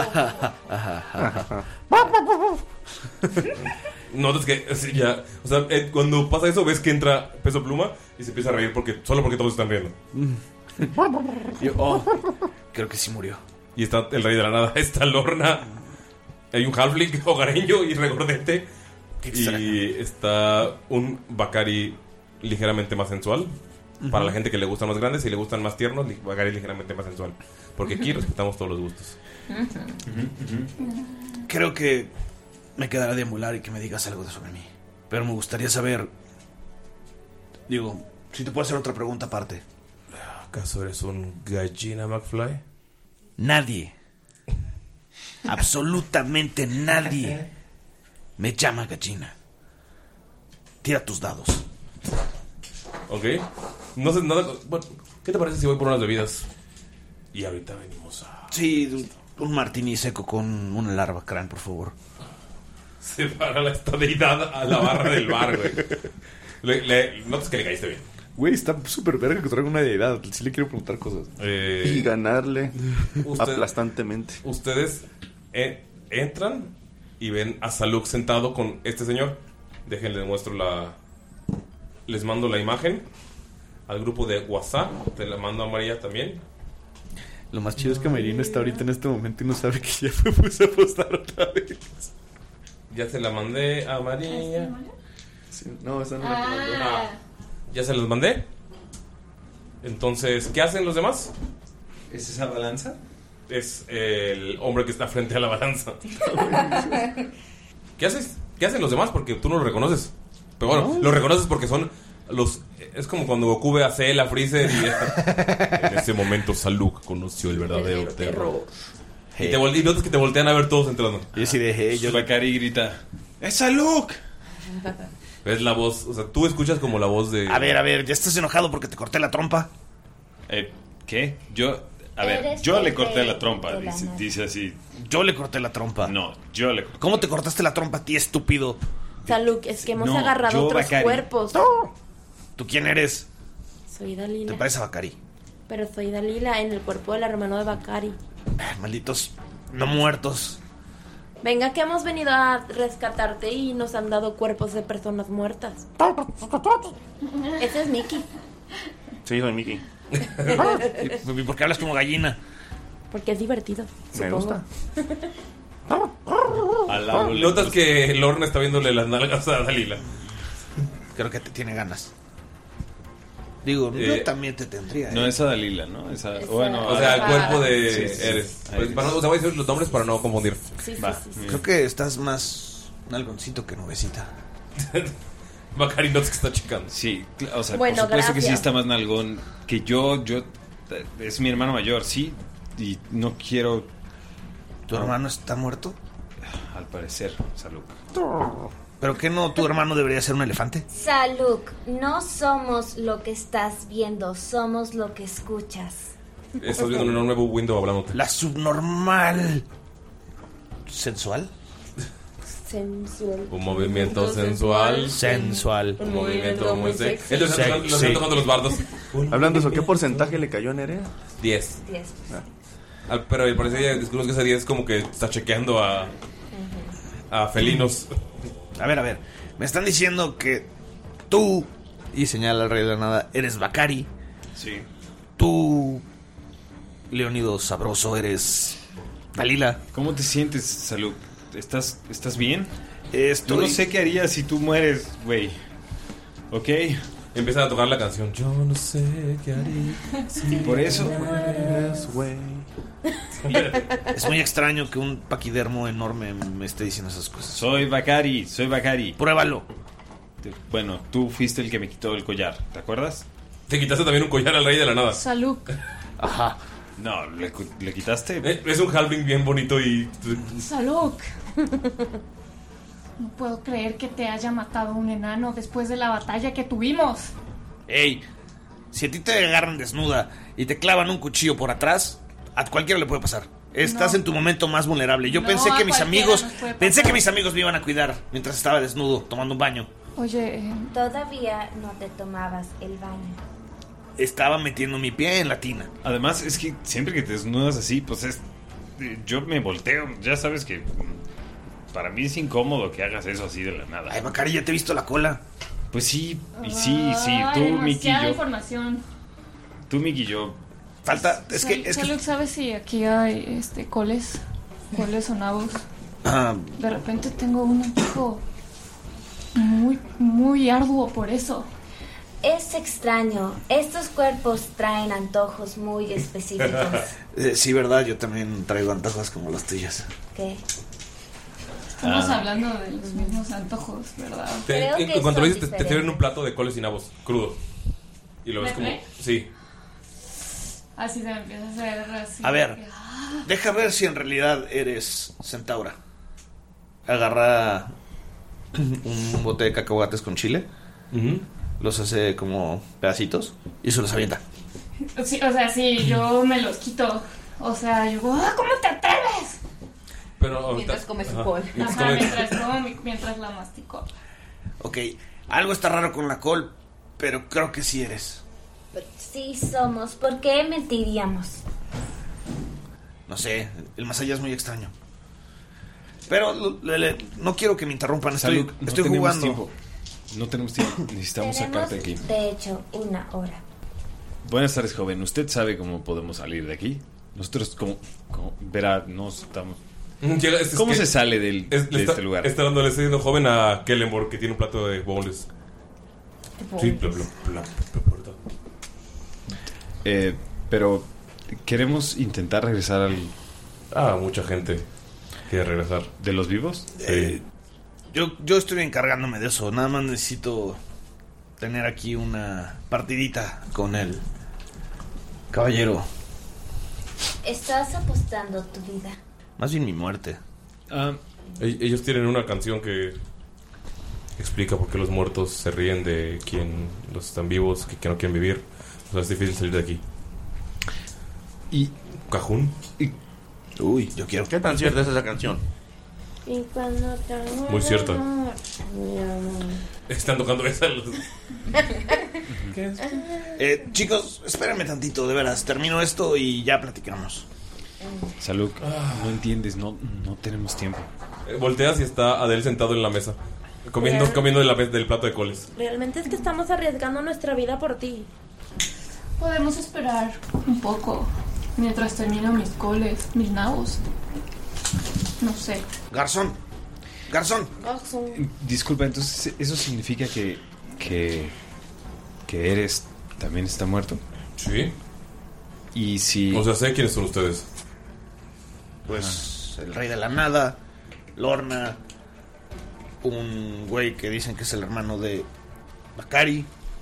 Notas que sí, ya, o sea, eh, cuando pasa eso ves que entra Peso Pluma y se empieza a reír porque solo porque todos están riendo. Yo, oh, creo que sí murió. Y está el rey de la nada, está Lorna, hay un halfling hogareño y regordete y está un Bakari ligeramente más sensual. Uh-huh. Para la gente que le gustan más grandes y le gustan más tiernos, Bakari ligeramente más sensual. Porque aquí respetamos todos los gustos. Uh-huh. Uh-huh. Creo que me quedará deambular y que me digas algo sobre mí. Pero me gustaría saber... Digo, si te puedo hacer otra pregunta aparte. ¿Acaso eres un gallina, McFly? Nadie, absolutamente nadie me llama gallina. Tira tus dados. Ok. No sé nada. Bueno, ¿qué te parece si voy por unas bebidas? Y ahorita venimos a... Sí, un martini seco con una larva crán, por favor. Se para la estadidad a la barra del bar, güey. Le, le, notas que le caíste bien. Güey, está súper verga que traiga una deidad. Sí le quiero preguntar cosas. Eh, y ganarle usted, aplastantemente. Ustedes eh, entran y ven a Saluk sentado con este señor. Déjenle muestro la... Les mando la imagen al grupo de WhatsApp. Te la mando a María también. Lo más chido es que Mayrin está ahorita en este momento y no sabe que ya me puse a postar otra vez. Ya se la mandé a María. Sí, no, esa no la Ah. mandó. Ah, ya se los mandé. Entonces, ¿qué hacen los demás? ¿Es esa balanza? Es el hombre que está frente a la balanza. ¿Qué haces? ¿Qué hacen los demás? Porque tú no lo reconoces. Pero bueno, No. lo reconoces porque son los... Es como cuando Goku ve a Cell, a Freezer y ya. En ese momento Saluk conoció el verdadero terror. Y, te vol- y notas que te voltean a ver todos entrando. Y así de hey, yo... Bakari grita: ¡Es Saluk! Es la voz, o sea, tú escuchas como la voz de... A ver, a ver, ¿ya estás enojado porque te corté la trompa? Eh, ¿qué? Yo... A ver, Eres yo el le corté rey la trompa, de la dice, nada. dice así. Yo le corté la trompa. No, yo le corté. ¿Cómo te cortaste la trompa a ti, estúpido? Saluk, es que hemos No, agarrado yo, otros Bakari. cuerpos. ¿Tú quién eres? Soy Dalila. Te parece a Bakari. Pero soy Dalila en el cuerpo del hermano de Bakari. Malditos no muertos. Venga, que hemos venido a rescatarte y nos han dado cuerpos de personas muertas. Ese es Mickey. Sí, soy Mickey. ¿Y por qué hablas como gallina? Porque es divertido. Me gusta. Notas que Lorna está viéndole las nalgas a Dalila. Creo que te tiene ganas. Digo, Eh, yo también te tendría. No, ¿eh? esa Dalila, ¿no? Esa, Esa- bueno, O sea, el cuerpo de Sí, sí, sí. Eres. Ahí Pues, para no, o sea, voy a decir los nombres para no confundir. Sí, sí, Va. sí, sí. Creo que estás más nalgoncito que nubecita. Bakari notas que está checando. Sí, cl- o sea, Bueno, por supuesto que sí gracias. está más nalgón que yo. Yo eh, es mi hermano mayor, sí, y no quiero. ¿Tu hermano está muerto? Al parecer, Saluk. ¿Pero qué no? ¿Tu hermano debería ser un elefante? Saluk, no somos lo que estás viendo, somos lo que escuchas. Estás viendo un enorme window hablándote. La subnormal. ¿Sensual? Sensual. Un movimiento sensual. Sensual. Un movimiento muy sexy. Entonces Sexy. lo están tocando los bardos. Hablando de eso, ¿qué porcentaje le cayó a Nerea? diez. Diez. Al- Pero al parecer ya descubrimos que ese diez es como que está chequeando a... A felinos. A ver, a ver. Me están diciendo que tú, y señala al rey de la nada, eres Bakari. Sí. Tú, Leonido Sabroso, eres Dalila. ¿Cómo te sientes, Saluk? ¿Estás, ¿Estás bien? Estoy... Yo no sé qué haría si tú mueres, güey. ¿Ok? Empiezan a tocar la canción. Yo no sé qué haría. Si Por eso. Mueres, güey. Es muy extraño que un paquidermo enorme me esté diciendo esas cosas. Soy Bakari, soy Bakari. Pruébalo. te- bueno, tú fuiste el que me quitó el collar, ¿te acuerdas? Te quitaste también un collar al rey de la nada. Saluk. Ajá. No, ¿le, cu- le quitaste? Eh, es un halfling bien bonito y... Saluk. No puedo creer que te haya matado un enano después de la batalla que tuvimos. Ey, si a ti te agarran desnuda y te clavan un cuchillo por atrás, a cualquiera le puede pasar. Estás No. en tu momento más vulnerable. Yo No, pensé a que mis cualquiera amigos, nos puede pensé pasar. que mis amigos me iban a cuidar mientras estaba desnudo tomando un baño. Oye, eh, Todavía no te tomabas el baño. Estaba metiendo mi pie en la tina. Además, es que siempre que te desnudas así, pues es... eh, Yo me volteo, ya sabes que... mm, Para mí es incómodo que hagas eso así de la nada. Ay, Macari, ya te he visto la cola. Pues sí, y sí, sí, ay, tú, Miki y demasiada yo... información. Tú, Miki y yo... Falta... Es Sal- que... Es que Saluk, ¿sabes si aquí hay este coles? Coles o nabos. ah, De repente tengo un antojo muy, muy arduo por eso. Es extraño. Estos cuerpos traen antojos muy específicos. eh, sí, verdad, yo también traigo antojos como los tuyos. ¿Qué? Estamos Ah. hablando de los mismos antojos, ¿verdad? Te- Creo en- que cuando lo son dices, te, te sirven un plato de coles y nabos, crudo. Y lo ves como... ¿Me Sí. Así se me empieza a hacer así. A ver, deja ver si en realidad eres centaura. Agarra un bote de cacahuates con chile, los hace como pedacitos y se los avienta. Sí, o sea, sí, yo me los quito. O sea, yo digo, ¡ah, ¿cómo te atreves? Pero ahorita- Mientras come su Ajá. col. Mientras Ajá, come- mientras, como, mi- mientras la mastico. Ok, algo está raro con la col, pero creo que sí eres. Sí somos. ¿Por qué mentiríamos? No sé, el más allá es muy extraño. Pero lo- le- le- no quiero que me interrumpan, estoy, Salud, no estoy tenemos jugando. tiempo. No tenemos tiempo, necesitamos Tenemos, sacarte de aquí. de hecho, una hora. Buenas tardes, joven. ¿Usted sabe cómo podemos salir de aquí? Nosotros, como, como verá, no estamos... Llega- es- es ¿Cómo que- se sale del, es- de está, este lugar? Está dando, le está diciendo joven a Kellenborg que tiene un plato de boneless. Sí, bla, bla, bla, bla, bla. Eh, pero queremos intentar regresar al... Ah, mucha gente quiere regresar. ¿De los vivos? Eh, yo, yo estoy encargándome de eso. Nada más necesito tener aquí una partidita con el caballero. Estás apostando tu vida. Más bien mi muerte. Ah, e- ellos tienen una canción que explica por qué los muertos se ríen de quien los están vivos, que, que no quieren vivir. O sea, es difícil salir de aquí. ¿Y Cajún? Uy, yo quiero. ¿Qué tan cierta es esa canción? Y cuando te Muy cierta. Mi amor. Están tocando esa. los- Eh, chicos, espérenme tantito, de veras. Termino esto y ya platicamos. Salud, no entiendes, no, no tenemos tiempo. Eh, Volteas y está Adel sentado en la mesa. Comiendo, Real- comiendo de la me- del plato de coles. Realmente es que estamos arriesgando nuestra vida por ti. Podemos esperar un poco mientras termino mis coles, mis nabos. No sé. Garzón, garzón. Disculpa, entonces eso significa que que que eres también está muerto. Sí. Y si O sea, sé quiénes son ustedes. Pues el rey de la nada, Lorna, un güey que dicen que es el hermano de Macari.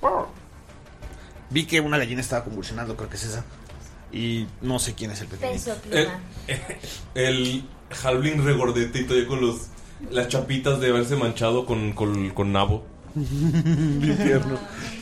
Vi que una gallina estaba convulsionando, creo que es esa. Y no sé quién es el pequeñito. Peso El, pluma. el halbling regordetito ya con los las chapitas de haberse manchado con, con, con nabo. Bien tierno.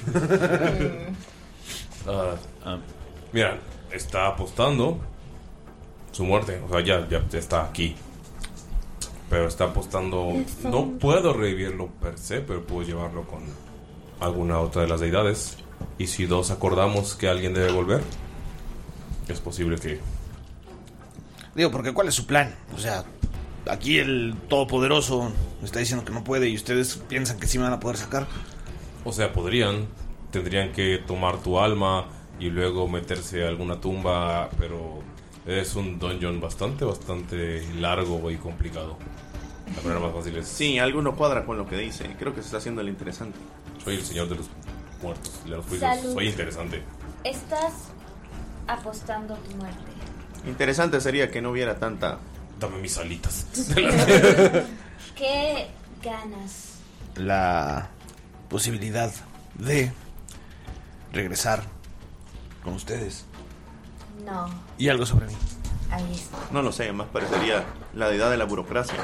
Ah, ah, mira, está apostando su muerte. O sea, ya, ya está aquí. Pero está apostando. Eso. No puedo revivirlo per se, pero puedo llevarlo con alguna otra de las deidades. Y si dos acordamos que alguien debe volver, es posible que. Digo, porque ¿cuál es su plan? O sea, aquí el todopoderoso me está diciendo que no puede y ustedes piensan que sí me van a poder sacar. O sea, podrían. Tendrían que tomar tu alma y luego meterse a alguna tumba, pero es un dungeon bastante, bastante largo y complicado. La manera más fácil es... Sí, algo no cuadra con lo que dice. Creo que se está haciendo el interesante. Soy el señor de los muertos, de los juicios. Salud. Soy interesante. Estás apostando tu muerte. Interesante sería que no hubiera tanta... Dame mis alitas. ¿Qué ganas? La posibilidad de regresar con ustedes. No, Y algo sobre mí. ahí está. No lo sé, más parecería la deidad de la burocracia.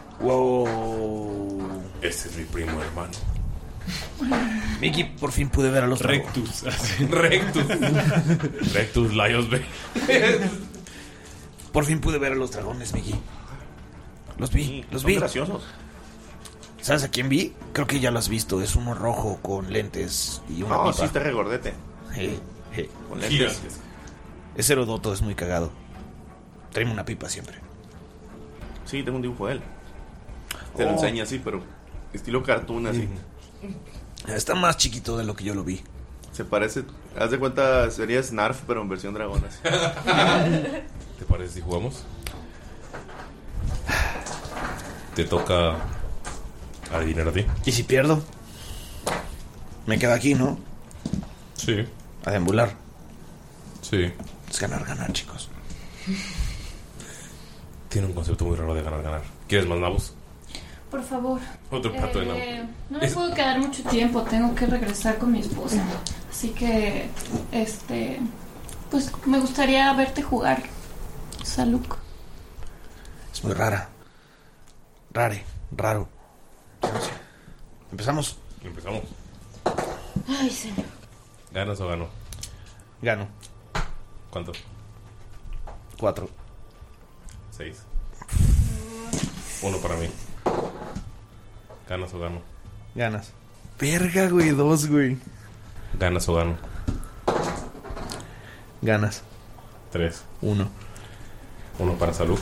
Wow. Ese es mi primo hermano. Mickey, por fin pude ver a los Rectus. Rectus. Rectus Laios B. Por fin pude ver a los dragones, Mickey. Los vi, los son vi. graciosos. ¿Sabes a quién vi? Creo que ya lo has visto. Es uno rojo con lentes y una No, pipa. sí está regordete. Je, je. Con lentes. Es Herodoto, es muy cagado. Tráeme una pipa siempre. Sí, tengo un dibujo de él. Te lo Oh. enseña así, pero estilo cartoon así. Está más chiquito de lo que yo lo vi. Se parece, haz de cuenta, sería Snarf, pero en versión dragonas. ¿Te parece si jugamos? Te toca adivinar a ti. ¿Y si pierdo? Me quedo aquí, ¿no? Sí. A deambular. Sí. Es ganar, ganar, chicos. Tiene un concepto muy raro de ganar, ganar. ¿Quieres más nabos? Por favor. Otro plato de Eh, nabo. No me Es- puedo quedar mucho tiempo, tengo que regresar con mi esposa. Así que, este, pues me gustaría verte jugar, Saluk. Es muy rara. Rare, raro. No sé. ¿Empezamos? Empezamos. Ay, señor. ¿Ganas o gano? Gano. ¿Cuánto? Cuatro. Seis. Uno para mí. ¿Ganas o gano? Ganas. Verga, güey, dos, güey. ¿Ganas o gano? Ganas. Tres. Uno. Uno para salud.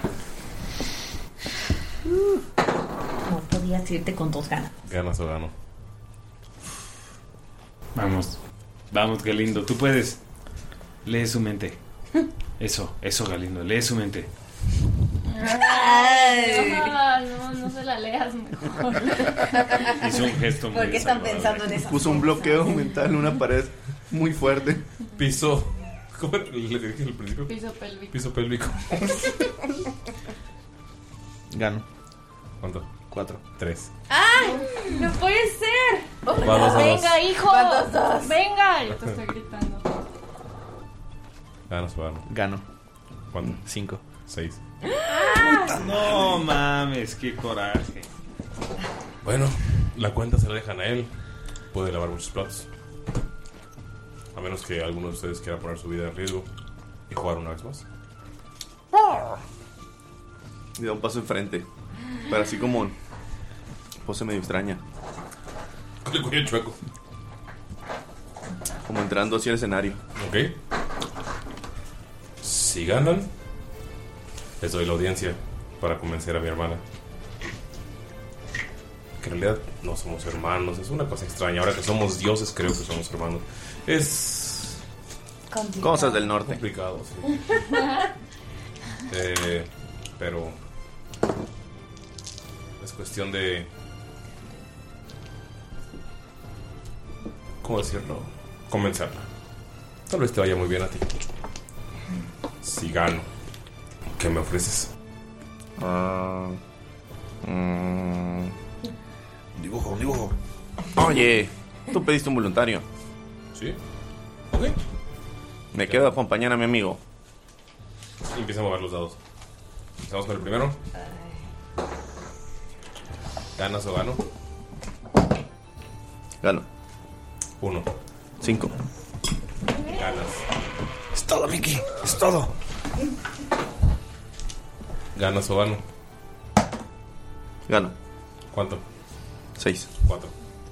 No podías irte con dos ganas. ¿Ganas o gano? Vamos. Vamos, Galindo. Tú puedes. Lee su mente. Eso, eso, Galindo. Lee su mente. Ay. No, no, no se la leas mejor. Hizo un gesto muy ¿Por qué están desagradable. pensando en eso? Puso un bloqueo mental en una pared muy fuerte. Piso. ¿Cómo le dije al principio? Piso pélvico. Piso pélvico. Gano. ¿Cuánto? Cuatro. Tres. ¡Ay! ¡No puede ser! Va dos a dos. ¡Venga, hijo! ¿Cuántos dos? ¡Venga! Yo te estoy gritando. ¿Ganas o gano? Gano. ¿Cuánto? Cinco. Seis. No mames, qué coraje. Bueno, la cuenta se la dejan a él. Puede lavar muchos platos. A menos que alguno de ustedes quiera poner su vida en riesgo y jugar una vez más. Y da un paso enfrente. Pero así como en pose medio extraña. Con el cuello chueco. Como entrando hacia el escenario. Ok. Si ganan, les doy la audiencia para convencer a mi hermana. Que en realidad no somos hermanos. Es una cosa extraña. Ahora que somos dioses, creo que somos hermanos. Es Complicado. Cosas del norte. complicado, sí. Eh, pero es cuestión de, ¿cómo decirlo? Convencerla. Tal vez te vaya muy bien a ti. Si gano, ¿qué me ofreces? Ah, mm, Dibujo, un dibujo. Oye, tú pediste un voluntario. Sí. Ok. Me quedo a acompañar a mi amigo. Y empieza a mover los dados. Empezamos con el primero. ¿Ganas o gano? Gano. Uno. Cinco. Ganas. Es todo, Mickey. Es todo. ¿Ganas o gano? Gano. ¿Cuánto? Seis. Cuatro.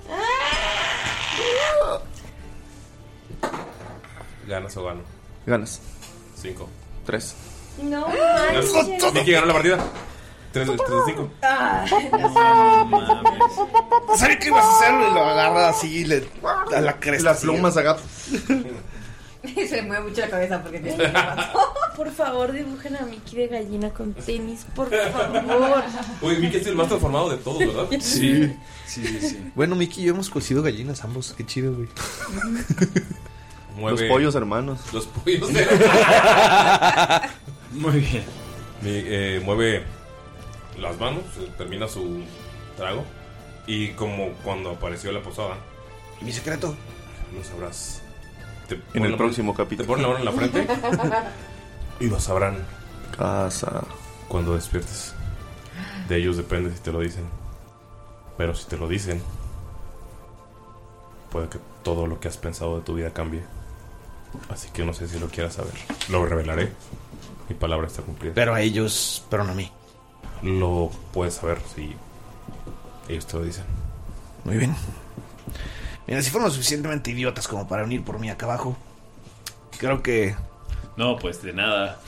¿Ganas o gano? Ganas. Cinco. Tres. No manches. Vicky ganó la partida. Tres de cinco. Sabía que ibas a hacerlo y lo agarra así y le a la cresta. Las plumas acá. Se le mueve mucho la cabeza porque tiene Por favor, dibujen a Mickey de gallina con tenis, por favor. Uy, Mickey es el más transformado de todos, ¿verdad? Sí. Sí, sí, sí. Bueno, Mickey y yo hemos cocido gallinas ambos. Qué chido, güey. Mueve- Los pollos hermanos. Los pollos de... Muy bien. Mi- eh, mueve las manos, eh, termina su trago Y como cuando apareció la posada. ¿Y mi secreto? Lo sabrás. Te En ponen el la próximo mano- capítulo. Te ponen la mano en la frente. Y lo sabrán. Casa. Cuando despiertes. De ellos depende si te lo dicen. Pero si te lo dicen, puede que todo lo que has pensado de tu vida cambie. Así que no sé si lo quieras saber. Lo revelaré. Mi palabra está cumplida. Pero a ellos, pero no a mí. Lo puedes saber si ellos te lo dicen. Muy bien. Mira, si fueron lo suficientemente idiotas como para venir por mí acá abajo, creo que... No, pues de nada.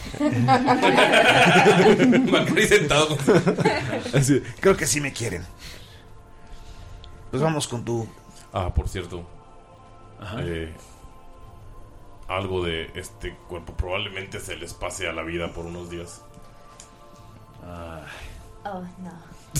Macari sentado con... Así, creo que sí me quieren. Pues vamos con tu... Ah, por cierto. Ajá. Eh, algo de este cuerpo probablemente se les pase a la vida por unos días. Oh, no.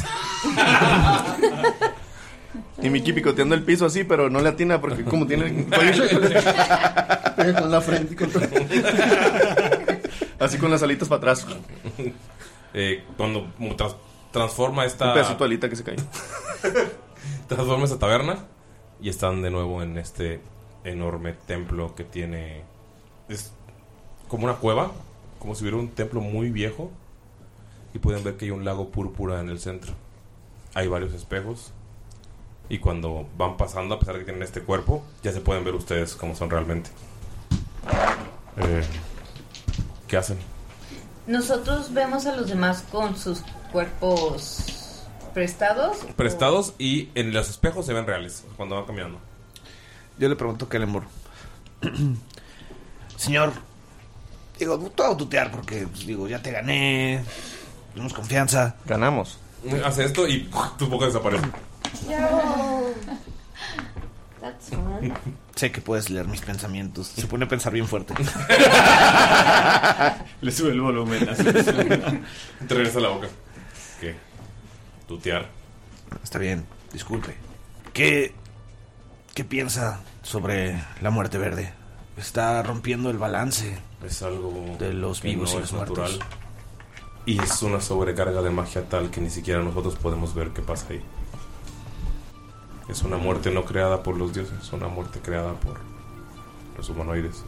Y Miki picoteando el piso así, pero no le atina porque como tiene con la frente y con todo. Así con las alitas para atrás. Eh, cuando tras- transforma esta... Un pedacito de alita que se cae. Transforma esta taberna y están de nuevo en este enorme templo que tiene... Es como una cueva, como si hubiera un templo muy viejo. Y pueden ver que hay un lago púrpura en el centro. Hay varios espejos. Y cuando van pasando, a pesar de que tienen este cuerpo, ya se pueden ver ustedes como son realmente. Eh, ¿Qué hacen? Nosotros vemos a los demás con sus cuerpos prestados. Prestados y en los espejos se ven reales cuando van caminando. Yo le pregunto a Kellenborg. Señor, digo, tú hago tutear porque, pues, digo, ya te gané. Tenemos confianza. Ganamos. Hace esto y tu boca desaparece. Yo. That's fun. Sé que puedes leer mis pensamientos. Se pone a pensar bien fuerte. Le sube el volumen. Así. Te regresa la boca. ¿Qué? Tutear. Está bien, disculpe. ¿Qué, qué piensa sobre la muerte verde? Está rompiendo el balance. Es algo de los que vivos no y los es muertos. natural. Y es una sobrecarga de magia tal que ni siquiera nosotros podemos ver qué pasa ahí. Es una muerte no creada por los dioses, es una muerte creada por los humanoides.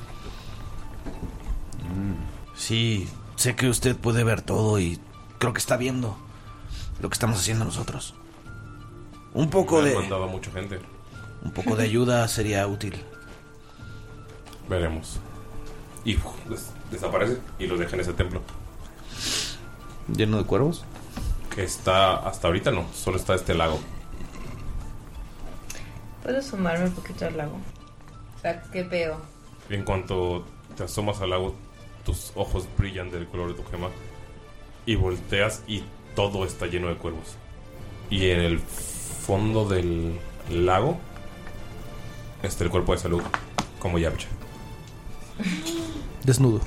Sí, sé que usted puede ver todo y creo que está viendo lo que estamos haciendo nosotros. Un poco Me han de... mandado a mucha gente. Un poco de ayuda sería útil. Veremos. Y uf, des- desaparece y los deja en ese templo. ¿Lleno de cuervos? Que está, hasta ahorita no, solo está este lago. ¿Puedo sumarme un poquito al lago? O sea, ¿qué veo? Y en cuanto te asomas al lago, tus ojos brillan del color de tu gema. Y volteas y todo está lleno de cuervos. Y en el fondo del lago está el cuerpo de Salud, como Yamcha. Desnudo.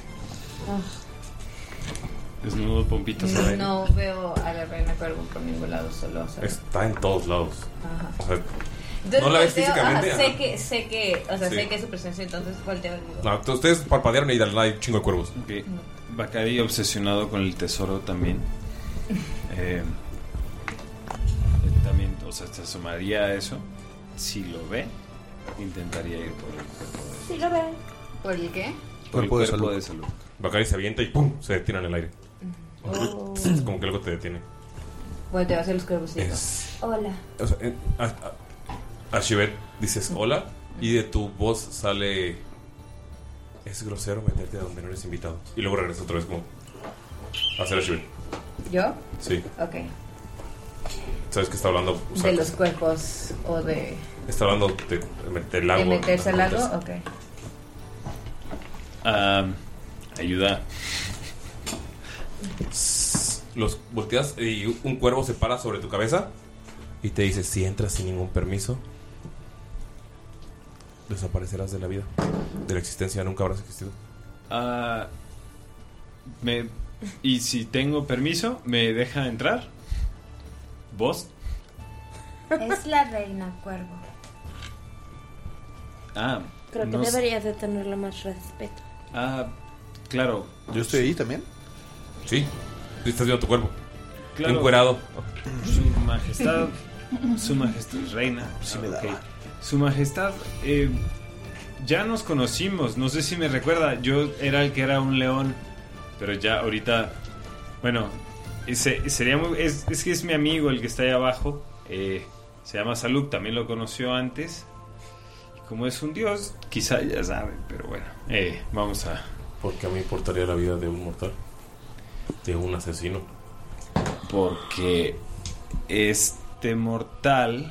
Desnudo, pompitas. ¿sabes? No veo a la reina cuervo por ningún lado, solo a Salud. Está en todos lados. Ajá. O sea, Entonces no la ves volteo, físicamente. ajá, sé ajá. que, sé que, o sea, Sí. sé que es su presencia, entonces volteo y digo, No, entonces ustedes parpadearon y de la nada hay un chingo de cuervos. Ok. Bacari obsesionado con el tesoro también. Eh, también, o sea, se asomaría a eso. Si lo ve, intentaría ir por el cuerpo de, Sí, lo ve. ¿por el qué? por el Cuerpo de cuerpo salud. de salud. Bacari se avienta y ¡pum! Se detiene en el aire. Oh. Como que algo te detiene. Volteo hacia los cuervos y digo, Es- Hola. O sea, en- a, a, a Shivet dices hola y de tu voz sale: es grosero meterte a donde no eres invitado. Y luego regresa otra vez como a hacer a Shivet. ¿yo? Sí, Ok. sabes que está hablando. o sea, De los cuerpos o de, Está hablando de, del lago. de meterse al lago, ok. Ah, ayuda. Los volteas y un cuervo se para sobre tu cabeza y te dice: si entras sin ningún permiso, desaparecerás de la vida, de la existencia, nunca habrás existido. Ah, me, y si tengo permiso, ¿me deja entrar? ¿Vos? Es la reina cuervo. Ah, Creo que no sé. deberías de tenerle más respeto. Ah, claro. ¿Yo estoy ahí también? Sí, estás viendo tu cuerpo. Claro. Encuerado. Su majestad Su majestad, reina. Sí me Ok. daba. Su majestad, eh, ya nos conocimos. No sé si me recuerda. Yo era el que era un león. Pero ya ahorita. Bueno, ese, sería muy. Es, es que es mi amigo el que está ahí abajo. Eh, se llama Saluk. También lo conoció antes. Y como es un dios, quizá ya sabe. Pero bueno, eh, vamos a. ¿Por qué me importaría la vida de un mortal? De un asesino. Porque este mortal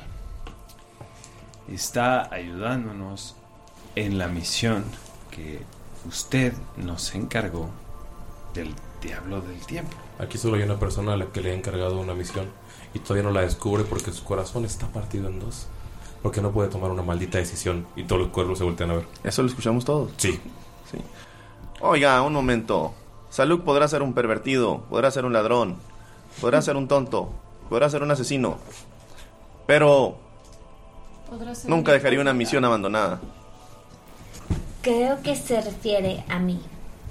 está ayudándonos en la misión que usted nos encargó del Diablo del Tiempo. Aquí solo hay una persona a la que le he encargado una misión y todavía no la descubre porque su corazón está partido en dos. Porque no puede tomar una maldita decisión y todos los cuervos se voltean a ver. ¿Eso lo escuchamos todos? Sí. Sí. Oiga, un momento. Saluk podrá ser un pervertido, podrá ser un ladrón, podrá ser un tonto, podrá ser un asesino. Pero nunca dejaría una misión abandonada. Creo que se refiere a mí.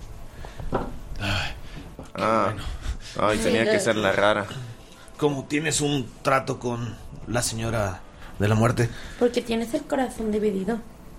Ah, ay, tenía que ser la rara. ¿Cómo tienes un trato con la señora de la muerte? Porque tienes el corazón dividido.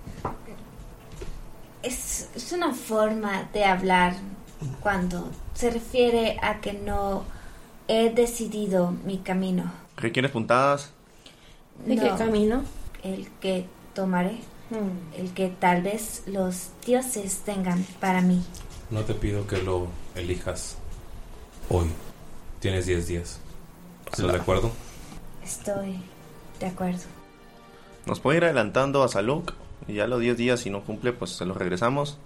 Es, es una forma de hablar cuando se refiere a que no he decidido mi camino. ¿Qué quieres, puntadas? ¿De qué camino? El que tomaré. El que tal vez los dioses tengan para mí. No te pido que lo elijas hoy. Tienes diez días. ¿Estás de acuerdo? Estoy de acuerdo. Nos puede ir adelantando a Saluk. Y ya los diez días, si no cumple, pues se los regresamos.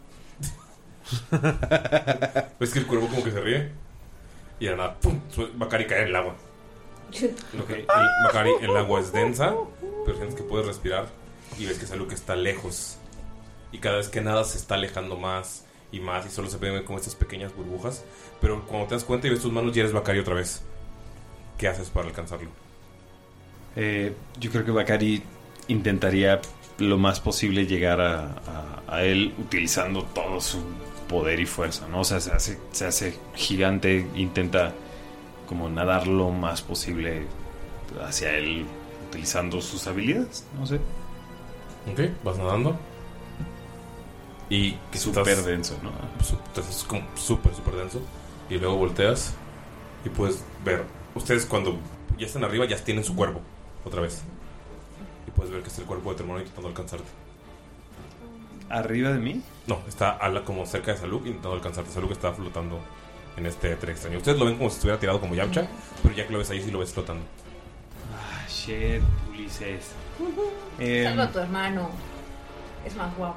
¿Ves que el cuervo como que se ríe? Y de nada, ¡pum! Bakari cae en el agua. Lo que, el, Bakari, el agua es densa, pero sientes que puedes respirar. Y ves que Saluk está lejos. Y cada vez que nada se está alejando más y más. Y solo se ven como estas pequeñas burbujas. Pero cuando te das cuenta y ves tus manos, ya eres Bakari otra vez. ¿Qué haces para alcanzarlo? Eh, yo creo que Bakari intentaría lo más posible llegar a, a, a él utilizando todo su poder y fuerza, ¿no? O sea, se hace, se hace gigante, intenta como nadar lo más posible hacia él utilizando sus habilidades, no sé. Ok, vas nadando. Y que súper denso, ¿no? Es como súper, súper denso. Y luego volteas y puedes ver. Ustedes cuando ya están arriba ya tienen su cuerpo otra vez. Y puedes ver que es el cuerpo de tu hermano intentando alcanzarte. ¿Arriba de mí? No, está a la, como cerca de Saluk intentando alcanzarte. Saluk está flotando en este éter extraño. Ustedes lo ven como si estuviera tirado como Yamcha, pero ya que lo ves ahí sí lo ves flotando. Ah, shit, Ulises. Eh, Salva a tu hermano. Es más guapo.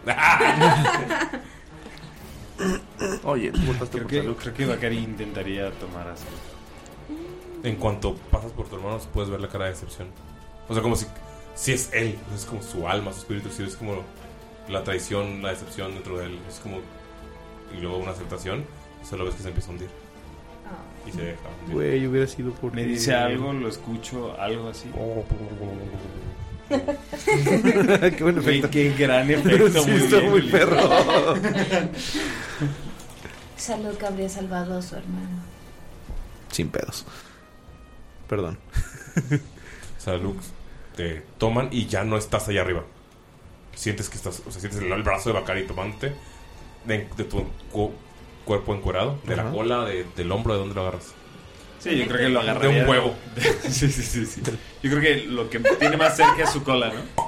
Oye, tú votaste creo por que, Saluk. creo que Bakari intentaría tomar así. En cuanto pasas por tu hermano puedes ver la cara de decepción. O sea, como si, si es él, es como su alma, su espíritu, si es como la traición, la decepción dentro de él. Es como. Y luego una aceptación. Solo ves que se empieza a hundir. Y se deja hundir. Güey, hubiera sido por Me ti. dice algo, lo escucho, algo así. Qué buen efecto. Qué, qué gran efecto. Sí, muy está bien, muy Ulises. perro. Salud que habría salvado a su hermano. Sin pedos. Perdón. Saluk, te toman y ya no estás allá arriba. Sientes que estás, o sea, sientes el, el brazo de Bakari tomándote de, de tu cu- cuerpo encuerado, de Ajá. la cola, de, del hombro, ¿de dónde lo agarras? Sí, yo creo que lo agarraría de un huevo. de- sí, sí, sí, sí. Yo creo que lo que tiene más cerca es su cola, ¿no?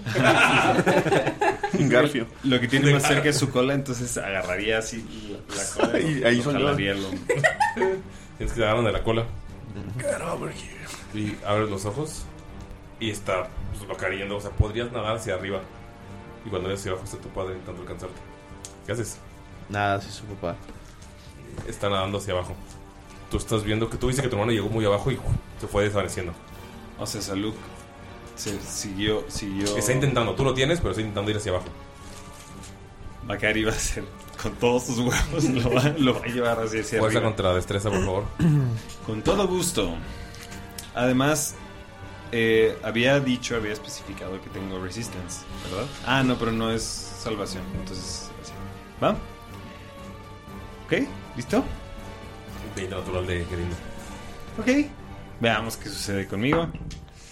Un garfio. Lo que tiene más cerca es su cola, entonces agarraría así la, la cola y, Y ahí lo son jalaría yo. el hombro. Tienes que te agarran de la cola. Get over here. Y abres los ojos y está pues, Bakari yendo. O sea, podrías nadar hacia arriba. Y cuando ves hacia abajo está tu padre intentando alcanzarte. ¿Qué haces? Nada, sí, su papá. Está nadando hacia abajo. Tú estás viendo que tú viste que tu hermano llegó muy abajo y ¡uf! Se fue desvaneciendo. O sea, Saluk se siguió, siguió. Está intentando, tú lo tienes, pero está intentando ir hacia abajo. Bakari va a hacer con todos sus huevos, lo va, lo va a llevar hacia, hacia Fuerza arriba. contra destreza, por favor. Con todo gusto. Además, eh, había dicho, había especificado que tengo resistance, ¿verdad? Ah, no, pero no es salvación. Entonces, así. ¿Va? ¿Ok? ¿Listo? veinte natural de Gerindo. Ok. Veamos qué sucede conmigo.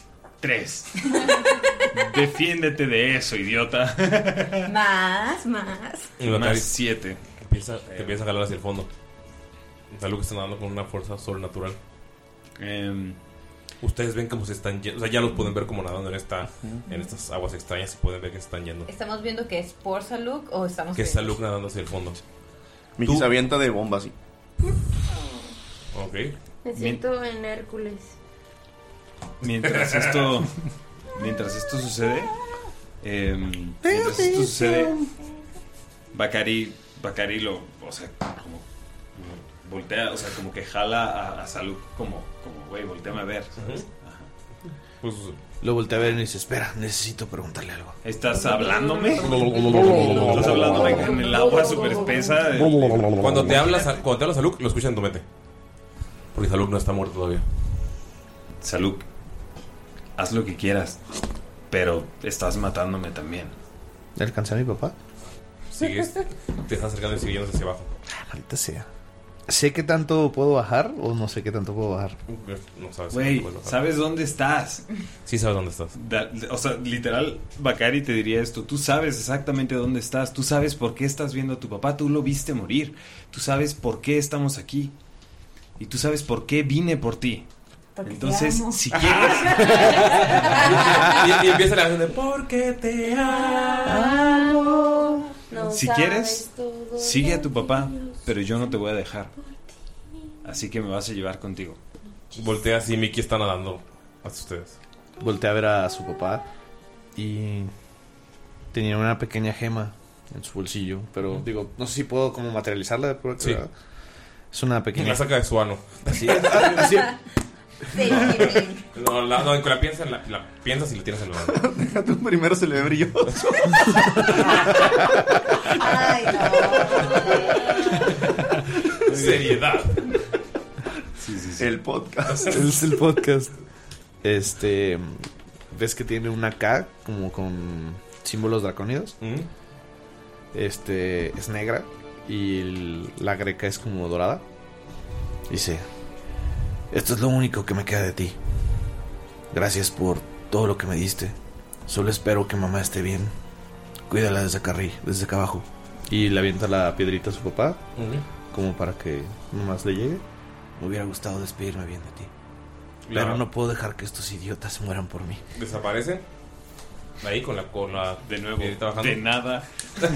Tres. Defiéndete de eso, idiota. Más, más. Y Bacari Más siete. Empieza, te empieza a jalar hacia el fondo. Salud que está nadando con una fuerza sobrenatural. Eh, Ustedes ven cómo se están yendo. O sea, ya los pueden ver como nadando en esta en estas aguas extrañas y pueden ver que se están yendo. ¿Estamos viendo que es por Saluk o estamos Que es viendo? Saluk nadando hacia el fondo. Miki se avienta de bomba así. Ok. Me siento en Hércules. Mientras esto Mientras esto sucede eh, Mientras esto sucede Bacari Bacari lo, o sea, como, como voltea, o sea, como que jala a, a Saluk como, como, güey, volteame a ver, ¿sabes? Ajá. Pues lo voltea a ver y dice, espera, necesito preguntarle algo. ¿Estás hablándome? ¿Estás hablándome en el agua súper espesa? Cuando te hablas, cuando te hablas Saluk, lo escuchas en tu mente. Porque Saluk no está muerto todavía. Saluk, haz lo que quieras, pero estás matándome también. ¿Le alcancé a mi papá? Sigues, te estás acercando y siguiendo hacia abajo. Maldita sea. ¿Sé qué tanto puedo bajar o no sé qué tanto puedo bajar? No sabes. Güey, ¿sabes dónde estás? Sí sabes dónde estás. Da- o sea, literal, Bacari te diría esto. Tú sabes exactamente dónde estás. Tú sabes por qué estás viendo a tu papá. Tú lo viste morir. Tú sabes por qué estamos aquí. Y tú sabes por qué vine por ti. Porque Entonces, te amo. si quieres... y, y empieza la canción de porque te amo. No Si sabes quieres, todo sigue de a tu mí. papá, pero yo no te voy a dejar. Así que me vas a llevar contigo. Volteas y Mickey está nadando hacia ustedes. Voltea a ver a su papá y tenía una pequeña gema en su bolsillo, pero digo, no sé si puedo como materializarla. Por Sí. Es una pequeña... La saca de su ano. Así, así. No, la, no, la piensas, la, la piensas y la tienes en la mano. Déjate, primero se le ve brilloso. Ay, no. Seriedad. Sí, sí, sí. El podcast. Es el podcast. Este... ¿Ves que tiene una K como con símbolos dracónidos? ¿Mm? Este... Es negra. Y el- la greca es como dorada. Dice... Esto es lo único que me queda de ti. Gracias por todo lo que me diste. Solo espero que mamá esté bien. Cuídala desde acá arriba, desde acá abajo. Y le avienta la piedrita a su papá. Ujú. Como para que nomás le llegue. Me hubiera gustado despedirme bien de ti. La- Pero no puedo dejar que estos idiotas mueran por mí. Desaparece. Ahí con la, con la De nuevo, piedrita bajando. de nada.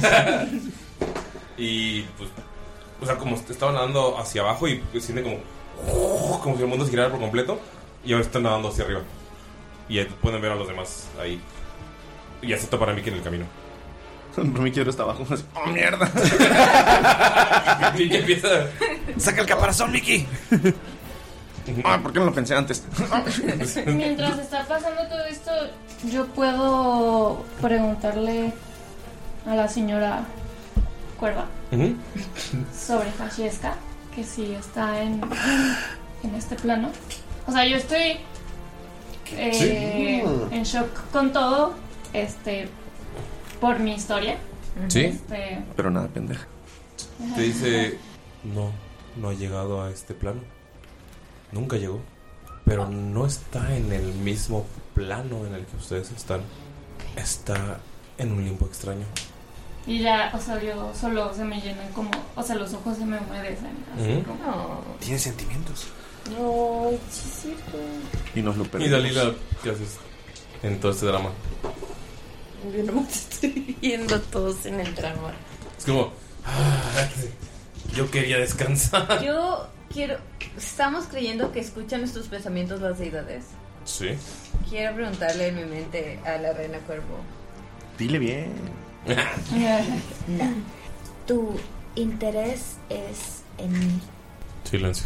Y pues, o sea, como estaban nadando hacia abajo y pues, siente como, como si el mundo se girara por completo. Y ahora están nadando hacia arriba. Y ahí pueden ver a los demás ahí. Y ya se topan a Mickey en el camino. Mickey ahora está abajo. Así, ¡oh, mierda! Mickey empieza. ¡Saca el caparazón, Mickey! Ah, ¿por qué no lo pensé antes? Mientras está pasando todo esto, yo puedo preguntarle a la señora Cuerva Ujú. sobre Hashieska, que si está en, en este plano. O sea, yo estoy eh, en shock con todo, este, por mi historia. Sí. Este, Pero nada, pendeja. Te dice, no, no ha llegado a este plano. Nunca llegó. Pero no está en el mismo plano en el que ustedes están. Está en un limbo extraño. y ya, o sea, yo solo se me llenan como, o sea, los ojos se me humedecen. Así Ujú. como. Tiene sentimientos. No, sí, es cierto. Y nos lo Y perdemos. Dalila, ¿qué haces en todo este drama? Yo nomás estoy viendo todos en el drama. Es como, ah, yo quería descansar. Yo quiero... Estamos creyendo que escuchan nuestros pensamientos las deidades. Sí. Quiero preguntarle en mi mente a la reina cuervo. Dile bien. No. Tu interés es en mí. Silencio.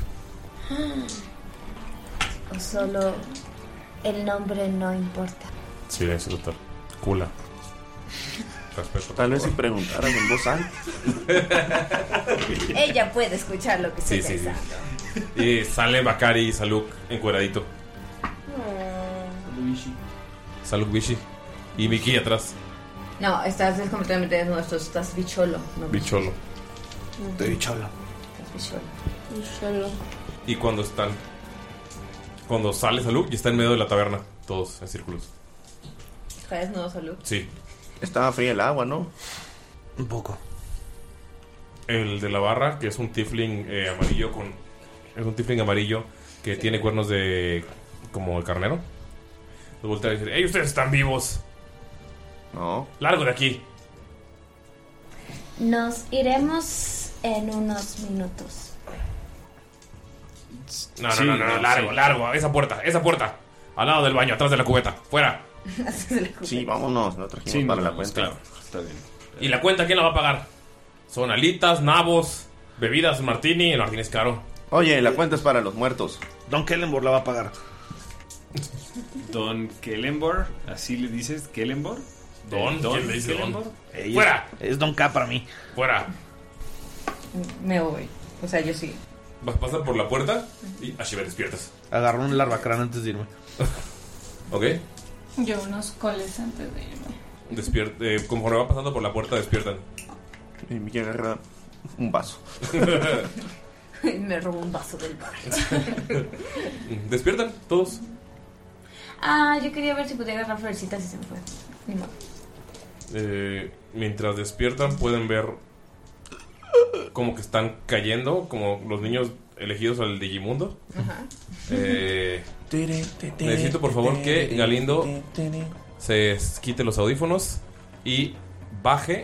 O solo el nombre no importa. Silencio total. Cula. Respeto. Tal vez si preguntaran en voz alta. Ella puede escuchar lo que estoy Sí, sí, sí. pensando. Y sale Bacari y Saluk encueradito. Saluk Bishi. Y Mickey atrás. No, estás completamente desnudo. Estás bicholo. No Bicholo. De bicholo. Estás bicholo. Solo. Y cuando están cuando sale Salud y está en medio de la taberna, todos en círculos. ¿Está desnudo Salud? Sí. Estaba fría el agua, ¿no? Un poco. El de la barra, que es un tiefling eh, amarillo con... Es un tiefling amarillo que tiene cuernos de... como el carnero. Los voltea a decir, ¡ey, ustedes están vivos! No. ¡Largo de aquí! Nos iremos en unos minutos. No, no, Sí, no, no, no, no, largo, sí. largo, esa puerta, esa puerta. Al lado del baño, atrás de la cubeta, fuera. Sí, vámonos, no trajimos Sí, para la vámonos, cuenta. claro, está bien. ¿Y la cuenta quién la va a pagar? Son alitas, nabos, bebidas, martini, el martini es caro. Oye, la cuenta es para los muertos. Don Kellenborg la va a pagar. Don Kellenborg, así le dices, Kellenborg. Don, ¿quién le dice don? Ey, ¡Fuera! Es, es Don K para mí. ¡Fuera! Me voy. O sea, yo sí. Vas a pasar por la puerta y así me despiertas. Agarró un larvacrán antes de irme. ¿Ok? Yo unos coles antes de irme. Despier eh, conforme va pasando por la puerta, despiertan. Y me agarra un vaso. Me robó un vaso del bar. ¿Despiertan todos? Ah, yo quería ver si podía agarrar florecitas y se me fue. Ni modo. Eh, mientras despiertan pueden ver como que están cayendo, como los niños elegidos al Digimundo. Ajá. Eh, necesito por favor que Galindo se quite los audífonos y baje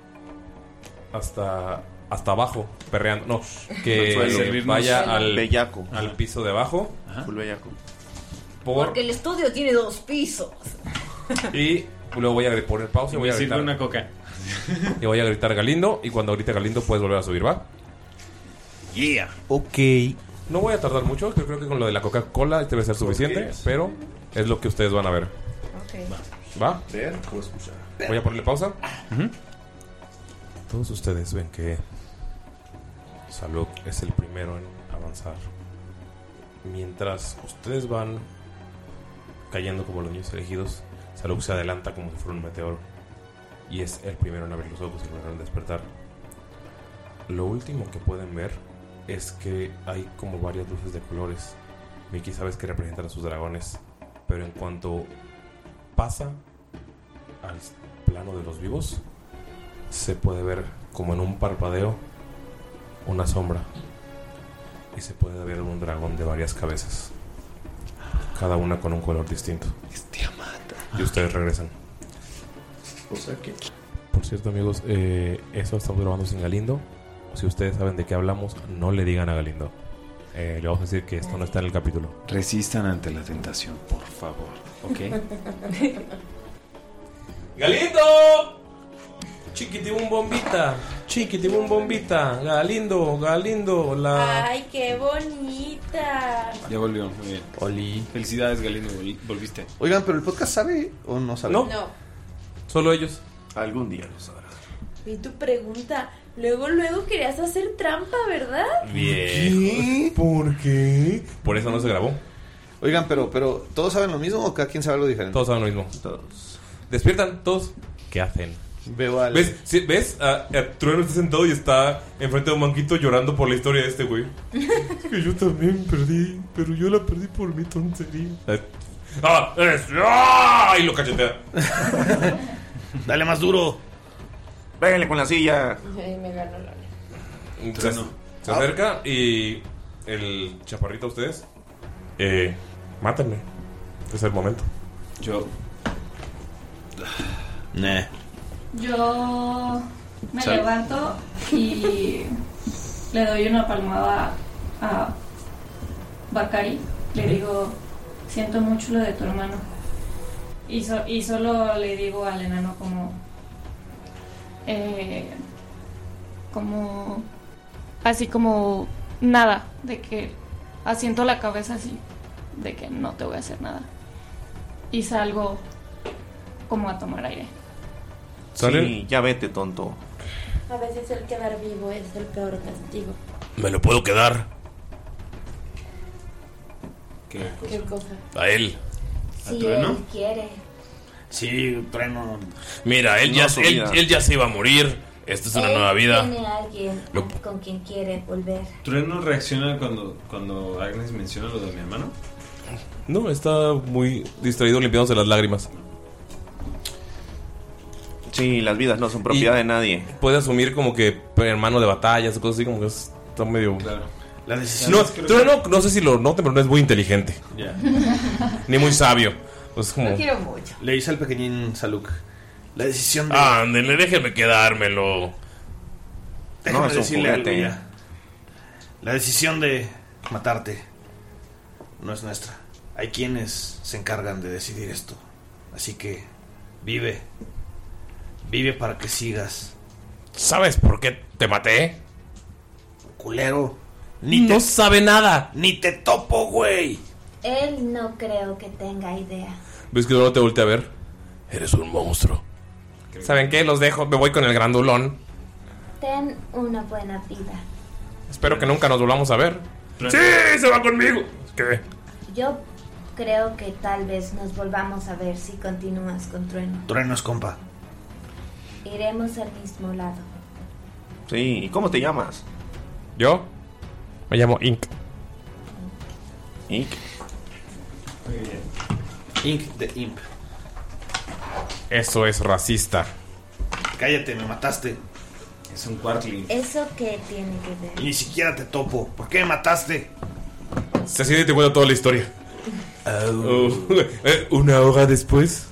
hasta hasta abajo, perreando. No, que Al suelo. vaya al Bellaco. al piso de abajo. Full bellaco. Por, Porque el estudio tiene dos pisos. y luego voy a gr- poner pausa y voy a Me sirve gritar una coca. y voy a gritar Galindo, y cuando grite Galindo puedes volver a subir, ¿va? Yeah. Ok. No voy a tardar mucho, creo que con lo de la Coca-Cola debe ser suficiente, pero es lo que ustedes van a ver. Ok. ¿Va? Ver o escuchar. Voy a ponerle pausa. Todos ustedes ven que Salud es el primero en avanzar. Mientras ustedes van cayendo como los niños elegidos, Salud se adelanta como si fuera un meteoro y es el primero en abrir los ojos y el primero en despertar. Lo último que pueden ver es que hay como varias luces de colores. Mickey sabes que representan a sus dragones, pero en cuanto pasa al plano de los vivos, se puede ver como en un parpadeo una sombra y se puede ver un dragón de varias cabezas, cada una con un color distinto. Y ustedes regresan. O sea que... Por cierto, amigos, eh, eso estamos grabando sin Galindo. Si ustedes saben de qué hablamos, no le digan a Galindo. Eh, le vamos a decir que esto no está en el capítulo. Resistan ante la tentación, por favor. ¿Ok? ¡Galindo! Chiquitibum bombita, chiquitibum bombita, Galindo, Galindo, la... Ay, qué bonita. Ya volvió, muy bien. Oli. Felicidades, Galindo, vol- volviste. Oigan, pero el podcast sabe o no sabe. No. No. Solo ellos. Algún día lo sabrá. Vi tu pregunta. Luego, luego querías hacer trampa, ¿verdad? Bien. ¿Por qué? Por eso no se grabó. Oigan, pero, pero ¿todos saben lo mismo o cada quien sabe algo diferente? Todos saben lo mismo. Todos. Despiertan, todos. ¿Qué hacen? Veo al... ¿Ves? Sí, ¿ves? A, a Trueno está sentado y está enfrente de un manquito llorando por la historia de este güey. Que yo también perdí, pero yo la perdí por mi tontería. ¡Ah! Es, ¡ah! Y lo cachetea. Dale más duro. Pégale con la silla. Ay, me ganó la... Entonces, se acerca y el chaparrito a ustedes. Eh, mátenme. Es el momento. Yo. Nah. Yo me Sal. levanto y le doy una palmada a Bakari. Le digo, siento mucho lo de tu hermano. Y, so- y solo le digo al enano como... Eh, como... Así como... Nada, de que asiento la cabeza así, de que no te voy a hacer nada. Y salgo como a tomar aire. Sí, ya vete, tonto. A veces el quedar vivo es el peor castigo. Me lo puedo quedar ¿Qué ¿Qué cosa? a él. Si trueno? él quiere. Sí, trueno. Mira, él ya, No, su él, vida. él ya se iba a morir. Esta es una Él nueva vida. Tiene a alguien Lo- con quien quiere volver. ¿Trueno reacciona cuando, cuando Agnes menciona lo de mi hermano? No, está muy distraído limpiándose las lágrimas. Sí, las vidas no son propiedad Y de nadie. Puede asumir como que hermano de batallas o cosas así, como que es- está medio. Claro. La decisión No, es que- Trueno, no sé si lo noten, pero no es muy inteligente. Ya. Ni muy sabio. Es como. Lo quiero mucho. Le dice al pequeñín Saluk. La decisión de... Ándele, déjeme quedármelo. Déjame No, es un decirle algo juguete. ya. La decisión de matarte no es nuestra. Hay quienes se encargan de decidir esto. Así que vive. Vive para que sigas. ¿Sabes por qué te maté? Culero. Ni no sabe nada. Ni te topo, güey. Él no creo que tenga idea. ¿Ves que no te voltea a ver? Eres un monstruo. ¿Saben qué? Los dejo, me voy con el grandulón. Ten una buena vida. Espero que nunca nos volvamos a ver. ¡Sí! ¡Se va conmigo! ¿Qué? Yo creo que tal vez nos volvamos a ver si continúas con Trueno. Trueno es compa. Iremos al mismo lado. Sí, ¿y cómo te llamas? ¿Yo? Me llamo Ink. Ink. Ink de Imp. Eso es racista. Cállate, me mataste. Es un Quartling. ¿Eso qué tiene que ver? Y ni siquiera te topo. ¿Por qué me mataste? Se siente y te cuenta toda la historia. Oh. Eh, Una hora después.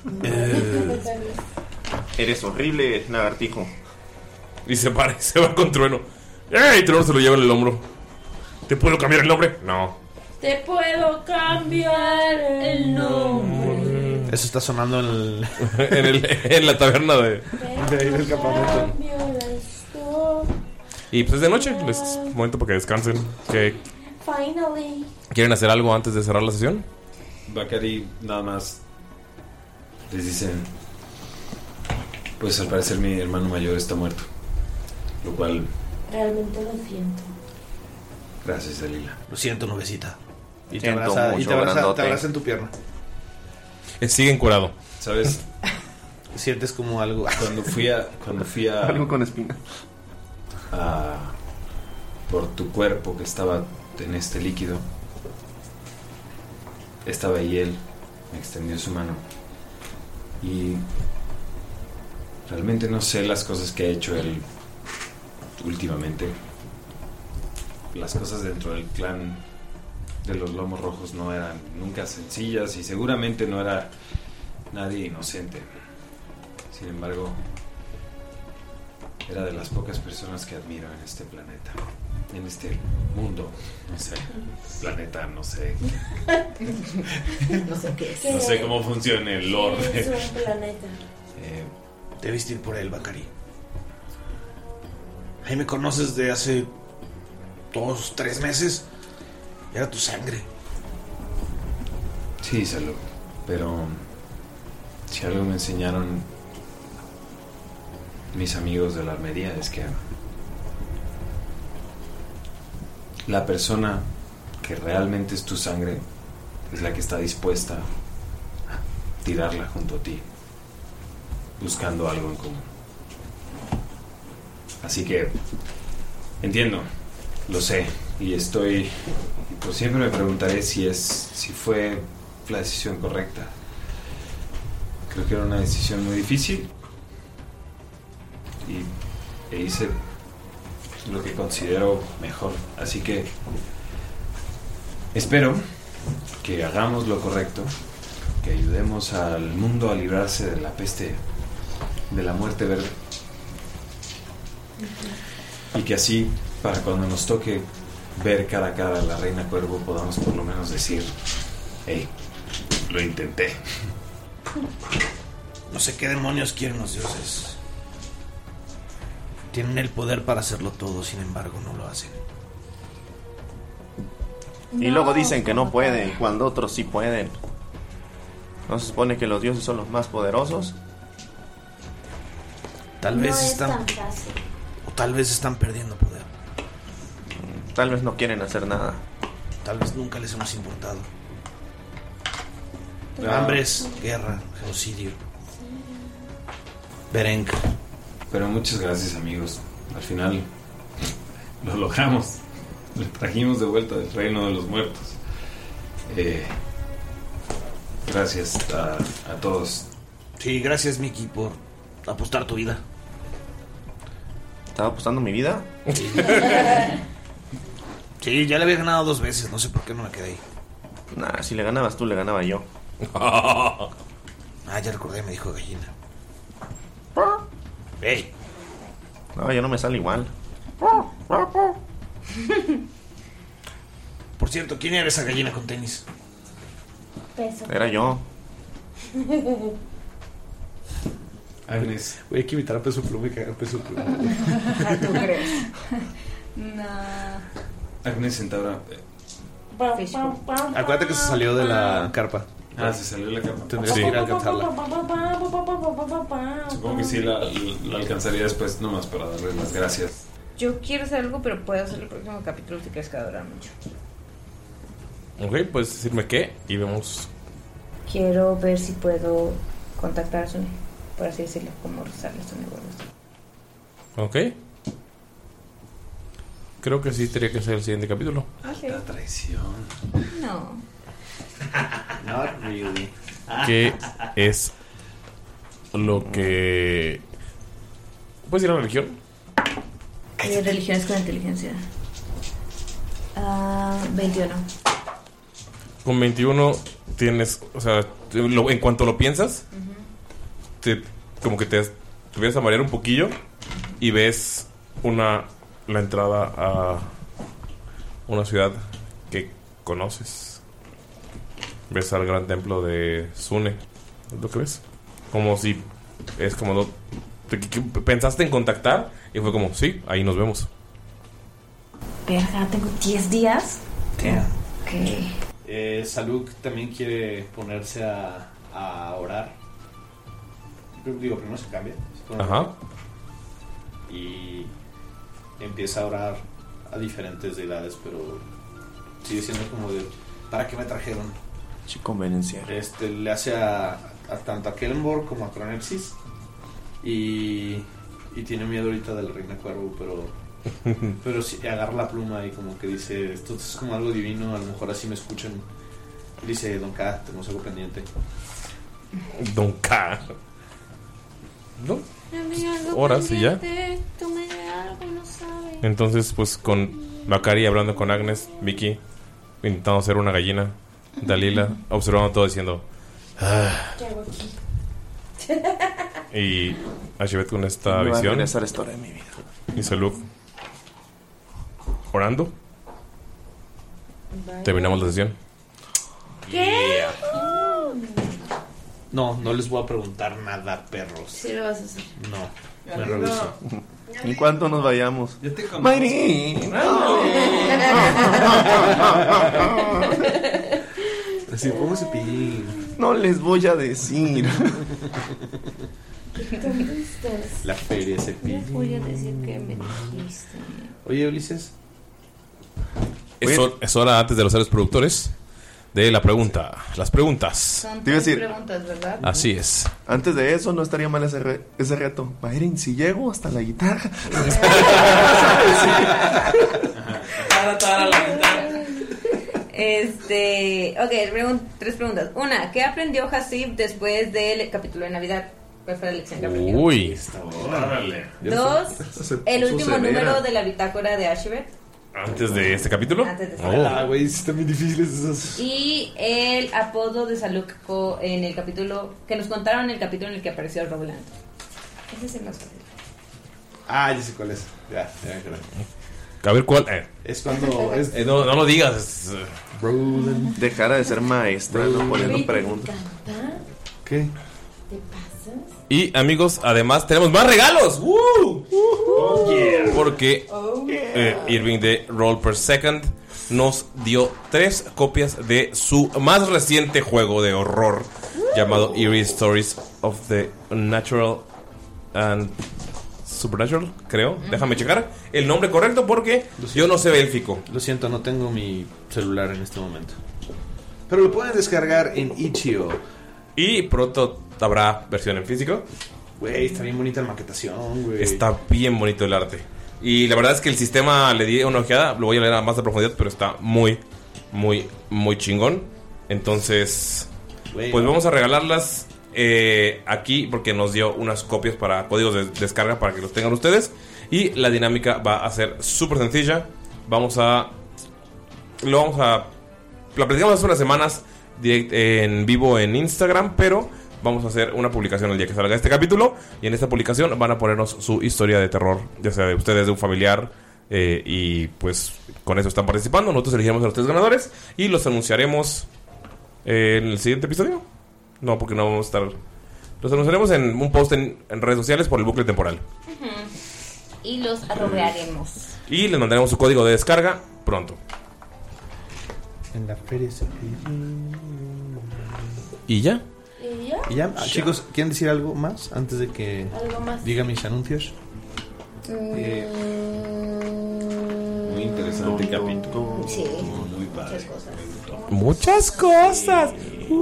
Eres horrible, lagartijo. Y se para y se va con Trueno. ¡Ey! Trueno se lo lleva en el hombro. ¿Te puedo cambiar el nombre? No. Te puedo cambiar el nombre. Eso está sonando en, el... en, el, en la taberna de, de ahí del campamento. Y pues es de noche. Es momento para que descansen. ¿Qué- Finally. ¿Quieren hacer algo antes de cerrar la sesión? Bakari nada más les dicen, pues al parecer mi hermano mayor está muerto. Lo cual, Realmente lo siento. gracias Dalila. Lo siento, nubecita. Y te Siento abraza, y mucho, te abraza, grandote. te abraza en tu pierna. Eh, Sigue encurado. ¿Sabes? Sientes como algo. Cuando fui a. Cuando fui a. Algo con espina. a- por tu cuerpo que estaba en este líquido. Estaba ahí él. Me extendió su mano. Y. Realmente no sé las cosas que ha hecho él últimamente. Las cosas dentro del clan de los Lomos Rojos no eran nunca sencillas y seguramente no era nadie inocente. Sin embargo, era de las pocas personas que admiro en este planeta, en este mundo, no sé, planeta, no sé. No sé qué es. No sé cómo funciona el lore. Es un planeta. Eh, Debiste ir por él, Bakari. Ahí me conoces de hace dos, tres meses. Era tu sangre. sí, Salud, pero si algo me enseñaron mis amigos de la armería es que la persona que realmente es tu sangre es la que está dispuesta a tirarla junto a ti, buscando algo en común. Así que entiendo, lo sé, y estoy, y por siempre me preguntaré si es, si fue la decisión correcta. Creo que era una decisión muy difícil y e hice lo que considero mejor. Así que espero que hagamos lo correcto, que ayudemos al mundo a librarse de la peste, de la muerte verde, y que así, para cuando nos toque ver cara a cara a la reina cuervo, podamos por lo menos decir, hey, lo intenté. No sé qué demonios quieren los dioses. Tienen el poder para hacerlo todo, sin embargo no lo hacen. Y luego dicen que no pueden, cuando otros sí pueden. ¿No se supone que los dioses son los más poderosos? Tal No vez es están, tan fácil. o tal vez están perdiendo poder. Tal vez no quieren hacer nada. Tal vez nunca les hemos importado. No. Hambres, guerra, genocidio. Berenk. Pero muchas gracias, amigos. Al final lo logramos. Le trajimos de vuelta del reino de los muertos. Eh, Gracias a, a todos. Sí, gracias, Mickey, por apostar tu vida. ¿Estaba apostando mi vida? Sí, ya le había ganado dos veces. No sé por qué no me quedé ahí. Nah, si le ganabas tú, le ganaba yo. Ah, ya recordé, me dijo gallina. ¡Ey! No, ya no me sale igual. Por cierto, ¿quién era esa gallina con tenis? Peso. Era yo. Agnes. Voy a que imitar a Peso Pluma y cagar Peso Pluma. ¿Tú crees? No. Agnes Centaura. Acuérdate que se salió de la carpa. Ah, se salió de la carpa. Tendrías que ir a alcanzarla. Supongo que sí la, la alcanzaría después, nomás para darle las gracias. Yo quiero hacer algo, pero puedo hacer el próximo capítulo si quieres que va a durar mucho. Ok, puedes decirme qué y vemos. Quiero ver si puedo contactar a Sune, por así decirlo, como sale Sune. Ok. Creo que sí tendría que ser el siguiente capítulo. Okay. La traición. No. Not really. ¿Qué es lo que... ¿Puedes ir a la religión? Eh, religiones con inteligencia. Ah, veintiuno. Con veintiuno tienes, o sea, lo- en cuanto lo piensas, te, como que te, te empiezas a marear un poquillo y ves una la entrada a una ciudad que conoces. Ves al gran templo de Sune. ¿Es lo que ves? Como si es como no, te- que- que pensaste en contactar y fue como, sí, ahí nos vemos. Verga, tengo diez días. Ok. Eh, Saluk también quiere ponerse a, a orar. Digo, primero se cambia. se pone a Ajá. orar Y empieza a orar a diferentes deidades, pero sigue siendo como de ¿para qué me trajeron? Sí, conveniencia. Este, le hace a, a tanto a Kellenborg como a Cronepsis. Y, y tiene miedo ahorita de la Reina Cuervo, pero pero sí, agarra la pluma y como que dice, esto es como algo divino, a lo mejor así me escuchan. Y dice, Don K, tenemos algo pendiente. Don K. ¿No? Horas y ya. Entonces, pues con Bakari hablando con Agnes, Vicky intentando hacer una gallina, Dalila observando todo diciendo ah, ¿Qué hago aquí? y Ashibet con esta Me va a visión regresar esta hora de mi vida. y Saluk orando. Terminamos la sesión. ¿Qué? No, no les voy a preguntar nada, perros. Sí lo vas a hacer. No, me No. reviso. ¿En cuánto nos vayamos? Yo te Mayrin. Así, pongo cepillín. No les voy a decir. ¿Dónde estás? La feria No cepillín. voy a decir que me dijiste. Oye, Ulises. Es, hor- es hora antes de los seres productores de la pregunta. Las preguntas. Son Te iba a tres decir- preguntas, ¿verdad? Así es. Antes de eso, no estaría mal ese, re- ese reto. Mayrin, si llego hasta la guitarra. Este, ok, pregun- tres preguntas. Una, ¿qué aprendió Hasib después del capítulo de Navidad? ¿Cuál fue la lección que aprendió? Uy. Dos, el Su último severa. número de la bitácora de Ashibet. Antes de este capítulo. Antes de este Oh. capítulo. Ah, güey, están bien difíciles esos. Y el apodo de Saluk co- en el capítulo que nos contaron en el capítulo en el que apareció Roland. Ese es el más fácil. Ah, ya sé cuál es. Ya, ya me acuerdo. A ver cuál. Eh. Es cuando. Es, Eh, no, no lo digas. es, eh, Dejara de ser maestra, no poniendo preguntas. ¿Qué? ¿Te pasas? Y amigos, además tenemos más regalos. ¡Woo! Oh, yeah. Porque Oh, eh, Irving de Roll Per Second nos dio tres copias de su más reciente juego de horror llamado Eerie Stories of the Natural and Supernatural, creo. Déjame checar el nombre correcto porque yo no sé élfico. Lo siento, no tengo mi celular en este momento. Pero lo pueden descargar en itch punto io. Y pronto habrá versión en físico. Güey, está bien bonita la maquetación, güey. Está bien bonito el arte. Y la verdad es que el sistema le di una ojeada. Lo voy a leer a más de profundidad, pero está muy, muy, muy chingón. Entonces, Pues vamos a regalarlas eh, aquí porque nos dio unas copias para códigos de descarga para que los tengan ustedes. Y la dinámica va a ser súper sencilla. Vamos a... Lo vamos a... Lo platicamos hace unas semanas direct, en vivo en Instagram, pero vamos a hacer una publicación el día que salga este capítulo. Y en esta publicación van a ponernos su historia de terror, ya sea de ustedes, de un familiar. Eh, y pues con eso están participando. Nosotros elegiremos a los tres ganadores y los anunciaremos en el siguiente episodio. No, porque no vamos a estar... Los anunciaremos en un post en, en redes sociales por el bucle temporal. Uh-huh. Y los arrobearemos. Y les mandaremos su código de descarga pronto. En la feria se... ¿Y ya? ¿Y ya? ¿Y ya? Ah, chicos, ¿quieren decir algo más antes de que ¿Algo más? diga mis anuncios? Mm, Eh, Muy interesante capítulo. Sí. Muy padre. Muchas cosas.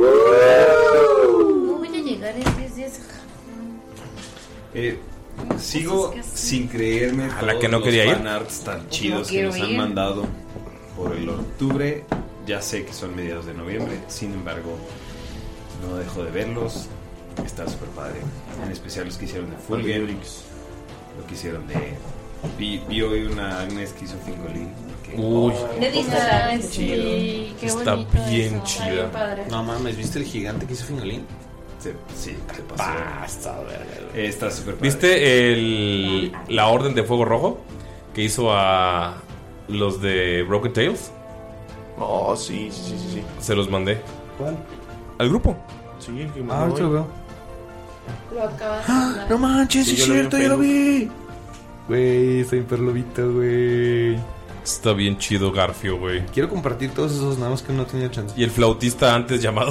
No voy a llegar en diez días. Eh, sigo sin creerme A la todos que no los quería ir. fanarts tan chidos que quiero nos han ir. mandado por el octubre. Ya sé que son mediados de noviembre, sin embargo, no dejo de verlos. Está súper padre. En especial los que hicieron de Full Game, lo que hicieron de... Vi, vi hoy una Agnes que hizo Fingolin. que- Uy. No he visto Ah, la sí, qué Está bonito bien eso. chida. Está bien padre. No mames, ¿viste el gigante que hizo Fingolín? Se- sí, se pasó. Basta, verga, güey. Eh, Está súper padre. ¿Viste el, la orden de fuego rojo que hizo a los de Broken Tales? Oh, sí, sí, sí, sí. Se los mandé. ¿Cuál? Al grupo. Sí, el que Ah, mandó ahorita lo hoy. veo. Lo acabas de mandar. No manches, Sí, sí, es yo lo vi cierto, en ya lo Facebook. vi. Güey, está bien perlobito, güey. Está bien chido Garfio, güey. Quiero compartir todos esos, nada más que no tenía chance. Y el flautista antes llamado.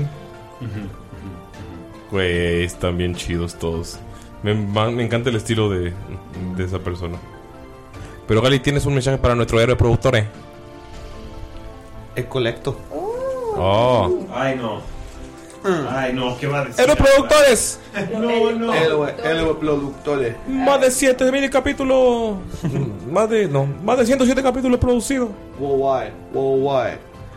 Güey, están bien chidos todos. Me, ma- me encanta el estilo de, de esa persona. Pero Gali, ¿tienes un mensaje para nuestro héroe productor? Eh? Ecolecto. Oh. Ay, no. Ay, no, ¿qué va a decir? ¡Héroe productores! No, no. El productores. Más de siete mil capítulos. Más de, no, más de ciento siete capítulos producidos. Worldwide, worldwide.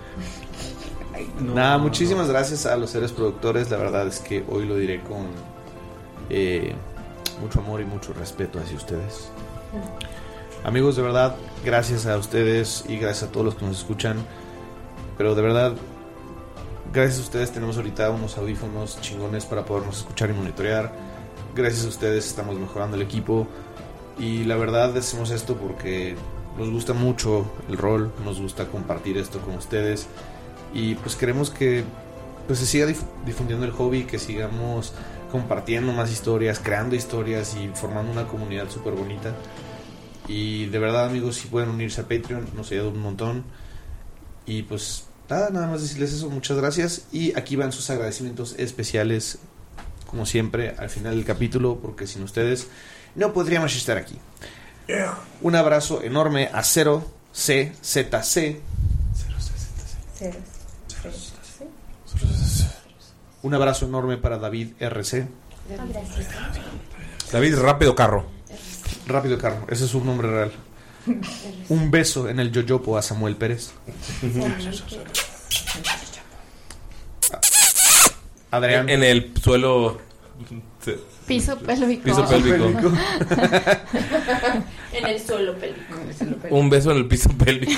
Nada, muchísimas gracias a los seres productores. La verdad es que hoy lo diré con eh, mucho amor y mucho respeto hacia ustedes. Amigos, de verdad, gracias a ustedes y gracias a todos los que nos escuchan. Pero de verdad, gracias a ustedes tenemos ahorita unos audífonos chingones para podernos escuchar y monitorear. Gracias a ustedes estamos mejorando el equipo. Y la verdad hacemos esto porque nos gusta mucho el rol, nos gusta compartir esto con ustedes. Y pues queremos que pues se siga dif- difundiendo el hobby, que sigamos compartiendo más historias, creando historias y formando una comunidad súper bonita. Y de verdad, amigos, si pueden unirse a Patreon, nos ayuda un montón. Y pues nada, nada más decirles eso, muchas gracias. Y aquí van sus agradecimientos especiales, como siempre, al final del capítulo, porque sin ustedes no podríamos estar aquí. Un abrazo enorme a Cero C Z C. Cero. Un abrazo enorme para David R C. Gracias. David Rápido Carro. Rápido Carro, ese es su nombre real. Un beso en el yoyopo a Samuel Pérez. Adrián. En el suelo. Piso pélvico. Piso pélvico. En el suelo pélvico. Un beso en el piso pélvico.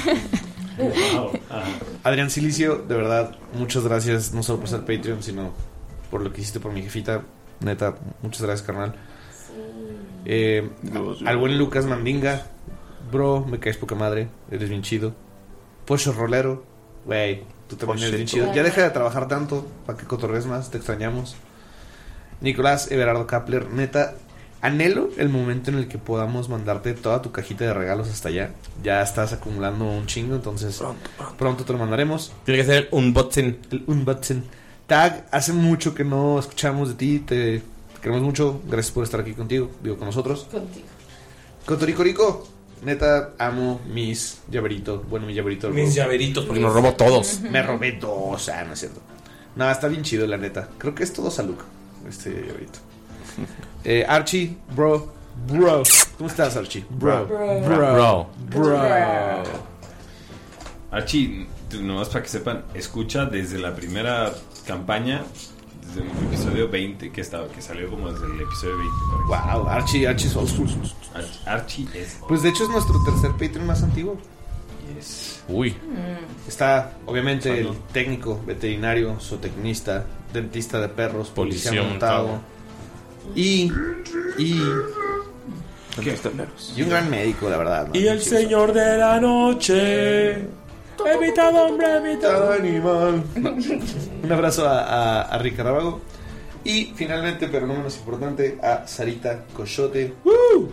Adrián Silicio, de verdad, muchas gracias, no solo por ser Patreon, sino por lo que hiciste por mi jefita. Neta, muchas gracias, carnal. Eh, al buen Lucas Mandinga, bro, me caes poca madre, eres bien chido. Pocho Rolero, güey, tú también eres bien chido. Ya deja de trabajar tanto, para que cotorres más, te extrañamos. Nicolás Everardo Kapler, neta, anhelo el momento en el que podamos mandarte toda tu cajita de regalos hasta allá. Ya estás acumulando un chingo, entonces pronto, pronto. pronto te lo mandaremos. Tiene que ser el unboxing. El unboxing. Tag, hace mucho que no escuchamos de ti, te, te queremos mucho, gracias por estar aquí contigo, digo, con nosotros. Contigo. Cotoricorico, neta, amo mis llaveritos, bueno, mi llaverito. Mis llaveritos, porque nos robó todos. Me robé dos, ah, no es cierto. Nada, está bien chido, la neta. Creo que es todo salud, este llaverito. eh, Archie, bro, bro. ¿Cómo estás, Archie? Bro, Bro. bro, Bro. bro. Archie, nomás para que sepan, escucha desde la primera campaña, desde el episodio veinte, que estaba, que salió como desde el episodio veinte. Wow, Archie, Archie es old school. Ar- Archie es. Pues de hecho es nuestro tercer Patreon más antiguo. Yes. Uy. Está, obviamente, Salud. el técnico, veterinario, zootecnista, dentista de perros, policía, Policía montado. montado. Y. Y. Dentista de perros. Y un gran médico, la verdad. ¿no? Y el señor de la noche. Evitado hombre, evitado animal. Un abrazo a, a, a Rick Caravago. Y finalmente, pero no menos importante, a Sarita Coyote. ¡Woo!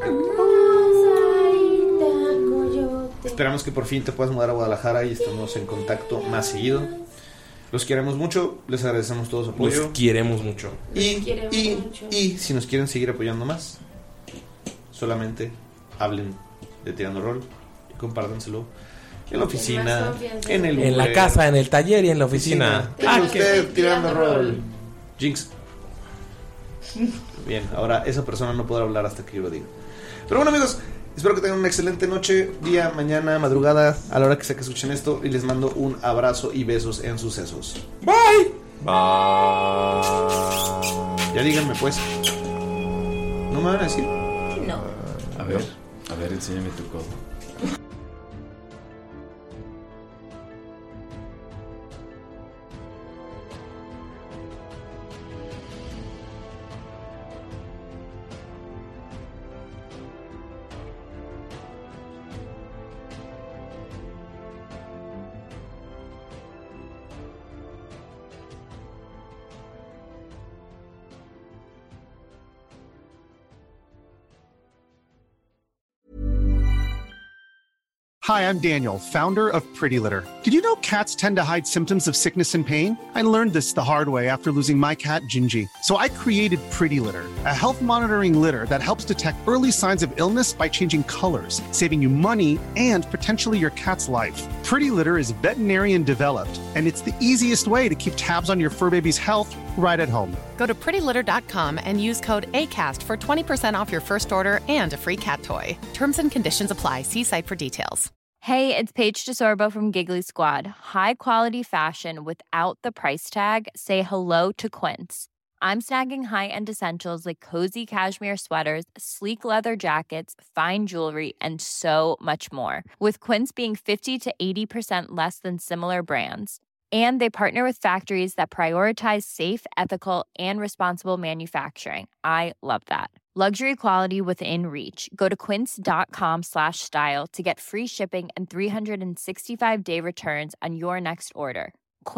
Esperamos que por fin te puedas mudar a Guadalajara y estemos en contacto más seguido. Los queremos mucho, les agradecemos todo su apoyo. Los queremos mucho. Y, Los queremos y, mucho. y si nos quieren seguir apoyando más, solamente hablen de Tirando Rol y compártanselo en la oficina, en el En la Uber, casa, en el taller y en la oficina. Tenga Ah, usted que- Tirando Rol. Jinx. Bien, ahora esa persona no podrá hablar hasta que yo lo diga. Pero bueno, amigos, espero que tengan una excelente noche, día, mañana, madrugada, a la hora que sea que escuchen esto. Y les mando un abrazo y besos en sus sesos. Bye. Bye. Ya díganme, pues. ¿No me van a decir? No. A ver, a ver, enséñame tu codo. Hi, I'm Daniel, founder of Pretty Litter. Did you know cats tend to hide symptoms of sickness and pain? I learned this the hard way after losing my cat, Gingy. So I created Pretty Litter, a health monitoring litter that helps detect early signs of illness by changing colors, saving you money and potentially your cat's life. Pretty Litter is veterinarian developed, and it's the easiest way to keep tabs on your fur baby's health right at home. Go to pretty litter dot com and use code ACAST for twenty percent off your first order and a free cat toy. Terms and conditions apply. See site for details. Hey, it's Paige DeSorbo from Giggly Squad. High quality fashion without the price tag. Say hello to Quince. I'm snagging high-end essentials like cozy cashmere sweaters, sleek leather jackets, fine jewelry, and so much more. With Quince being fifty to eighty percent less than similar brands. And they partner with factories that prioritize safe, ethical, and responsible manufacturing. I love that. Luxury quality within reach. Go to quince.com slash style to get free shipping and three sixty-five day returns on your next order.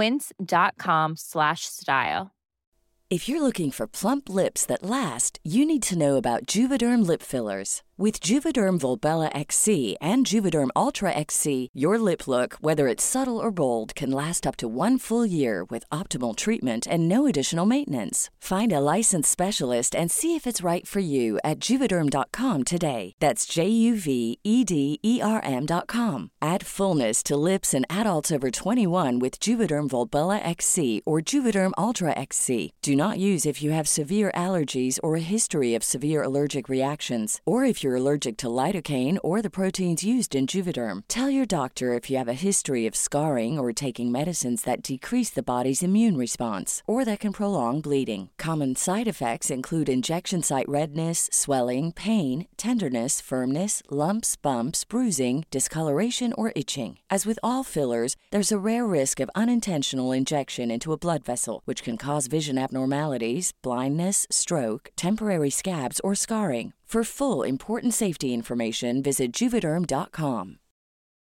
Quince.com slash style. If you're looking for plump lips that last, you need to know about Juvederm lip fillers. With Juvederm Volbella X C and Juvederm Ultra X C, your lip look, whether it's subtle or bold, can last up to one full year with optimal treatment and no additional maintenance. Find a licensed specialist and see if it's right for you at juvederm dot com today. That's J U V E D E R M dot com. Add fullness to lips in adults over twenty-one with Juvederm Volbella X C or Juvederm Ultra X C. Do not use if you have severe allergies or a history of severe allergic reactions, or if you're allergic to lidocaine or the proteins used in Juvederm. Tell your doctor if you have a history of scarring or taking medicines that decrease the body's immune response or that can prolong bleeding. Common side effects include injection site redness, swelling, pain, tenderness, firmness, lumps, bumps, bruising, discoloration, or itching. As with all fillers, there's a rare risk of unintentional injection into a blood vessel, which can cause vision abnormalities, blindness, stroke, temporary scabs, or scarring. For full important safety information, visit juvederm dot com.